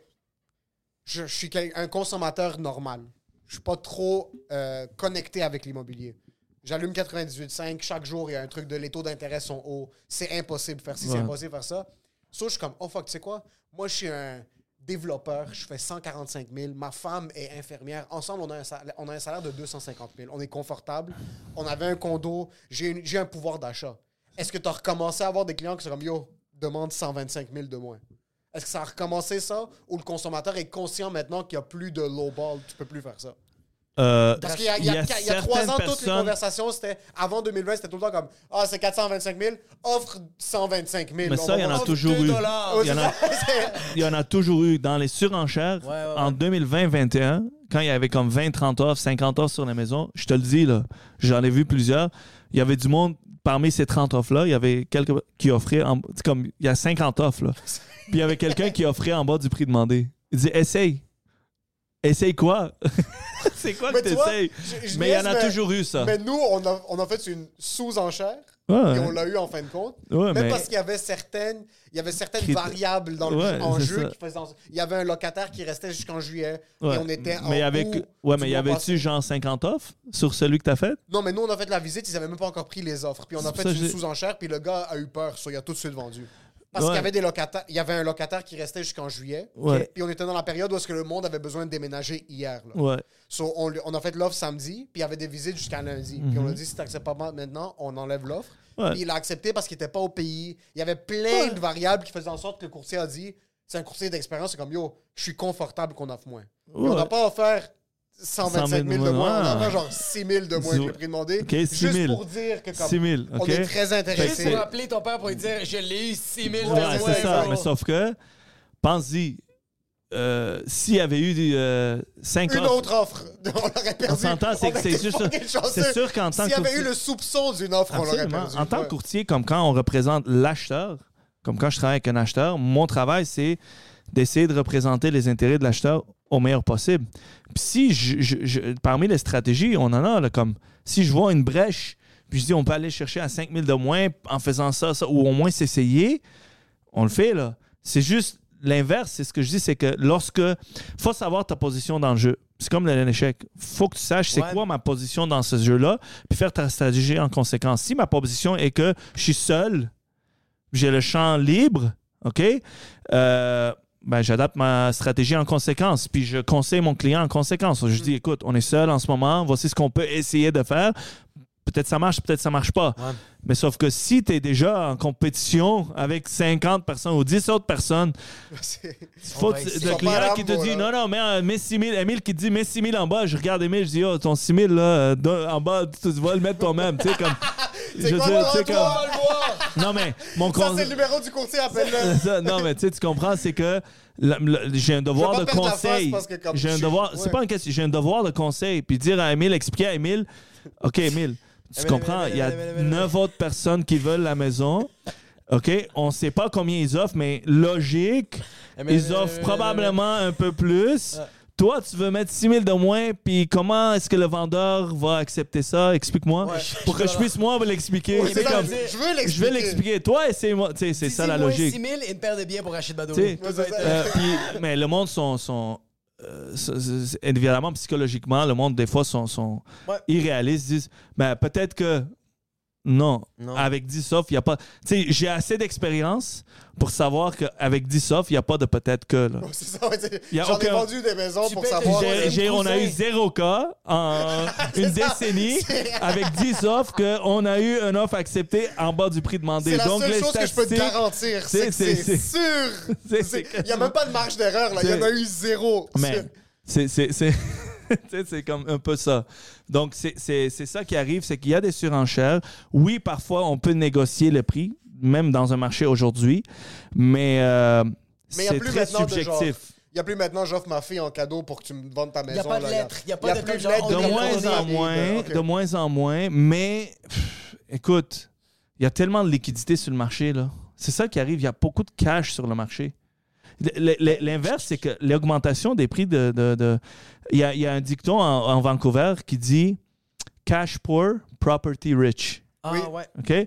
Je, je suis quel- un consommateur normal. Je suis pas trop euh, connecté avec l'immobilier. J'allume quatre-vingt-dix-huit virgule cinq. Chaque jour, il y a un truc de les taux d'intérêt sont hauts. C'est impossible de faire ci, c'est Ouais. impossible de faire ça. So, je suis comme, oh fuck, tu sais quoi? Moi, je suis un développeur, je fais cent quarante-cinq mille. Ma femme est infirmière. Ensemble, on a un salaire, on a un salaire de deux cent cinquante mille. On est confortable. On avait un condo. J'ai, une, j'ai un pouvoir d'achat. Est-ce que tu as recommencé à avoir des clients qui sont comme, yo, demande cent vingt-cinq mille de moins? Est-ce que ça a recommencé ça? Ou le consommateur est conscient maintenant qu'il n'y a plus de lowball, tu peux plus faire ça? Euh, Parce qu'il y a, il y a, il y a, il y a trois ans, personnes... toutes les conversations, c'était avant deux mille vingt, c'était tout le temps comme ah, c'est quatre cent vingt-cinq mille, offre cent vingt-cinq mille. Mais ça, il y en a toujours eu. Il y en a, il y en a toujours eu. Dans les surenchères, ouais, ouais, ouais. En deux mille vingt vingt et un, quand il y avait comme vingt, trente offres, cinquante offres sur la maison, je te le dis, là, j'en ai vu plusieurs. Il y avait du monde, parmi ces trente offres-là, il y avait quelques qui offraient, en, comme il y a cinquante offres, là. Puis il y avait quelqu'un qui offrait en bas du prix demandé. Il disait essaye. Essaye quoi? C'est quoi mais que t'essayes? Mais il y en a mais, toujours eu, ça. Mais nous, on a, on a fait une sous-enchère ouais, et on l'a eu en fin de compte. Ouais, Même mais... parce qu'il y avait certaines, il y avait certaines Crit... variables dans le ouais, en jeu. Qui faisaient... Il y avait un locataire qui restait jusqu'en juillet ouais. et on était en mais avec... Ouais, mais y avait-tu genre cinquante offres sur celui que t'as fait? Non, mais nous, on a fait la visite, ils n'avaient même pas encore pris les offres. Puis on a fait ça, une j'ai... sous-enchère, puis le gars a eu peur. So, il a tout de suite vendu. Parce ouais. qu'il y avait des locataires, il y avait un locataire qui restait jusqu'en juillet. Ouais. Puis on était dans la période où est-ce que le monde avait besoin de déménager hier. Là. Ouais. So, on, on a fait l'offre samedi, puis il y avait des visites jusqu'à lundi. Mm-hmm. Puis on a dit si t'acceptes pas maintenant, on enlève l'offre. Ouais. Puis il a accepté parce qu'il était pas au pays. Il y avait plein ouais. de variables qui faisaient en sorte que le courtier a dit c'est un courtier d'expérience, c'est comme yo, je suis confortable qu'on offre moins. Ouais. On n'a pas offert cent vingt-cinq mille de moins, on a offert genre six mille de moins que le prix demandé. Okay, juste mille. Pour dire que comme six mille, okay. on est très intéressé. Juste pour appeler ton père pour lui dire je l'ai eu six mille de ouais, moins. C'est ça, mais sauf que pense-y. Euh, s'il y avait eu euh, cinq une offres, autre offre, on l'aurait perdu. On s'entend, c'est, c'est, juste, c'est sûr qu'en tant que S'il y avait courtier, eu le soupçon d'une offre, absolument. On l'aurait perdu. En tant ouais. que courtier, comme quand on représente l'acheteur, comme quand je travaille avec un acheteur, mon travail, c'est d'essayer de représenter les intérêts de l'acheteur au meilleur possible. Puis si, je, je, je, parmi les stratégies, on en a, là, comme si je vois une brèche, puis je dis on peut aller chercher à cinq mille de moins en faisant ça, ça, ou au moins s'essayer, on le fait, là. C'est juste l'inverse, c'est ce que je dis, c'est que lorsque... faut savoir ta position dans le jeu. C'est comme l'échec. Faut que tu saches c'est ouais. quoi ma position dans ce jeu-là, puis faire ta stratégie en conséquence. Si ma position est que je suis seul, j'ai le champ libre, OK? Euh, ben, j'adapte ma stratégie en conséquence, puis je conseille mon client en conséquence. Je dis, écoute, on est seul en ce moment, voici ce qu'on peut essayer de faire. Peut-être ça marche, peut-être ça marche pas. Ouais. Mais sauf que si tu es déjà en compétition avec cinquante personnes ou dix autres personnes, faut le client qui te dit non, non, mets, mets six mille. Émile qui te dit mets six mille en bas. Je regarde Émile, je dis oh, ton six mille là, en bas, tu vas le mettre toi-même. Tu sais, comme. C'est quoi, dire, tu sais, comme... Non, mais mon Ça, con... c'est le numéro du courtier, appelle-le. Non, mais tu sais, tu comprends, c'est que le, le, j'ai un devoir de conseil. J'ai un devoir, ouais. C'est pas une question, j'ai un devoir de conseil. Puis dire à Émile, expliquer à Émile, OK, Émile. Tu comprends? Il y a neuf autres personnes qui veulent la maison. OK? On ne sait pas combien ils offrent, mais logique, ils offrent probablement un peu plus. Toi, tu veux mettre six mille de moins, puis comment est-ce que le vendeur va accepter ça? Explique-moi. Ouais, pour que je puisse, moi, l'expliquer. Ouais, comme, je veux l'expliquer. Je veux l'expliquer. Toi, essaye-moi. C'est si ça la logique. six mille et une paire de billets pour acheter de Badeau. Euh, mais le monde sont... sont Euh, c'est, c'est, évidemment, psychologiquement, le monde, des fois, sont, sont ouais. irréalistes. Ils disent, ben, peut-être que non, non. Avec dix offres, il n'y a pas... Tu sais, j'ai assez d'expérience pour savoir qu'avec dix offres, il n'y a pas de peut-être que. Là. C'est ça, ouais, J'en aucun... ai vendu des maisons tu pour savoir... J'ai, j'ai, on a eu zéro cas en une ça. décennie avec dix offres qu'on a eu une offre acceptée en bas du prix demandé. C'est la Donc, seule chose que je peux te garantir. C'est, c'est, c'est, c'est sûr. C'est, c'est, il n'y a même pas de marge d'erreur. Là. Il y en a eu zéro. Mais c'est... c'est, c'est... c'est comme un peu ça. Donc, c'est, c'est, c'est ça qui arrive, c'est qu'il y a des surenchères. Oui, parfois, on peut négocier le prix, même dans un marché aujourd'hui, mais, euh, mais c'est très subjectif. Il n'y a plus maintenant, j'offre ma fille en cadeau pour que tu me vendes ta maison. Il n'y a pas de lettres. Il n'y a pas de lettres. De, de moins en moins, okay. de moins en moins, mais pff, écoute, il y a tellement de liquidités sur le marché, là. C'est ça qui arrive, il y a beaucoup de cash sur le marché. L'inverse, c'est que l'augmentation des prix de... de, de il, y a, il y a un dicton en, en Vancouver qui dit « Cash poor, property rich ». Ah oui. Ouais. OK?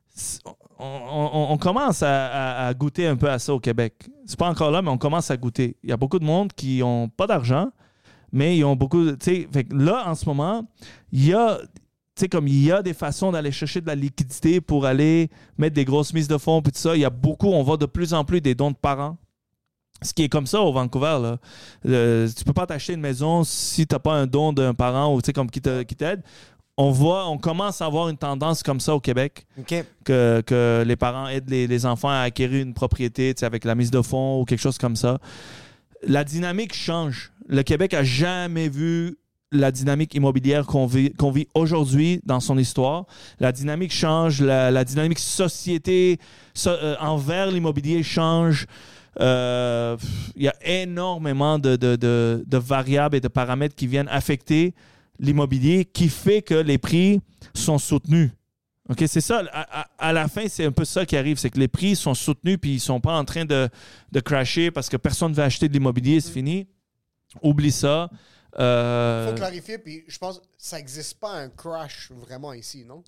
On, on, on commence à, à, à goûter un peu à ça au Québec. C'est pas encore là, mais on commence à goûter. Il y a beaucoup de monde qui n'ont pas d'argent, mais ils ont beaucoup... Tu sais, fait que là, en ce moment, il y a... Tu sais, comme il y a des façons d'aller chercher de la liquidité pour aller mettre des grosses mises de fonds puis tout ça. Il y a beaucoup... On voit de plus en plus des dons de parents. ce qui est comme ça au Vancouver, là. Euh, tu peux pas t'acheter une maison si tu n'as pas un don d'un parent ou comme qui, te, qui t'aide. On voit, on commence à avoir une tendance comme ça au Québec, OK. que, que les parents aident les, les enfants à acquérir une propriété avec la mise de fonds ou quelque chose comme ça. La dynamique change. Le Québec a jamais vu la dynamique immobilière qu'on vit, qu'on vit aujourd'hui dans son histoire. La dynamique change, la, la dynamique société so, euh, envers l'immobilier change. Il euh, y a énormément de, de, de, de variables et de paramètres qui viennent affecter l'immobilier, qui fait que les prix sont soutenus. OK, c'est ça. À, à, à la fin, c'est un peu ça qui arrive. C'est que les prix sont soutenus puis ils ne sont pas en train de, de crasher parce que personne ne veut acheter de l'immobilier, c'est fini. Oublie ça. Il euh... faut clarifier, puis je pense que ça n'existe pas un crash vraiment ici, non?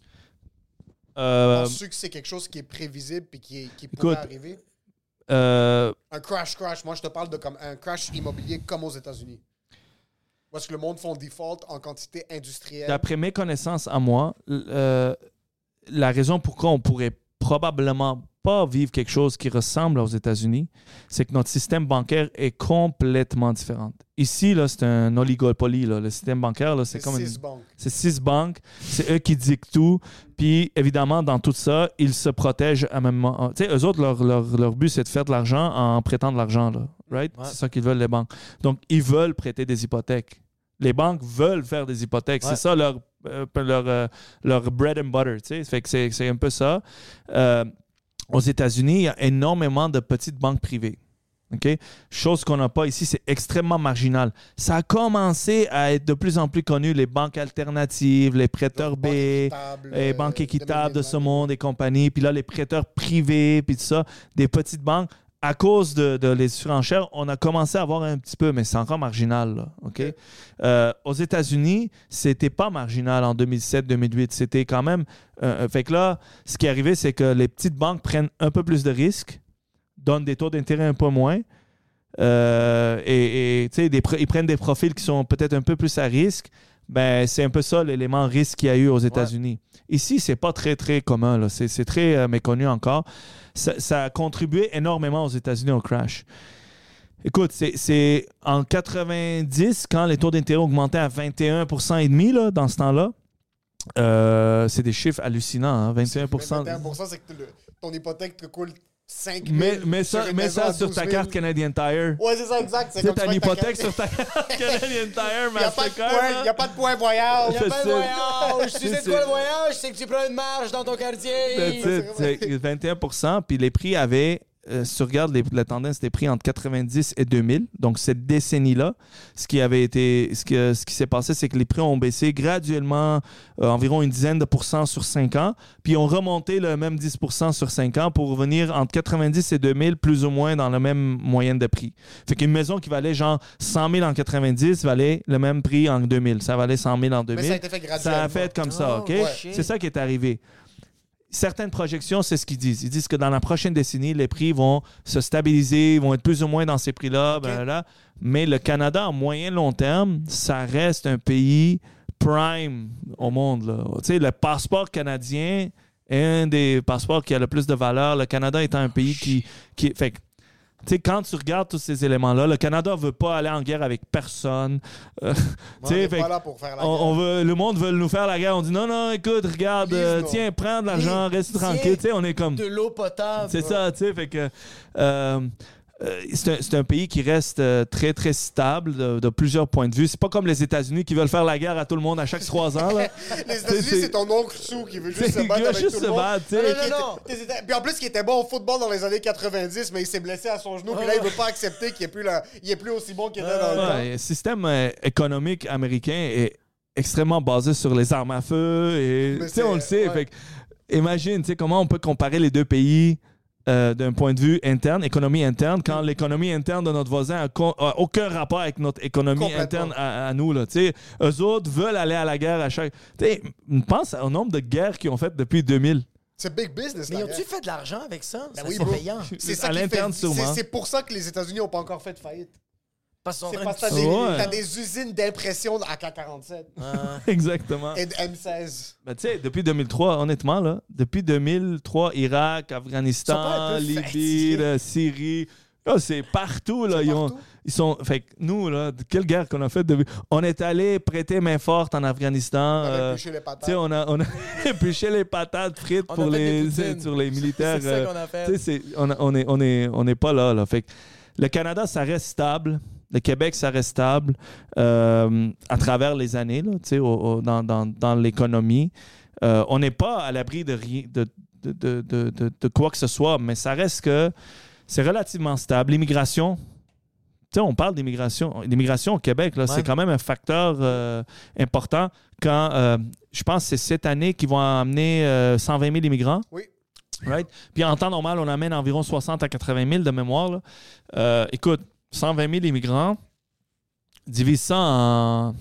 Euh... Penses-tu que c'est quelque chose qui est prévisible et qui, qui pourrait Écoute, arriver? Euh... Un crash, crash. Moi, je te parle de comme un crash immobilier comme aux États-Unis. Où est-ce que le monde font default en quantité industrielle? D'après mes connaissances à moi, euh, la raison pourquoi on pourrait probablement pas vivre quelque chose qui ressemble aux États-Unis, c'est que notre système bancaire est complètement différent. Ici, là, c'est un oligopoly. Là. Le système bancaire, là, c'est, c'est comme six une... banques. C'est six banques. C'est eux qui dictent tout. Puis, évidemment, dans tout ça, ils se protègent à même moment. Tu sais, eux autres, leur, leur, leur but, c'est de faire de l'argent en prêtant de l'argent. Là. Right? Ouais. C'est ça qu'ils veulent, les banques. Donc, ils veulent prêter des hypothèques. Les banques veulent faire des hypothèques. Ouais. C'est ça leur, euh, leur, euh, leur bread and butter. Tu sais? Fait que c'est, c'est un peu ça. Euh, aux États-Unis, il y a énormément de petites banques privées. Okay? Chose qu'on n'a pas ici, c'est extrêmement marginal. Ça a commencé à être de plus en plus connu, les banques alternatives, les prêteurs B, les banques équitables de ce monde et compagnie. Puis là, les prêteurs privés, puis tout ça, des petites banques. À cause de, de les surenchères, on a commencé à avoir un petit peu, mais c'est encore marginal. Là, okay? Okay. Euh, aux États-Unis, c'était pas marginal en deux mille sept deux mille huit. C'était quand même... Euh, fait que là, ce qui est arrivé, c'est que les petites banques prennent un peu plus de risques, donnent des taux d'intérêt un peu moins, euh, et, et des, ils prennent des profils qui sont peut-être un peu plus à risque. Ben, c'est un peu ça l'élément risque qu'il y a eu aux États-Unis. Ouais. Ici, c'est pas très, très commun. Là. C'est, c'est très euh, méconnu encore. Ça, ça a contribué énormément aux États-Unis au crash. Écoute, c'est, c'est en quatre-vingt-dix, quand les taux d'intérêt augmentaient à vingt et un pour cent et demi là, dans ce temps-là, euh, c'est des chiffres hallucinants. Hein, vingt et un pour cent. vingt et un pour cent, c'est que le, ton hypothèque te coule cinq mille. Mais, mais ça, mais ça sur ta carte Canadian Tire. Ouais, c'est ça, exact. C'est comme tu as une hypothèque sur ta carte Canadian Tire, Mastercard. Il n'y a pas de point voyage. Il n'y a pas de voyage. Tu sais quoi le voyage? C'est que tu prends une marge dans ton quartier. C'est vingt et un pour cent. Puis les prix avaient... Euh, si tu regardes les, la tendance des prix entre quatre-vingt-dix et deux mille, donc cette décennie-là, ce qui avait été, ce qui, ce qui s'est passé, c'est que les prix ont baissé graduellement euh, environ une dizaine de pourcents sur cinq ans, puis ont remonté le même dix pour cent sur cinq ans pour revenir entre quatre-vingt-dix et deux mille, plus ou moins dans la même moyenne de prix. Fait qu'une maison qui valait genre cent mille en quatre-vingt-dix valait le même prix en deux mille. Ça valait cent mille en deux mille. Mais ça a été fait graduellement. Ça a fait comme oh, ça, OK? Ouais. C'est ça qui est arrivé. Certaines projections, c'est ce qu'ils disent. Ils disent que dans la prochaine décennie, les prix vont se stabiliser, vont être plus ou moins dans ces prix-là. Okay. Blablabla. Mais le Canada, à moyen long terme, ça reste un pays prime au monde. Là. Tu sais, le passeport canadien est un des passeports qui a le plus de valeur. Le Canada étant un pays qui... qui fait, tu sais, quand tu regardes tous ces éléments-là, le Canada ne veut pas aller en guerre avec personne. Euh, on n'est pas là pour faire la on, guerre. On veut, le monde veut nous faire la guerre. On dit non, non, écoute, regarde, euh, tiens, prends de l'argent, reste tranquille. Tu sais, on est comme... De l'eau potable. C'est ça, tu sais, fait que... Euh, Euh, c'est, un, c'est un pays qui reste euh, très, très stable de, de plusieurs points de vue. C'est pas comme les États-Unis qui veulent faire la guerre à tout le monde à chaque trois ans. Là. Les États-Unis, c'est... c'est ton oncle sous qui veut juste se battre avec juste tout le monde. Battre, non, non, non, non. Puis en plus, il était bon au football dans les années quatre-vingt-dix, mais il s'est blessé à son genou. Puis là, il veut pas accepter qu'il est plus, là, il est plus aussi bon qu'il était dans le ouais, temps. Le système euh, économique américain est extrêmement basé sur les armes à feu. Et, on le sait. Ouais. Fait que, imagine comment on peut comparer les deux pays. Euh, d'un point de vue interne, économie interne, quand l'économie interne de notre voisin n'a aucun rapport avec notre économie interne à, à nous. Là, eux autres veulent aller à la guerre à chaque... T'sais, pense au nombre de guerres qu'ils ont faites depuis deux mille. C'est big business. Mais ont-tu fait de l'argent avec ça? Ben oui, c'est payant. C'est ça à l'interne, fait... sûrement. C'est, c'est pour ça que les États-Unis n'ont pas encore fait de faillite. Parce c'est parce que t'as des, ouais. t'as des usines d'impression à A K quarante-sept. Ah. Exactement. Et de M seize. Ben, tu sais, depuis deux mille trois, honnêtement, là, depuis deux mille trois, Irak, Afghanistan, Libye, là, Syrie, Oh, c'est partout, là. C'est Ils, ont- partout? ils sont. Fait que nous, là, quelle guerre qu'on a faite. De... On est allé prêter main forte en Afghanistan. On avait euh, épluché les patates. tu sais, on a, on a épluché les patates frites On a pour fait des les, poutines. sur les militaires. C'est ça euh, qu'on a fait. tu sais, c'est- on, a- on est, on est, on est pas là, là. Fait que le Canada, ça reste stable. Le Québec, ça reste stable euh, à travers les années, là, tu sais, au- au- dans, dans, dans l'économie. Euh, on n'est pas à l'abri de, rien- de, de, de, de, de- de quoi que ce soit, mais ça reste que c'est relativement stable. L'immigration, tu sais, on parle d'immigration. L'immigration au Québec, là, Ouais. c'est quand même un facteur euh, important. Quand, euh, je pense que c'est cette année qu'ils vont amener euh, cent vingt mille immigrants. Oui. Right? Puis en temps normal, on amène environ soixante à quatre-vingt mille de mémoire. Là. Euh, écoute, cent vingt mille immigrants, divise ça en...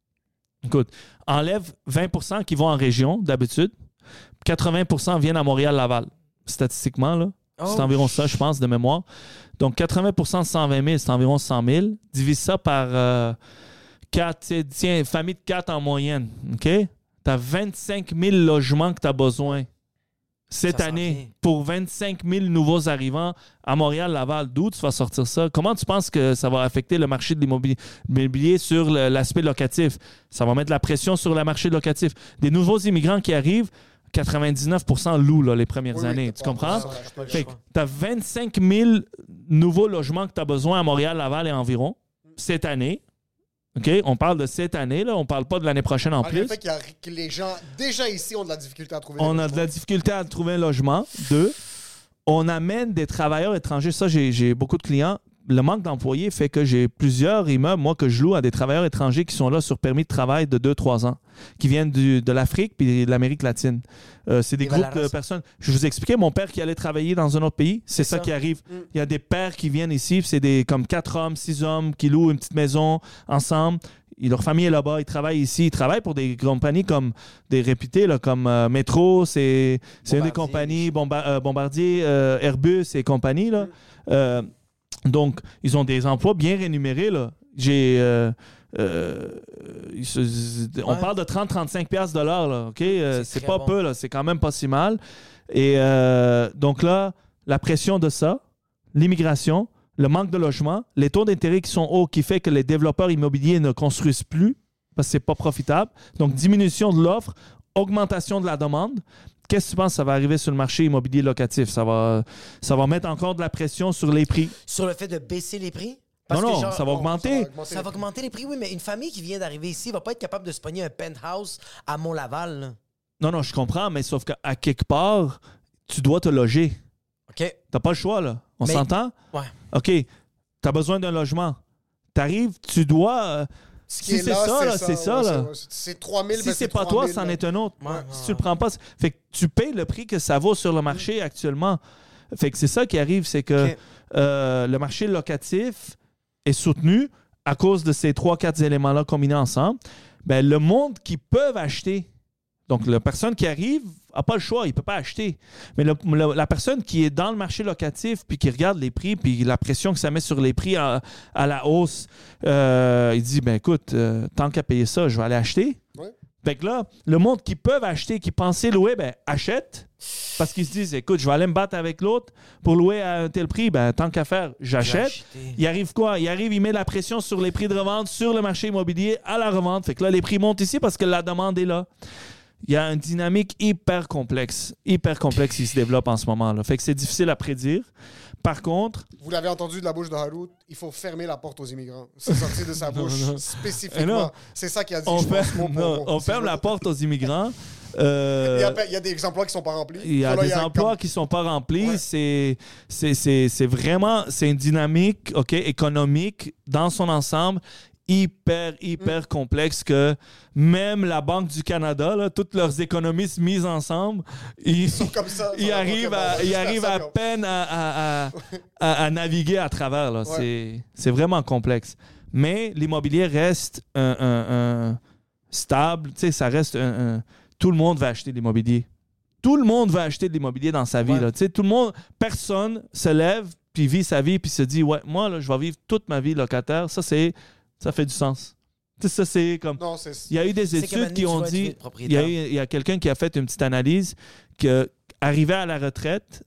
Écoute, enlève vingt pour cent qui vont en région, d'habitude. quatre-vingts pour cent viennent à Montréal-Laval. Statistiquement, là. Oh, C'est environ ça, je pense, de mémoire. Donc, quatre-vingts pour cent de cent vingt mille, c'est environ cent mille. Divise ça par euh, quatre, tiens, famille de quatre en moyenne. OK? Tu as vingt-cinq mille logements que tu as besoin cette Ça s'en année vient. pour vingt-cinq mille nouveaux arrivants à Montréal-Laval. D'où tu vas sortir ça? Comment tu penses que ça va affecter le marché de l'immobilier sur le- l'aspect locatif? Ça va mettre la pression sur le marché locatif. Des nouveaux immigrants qui arrivent, quatre-vingt-dix-neuf pour cent louent là, les premières Oui, oui, années. t'as Tu pas- comprends? t'as pas- t'as pas le Fait que choix. tu as vingt-cinq mille nouveaux logements que tu as besoin à Montréal, Laval et environ cette année. OK? On parle de cette année, là. On parle pas de l'année prochaine en Malgré le plus. fait qu'il y a- que les gens, déjà ici, ont de la difficulté à trouver des On a de logements. la difficulté à trouver un logement. Deux, on amène des travailleurs étrangers. Ça, j'ai j'ai beaucoup de clients. Le manque d'employés fait que j'ai plusieurs immeubles, moi, que je loue à des travailleurs étrangers qui sont là sur permis de travail de deux trois ans, qui viennent du- de l'Afrique puis de l'Amérique latine. Euh, c'est des Viva groupes la de race. personnes. Je vous expliquais, mon père qui allait travailler dans un autre pays, c'est ça, ça. qui arrive. Mm. Il y a des pères qui viennent ici, puis c'est des comme quatre hommes, six hommes qui louent une petite maison ensemble. Et leur famille est là-bas, ils travaillent ici. Ils travaillent pour des compagnies comme des réputées, là, comme euh, Metro, c'est c'est une des Bombardier. compagnies, Bomba- euh, Bombardier, euh, Airbus et compagnie. Là. Euh, donc, ils ont des emplois bien rémunérés. Là. J'ai... euh, euh, ils se- on Ouais. parle de trente à trente-cinq piastres de l'heure, là, OK? Euh, C'est c'est très pas bon. peu, là, c'est quand même pas si mal. Et euh, donc là, la pression de ça, l'immigration, le manque de logement, les taux d'intérêt qui sont hauts, qui fait que les développeurs immobiliers ne construisent plus parce que c'est pas profitable. Donc, diminution de l'offre, augmentation de la demande. Qu'est-ce que tu penses que ça va arriver sur le marché immobilier locatif? Ça va, ça va mettre encore de la pression sur les prix. Sur le fait de baisser les prix? Non, que non, genre- ça va Non, augmenter. Ça va augmenter les prix, oui, mais une famille qui vient d'arriver ici va pas être capable de se pogner un penthouse à Mont-Laval. là. Non, non, je comprends, mais sauf qu'à quelque part, tu dois te loger. OK? T'as pas le choix, là. On Mais- s'entend? Ouais. OK, t'as besoin d'un logement. T'arrives, tu dois... euh, Ce si qui est c'est ça, là, c'est ça, ouais, là. c'est- C'est trois mille. Si ben, c'est pas trois toi, mille, c'en là. est un autre. Ouais, Si ouais, tu le prends pas, c'est- fait que tu payes le prix que ça vaut sur le marché actuellement. Fait que c'est ça qui arrive, c'est que Ok. euh, le marché locatif est soutenu à cause de ces trois, quatre éléments-là combinés ensemble. Ben, le monde qui peut acheter, donc la personne qui arrive n'a pas le choix, il ne peut pas acheter. Mais le- le- la personne qui est dans le marché locatif puis qui regarde les prix puis la pression que ça met sur les prix à, à la hausse, euh, il dit, ben écoute, euh, tant qu'à payer ça, je vais aller acheter. Ouais. Fait que là, le monde qui peuvent acheter, qui pensait louer, ben achète. Parce qu'ils se disent, écoute, je vais aller me battre avec l'autre pour louer à un tel prix, ben tant qu'à faire, j'achète. acheté. Il arrive quoi? Il arrive, il met la pression sur les prix de revente, sur le marché immobilier, à la revente. Fait que là, les prix montent ici parce que la demande est là. Il y a une dynamique hyper complexe, hyper complexe qui se développe en ce moment-là. Fait que c'est difficile à prédire. Par contre, Vous l'avez entendu de la bouche de Harout, il faut fermer la porte aux immigrants. C'est sorti de sa bouche non. Eh non. spécifiquement. C'est ça qu'il a dit. on, je pense, ferme, mot pour non, mot. on Si ferme je la me- porte aux immigrants. Euh, Il y, a, il y a des emplois qui sont pas remplis. Il y a Voilà, des emplois comme- qui sont pas remplis. Ouais. C'est, c'est, c'est, c'est vraiment c'est une dynamique ok, économique dans son ensemble hyper, hyper complexe que même la Banque du Canada, là, toutes leurs économistes mises ensemble, ils, sont comme ça, ils ça va arrivent, pas à, comme- ils juste arrivent ça, à comme- peine à, à, à, à- à naviguer à travers. Là. Ouais. C'est, c'est vraiment complexe. Mais l'immobilier reste un, un- un stable. Tu sais, ça reste un, un- tout le monde va acheter de l'immobilier. Tout le monde va acheter de l'immobilier dans sa vie. Ouais. Là. Tu sais, tout le monde, personne se lève puis vit sa vie puis se dit ouais, moi là, je vais vivre toute ma vie locataire. Ça c'est ça fait du sens. Tu sais, ça c'est comme Non, c'est. il y a eu des C'est qu'à un moment études donné, qui tu ont dois être dit propriétaire. il y a, eu- il y a quelqu'un qui a fait une petite analyse que arrivé à la retraite,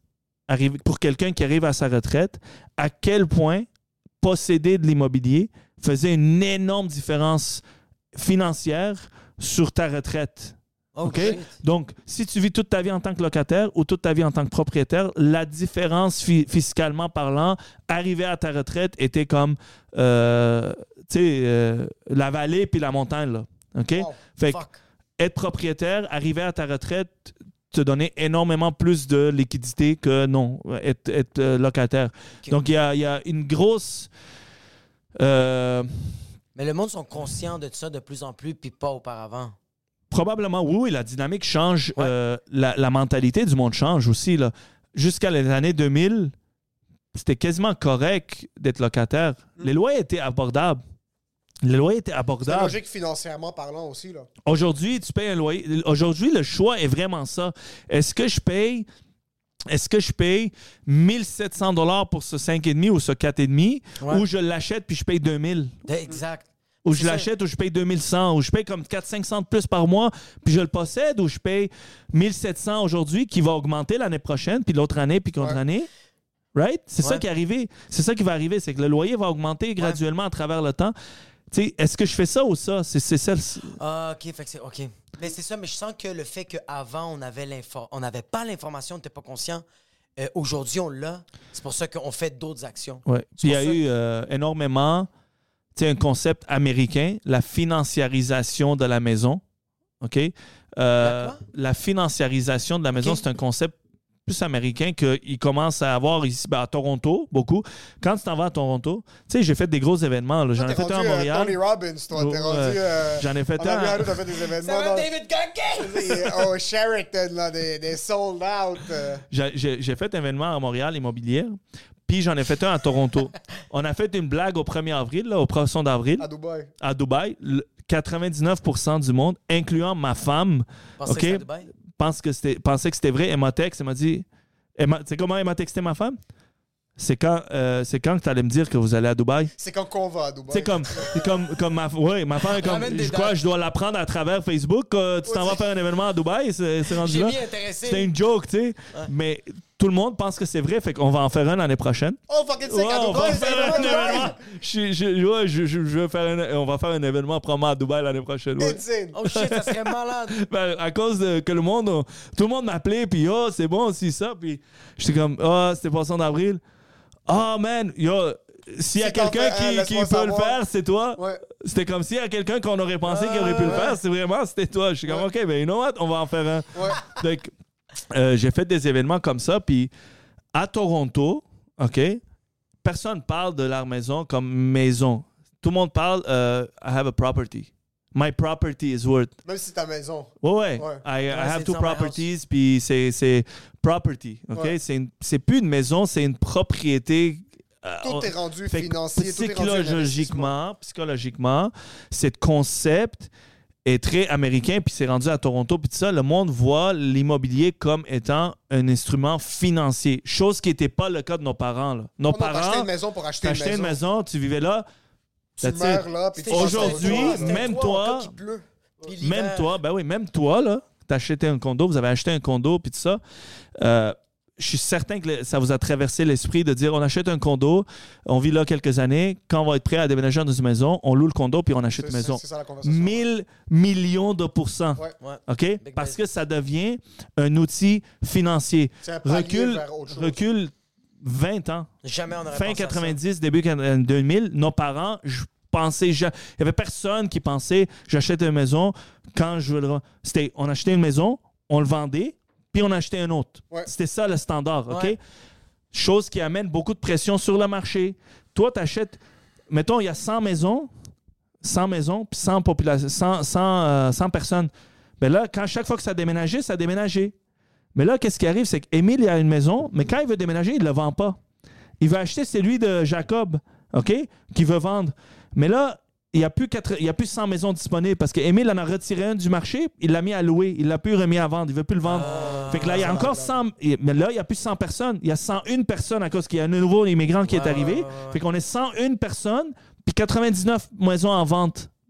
arrive, pour quelqu'un qui arrive à sa retraite, à quel point posséder de l'immobilier faisait une énorme différence financière sur ta retraite. Oh, OK? shit. Donc, si tu vis toute ta vie en tant que locataire ou toute ta vie en tant que propriétaire, la différence fi- fiscalement parlant, arriver à ta retraite était comme euh, tu sais, euh, la vallée puis la montagne. Là. OK? Oh, fait que fuck. être propriétaire, arriver à ta retraite, te donner énormément plus de liquidité que non, être, être euh, locataire. Okay. Donc, il y a, y a une grosse... Euh, Mais le monde sont conscients de ça de plus en plus, puis pas auparavant. Probablement, oui, oui, la dynamique change. Ouais. Euh, la, la mentalité du monde change aussi. Là. Jusqu'à les années deux mille, c'était quasiment correct d'être locataire. Mm. Les loyers étaient abordables. Les loyers étaient C'est abordables. logique financièrement parlant aussi, là. Aujourd'hui, tu payes un loyer. Aujourd'hui, le choix est vraiment ça. Est-ce que je paye... Est-ce que je paye mille sept cents dollars pour ce cinq virgule cinq ou ce quatre virgule cinq Ouais. ou je l'achète puis je paye deux mille? Exact. Ou C'est je ça. l'achète ou je paye deux mille cent, ou je paye comme quatre cents cinq cents de plus par mois, puis je le possède, ou je paye mille sept cents aujourd'hui qui va augmenter l'année prochaine, puis l'autre année, puis contre Ouais. année. Right? C'est Ouais. ça qui est arrivé. C'est ça qui va arriver, c'est que le loyer va augmenter graduellement à travers le temps. Tu sais, est-ce que je fais ça ou ça? C'est, c'est ça. le- Ah, OK, fait que c'est... OK. Mais c'est ça, mais je sens que le fait qu'avant, on avait l'info... on n'avait pas l'information, on n'était pas conscient. Euh, aujourd'hui, on l'a. C'est pour ça qu'on fait d'autres actions. Ouais. C'est Puis il y a pour ça- eu euh, énormément, tu sais, un concept américain, la financiarisation de la maison. OK? Euh, La quoi? la financiarisation de la maison, OK. c'est un concept plus américain qu'il commence à avoir ici, ben, à Toronto, beaucoup. Quand tu t'en vas à Toronto, tu sais, j'ai fait des gros événements. Là. J'en ai T'es fait un rendu, à euh, Montréal. Tony Robbins, toi. T'es Ouais. rendu... euh, J'en ai fait en un. Amérique, t'as fait des événements. Ça va, dans- David Gagné! Au Sheraton, là, des, des sold out. euh. J'ai, j'ai- j'ai fait un événement à Montréal, immobilière. Puis j'en ai fait un à Toronto. On a fait une blague au premier avril, là, au poisson d'avril, À Dubaï. à Dubaï. Le- quatre-vingt-dix-neuf pour cent du monde, incluant ma femme, Pensais OK, que c'était à Dubaï? pense que c'était, pensait que c'était vrai. Elle m'a texté, elle m'a dit... Elle m'a- Tu sais comment elle m'a texté, ma femme? C'est quand, euh, c'est quand que tu allais me dire que vous allez à Dubaï? C'est quand qu'on va à Dubaï. Tu sais, comme, c'est comme, comme ma, ouais, ma femme est comme, Ramène des je crois, dates. je dois l'apprendre à travers Facebook. que tu t'en vas faire un événement à Dubaï, c'est, c'est rendu J'ai là. mis intéressé. C'était une joke, tu sais. Mais tout le monde pense que c'est vrai, fait qu'on va en faire un l'année prochaine. Oh, fucking sick, Ouais, à on va Dubaï, c'est faire un à Dubaï. événement. Je, je, ouais, je, je, je vais faire un, on va faire un événement probablement à Dubaï l'année prochaine. Ouais. Insane. Oh shit, ça serait malade. Ben, à cause de, que le monde, on- tout le monde m'appelait, puis oh, c'est bon, aussi ça, puis j'étais comme, ah, oh, c'était poisson d'avril. Ah, oh, man, yo, s'il y a Si t'en quelqu'un fais un, qui, laisse-moi qui peut le savoir. faire, c'est toi. Ouais. C'était comme s'il y a quelqu'un qu'on aurait pensé qui aurait pu le faire, c'est vraiment, c'était toi. Je suis comme, OK, ben, you know what, on va en faire un. Ouais. Donc, euh, j'ai fait des événements comme ça, puis à Toronto, OK, personne parle de leur maison comme maison. Tout le monde parle, euh, I have a property. My property is worth. Même si c'est ta maison. Ouais, ouais. Ouais. I, I have c'est two dans my properties, puis c'est, c'est property, OK? Ouais. C'est, une- c'est plus une maison, c'est une propriété. euh, Tout on- est rendu fait que financier, tout est rendu un investissement. psychologiquement, psychologiquement, ce concept est très américain, puis c'est rendu à Toronto, puis tout ça, le monde voit l'immobilier comme étant un instrument financier, chose qui n'était pas le cas de nos parents. Là. Nos On a acheté parents, une maison pour acheter une t'achetais maison. une maison, tu vivais là, Tu that's it. meurs là, puis tu C'était passes à autre Aujourd'hui, chose. C'était même toi, toi- en cas qu'il pleut. Puis l'hiver. même toi, ben oui, même toi, là, t'as acheté un condo, vous avez acheté un condo, puis tout ça. Euh, je suis certain que le- ça vous a traversé l'esprit de dire on achète un condo, on vit là quelques années, quand on va être prêt à déménager dans une maison, on loue le condo puis on achète C'est- une maison. C'est ça la conversation. mille millions de pourcents. Ouais. Ouais. OK? Parce que ça devient un outil financier. C'est un palier Recule, vers autre chose. recule vingt ans. Jamais on aurait Fin pensé à ça. quatre-vingt-dix, début deux mille, nos parents, je pensais, ja- il y avait personne qui pensait j'achète une maison quand je veux le. C'était, on achetait une maison, on le vendait, puis on achetait un autre. Ouais. C'était ça le standard, OK? Ouais. Chose qui amène beaucoup de pression sur le marché. Toi, tu achètes, mettons, il y a cent maisons, cent maisons, puis cent, popula- cent, cent, euh, cent personnes. Mais là, quand chaque fois que ça déménageait, ça déménageait. Mais là, qu'est-ce qui arrive? C'est qu'Émile, il a une maison, mais quand il veut déménager, il ne le vend pas. Il veut acheter celui de Jacob, OK? Qui veut vendre. Mais là, il n'y a, plus quatre- il y a plus cent maisons disponibles parce qu'Émile en a retiré un du marché, il l'a mis à louer, il l'a plus remis à vendre, il ne veut plus le vendre. fait que là, il y a encore cent, mais là, il n'y a plus cent personnes. Il y a cent une personnes à cause qu'il y a un nouveau immigrant qui est Ouais, arrivé. ouais, ouais, ouais. Fait qu'on est cent une personnes, puis quatre-vingt-dix-neuf maisons en vente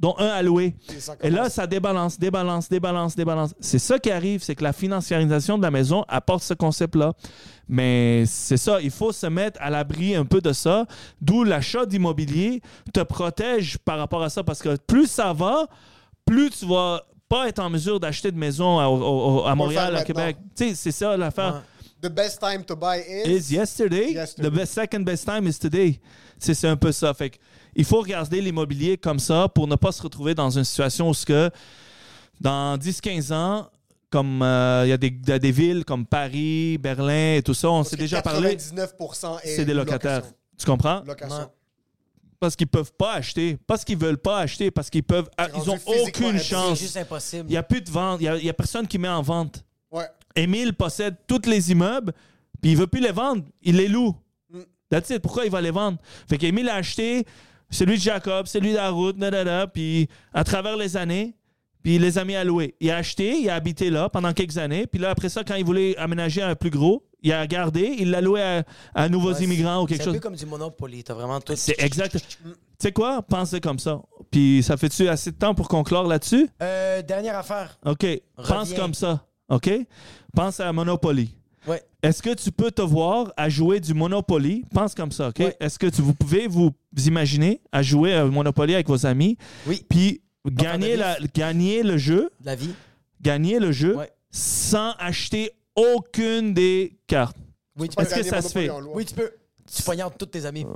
dont un à louer. ça Et là, commence. ça débalance, débalance, débalance, débalance. C'est ça qui arrive, c'est que la financiarisation de la maison apporte ce concept-là. Mais c'est ça, il faut se mettre à l'abri un peu de ça, d'où l'achat d'immobilier te protège par rapport à ça, parce que plus ça va, plus tu vas pas être en mesure d'acheter de maison à, au- à Montréal, faire à Québec. Tu sais, c'est ça l'affaire. Ouais. The best time to buy is... Is yesterday. Yesterday. The best, second best time is today. C'est, c'est un peu ça. Fait que il faut regarder l'immobilier comme ça pour ne pas se retrouver dans une situation où ce que dans dix à quinze ans, comme il euh, y, y a des villes comme Paris, Berlin et tout ça, on Parce s'est que déjà parlé, quatre-vingt-dix-neuf pour cent est c'est des locataires. location. Tu comprends? Location. Ouais. Parce qu'ils peuvent pas acheter, parce qu'ils veulent pas acheter, parce qu'ils peuvent, ah, ils rendu ont physiquement aucune impossible. C'est chance. juste impossible. Il y a plus de vente, il y a, il y a personne qui met en vente. Ouais. Émile possède tous les immeubles, puis il veut plus les vendre, il les loue. Mm. That's it. Pourquoi il va les vendre? Fait qu'Émile a acheté celui de Jacob, celui de la route, nanana, puis à travers les années, puis il les a mis à louer. Il a acheté, il a habité là pendant quelques années, puis là, après ça, quand il voulait aménager un plus gros, il a gardé, il l'a loué à, à nouveaux Ouais, immigrants ou c'est- quelque C'est chose. un peu comme du Monopoly. T'as vraiment tout. C'est exact. Tu sais quoi? Pensez comme ça. Puis ça fait-tu assez de temps pour conclure là-dessus? Euh, dernière affaire. OK. Pense Reviens. comme ça. OK? Pense à Monopoly. Ouais. Est-ce que tu peux te voir à jouer du Monopoly? Pense comme ça, OK? Ouais. Est-ce que tu, vous pouvez vous imaginer à jouer à Monopoly avec vos amis, Oui. puis faire gagner, de la, gagner le jeu, De la vie. gagner le jeu Ouais. sans acheter aucune des cartes? Oui, tu Pas peux. Est-ce que gagner ça se Monopoly fait? en loi. Oui, tu peux. Tu poignardes tous tes amis.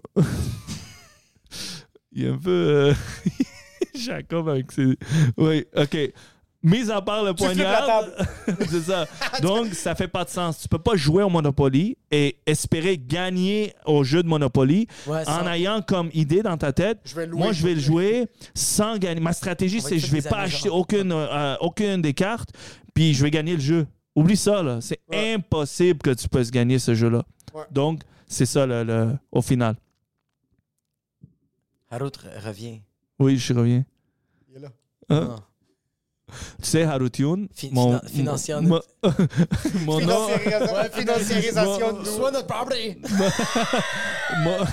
Il est un peu... euh, Jacob avec ses... Oui, OK. Mis à part le flippes poignard, la c'est ça. Donc, ça fait pas de sens. Tu peux pas jouer au Monopoly et espérer gagner au jeu de Monopoly Ouais, en sans- ayant comme idée dans ta tête, Je vais louer moi, je vais le pour- jouer sans gagner. Ma stratégie, On va c'est être je tous vais des pas amis, acheter genre. aucune, euh, aucune des cartes, puis je vais gagner le jeu. Oublie ça, là. C'est Ouais. impossible que tu puisses gagner ce jeu-là. Ouais. Donc, c'est ça, le, le- au final. Harout re- revient. Oui, je reviens. Il est là. Hein? Non. Tu sais, Harutune, Fi- mon, finan- financière- mon, mon nom, Financiarisation, financiarisation de nous. Soit notre property. mon-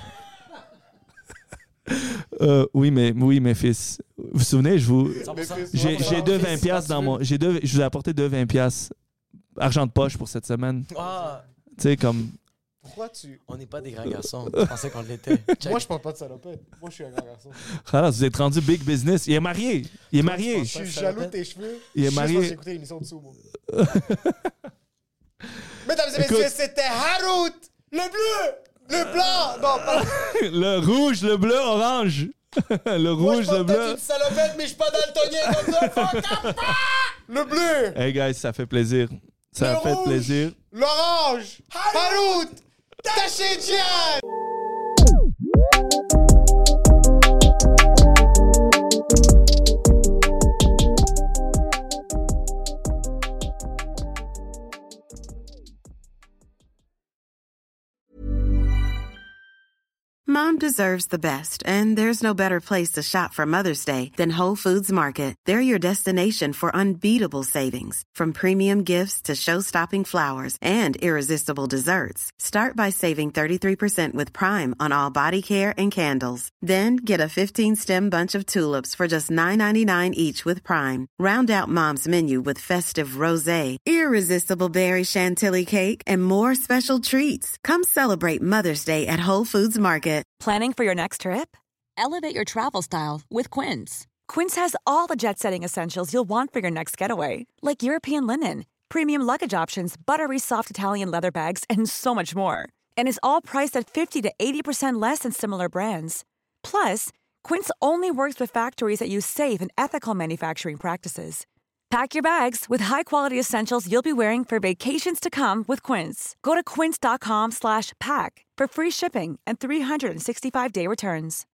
Euh, oui, mais oui, mes fils. Vous vous souvenez, je vous, cent pour cent. j'ai, j'ai deux vingt piastres dans mon, j'ai deux, je vous ai apporté deux vingt piastres, argent de poche pour cette semaine. Ah, Tu sais, comme, Pourquoi tu... on n'est pas des grands garçons. Je pensais qu'on l'était. Check. Moi, je parle pas de salopette. Moi, je suis un grand garçon. ah, vous êtes rendu big business. Il est marié. Il est marié. Je suis jaloux de tes cheveux. Il est juste marié. parce que j'ai écouté l'émission dessous, moi. Mesdames et messieurs, Écoute. c'était Harout! Le bleu! Le blanc! Non, pas... Le rouge, le bleu, orange. Le Moi, je rouge, parle le peut-être bleu. une salopette, mais je suis pas daltonien comme ça. Fuck up! Le bleu! Hey guys, ça fait plaisir. Ça Le fait rouge. plaisir. L'orange! Harout! Taché Diane! Mom deserves the best, and there's no better place to shop for Mother's Day than Whole Foods Market. They're your destination for unbeatable savings, from premium gifts to show-stopping flowers and irresistible desserts. Start by saving thirty-three percent with Prime on all body care and candles. Then get a fifteen-stem bunch of tulips for just nine ninety-nine each with Prime. Round out Mom's menu with festive rosé, irresistible berry chantilly cake, and more special treats. Come celebrate Mother's Day at Whole Foods Market. Planning for your next trip? Elevate your travel style with Quince. Quince has all the jet-setting essentials you'll want for your next getaway, like European linen, premium luggage options, buttery soft Italian leather bags, and so much more. And is all priced at fifty to eighty percent less than similar brands. Plus, Quince only works with factories that use safe and ethical manufacturing practices. Pack your bags with high-quality essentials you'll be wearing for vacations to come with Quince. Go to quince.com slash pack for free shipping and three sixty-five day returns.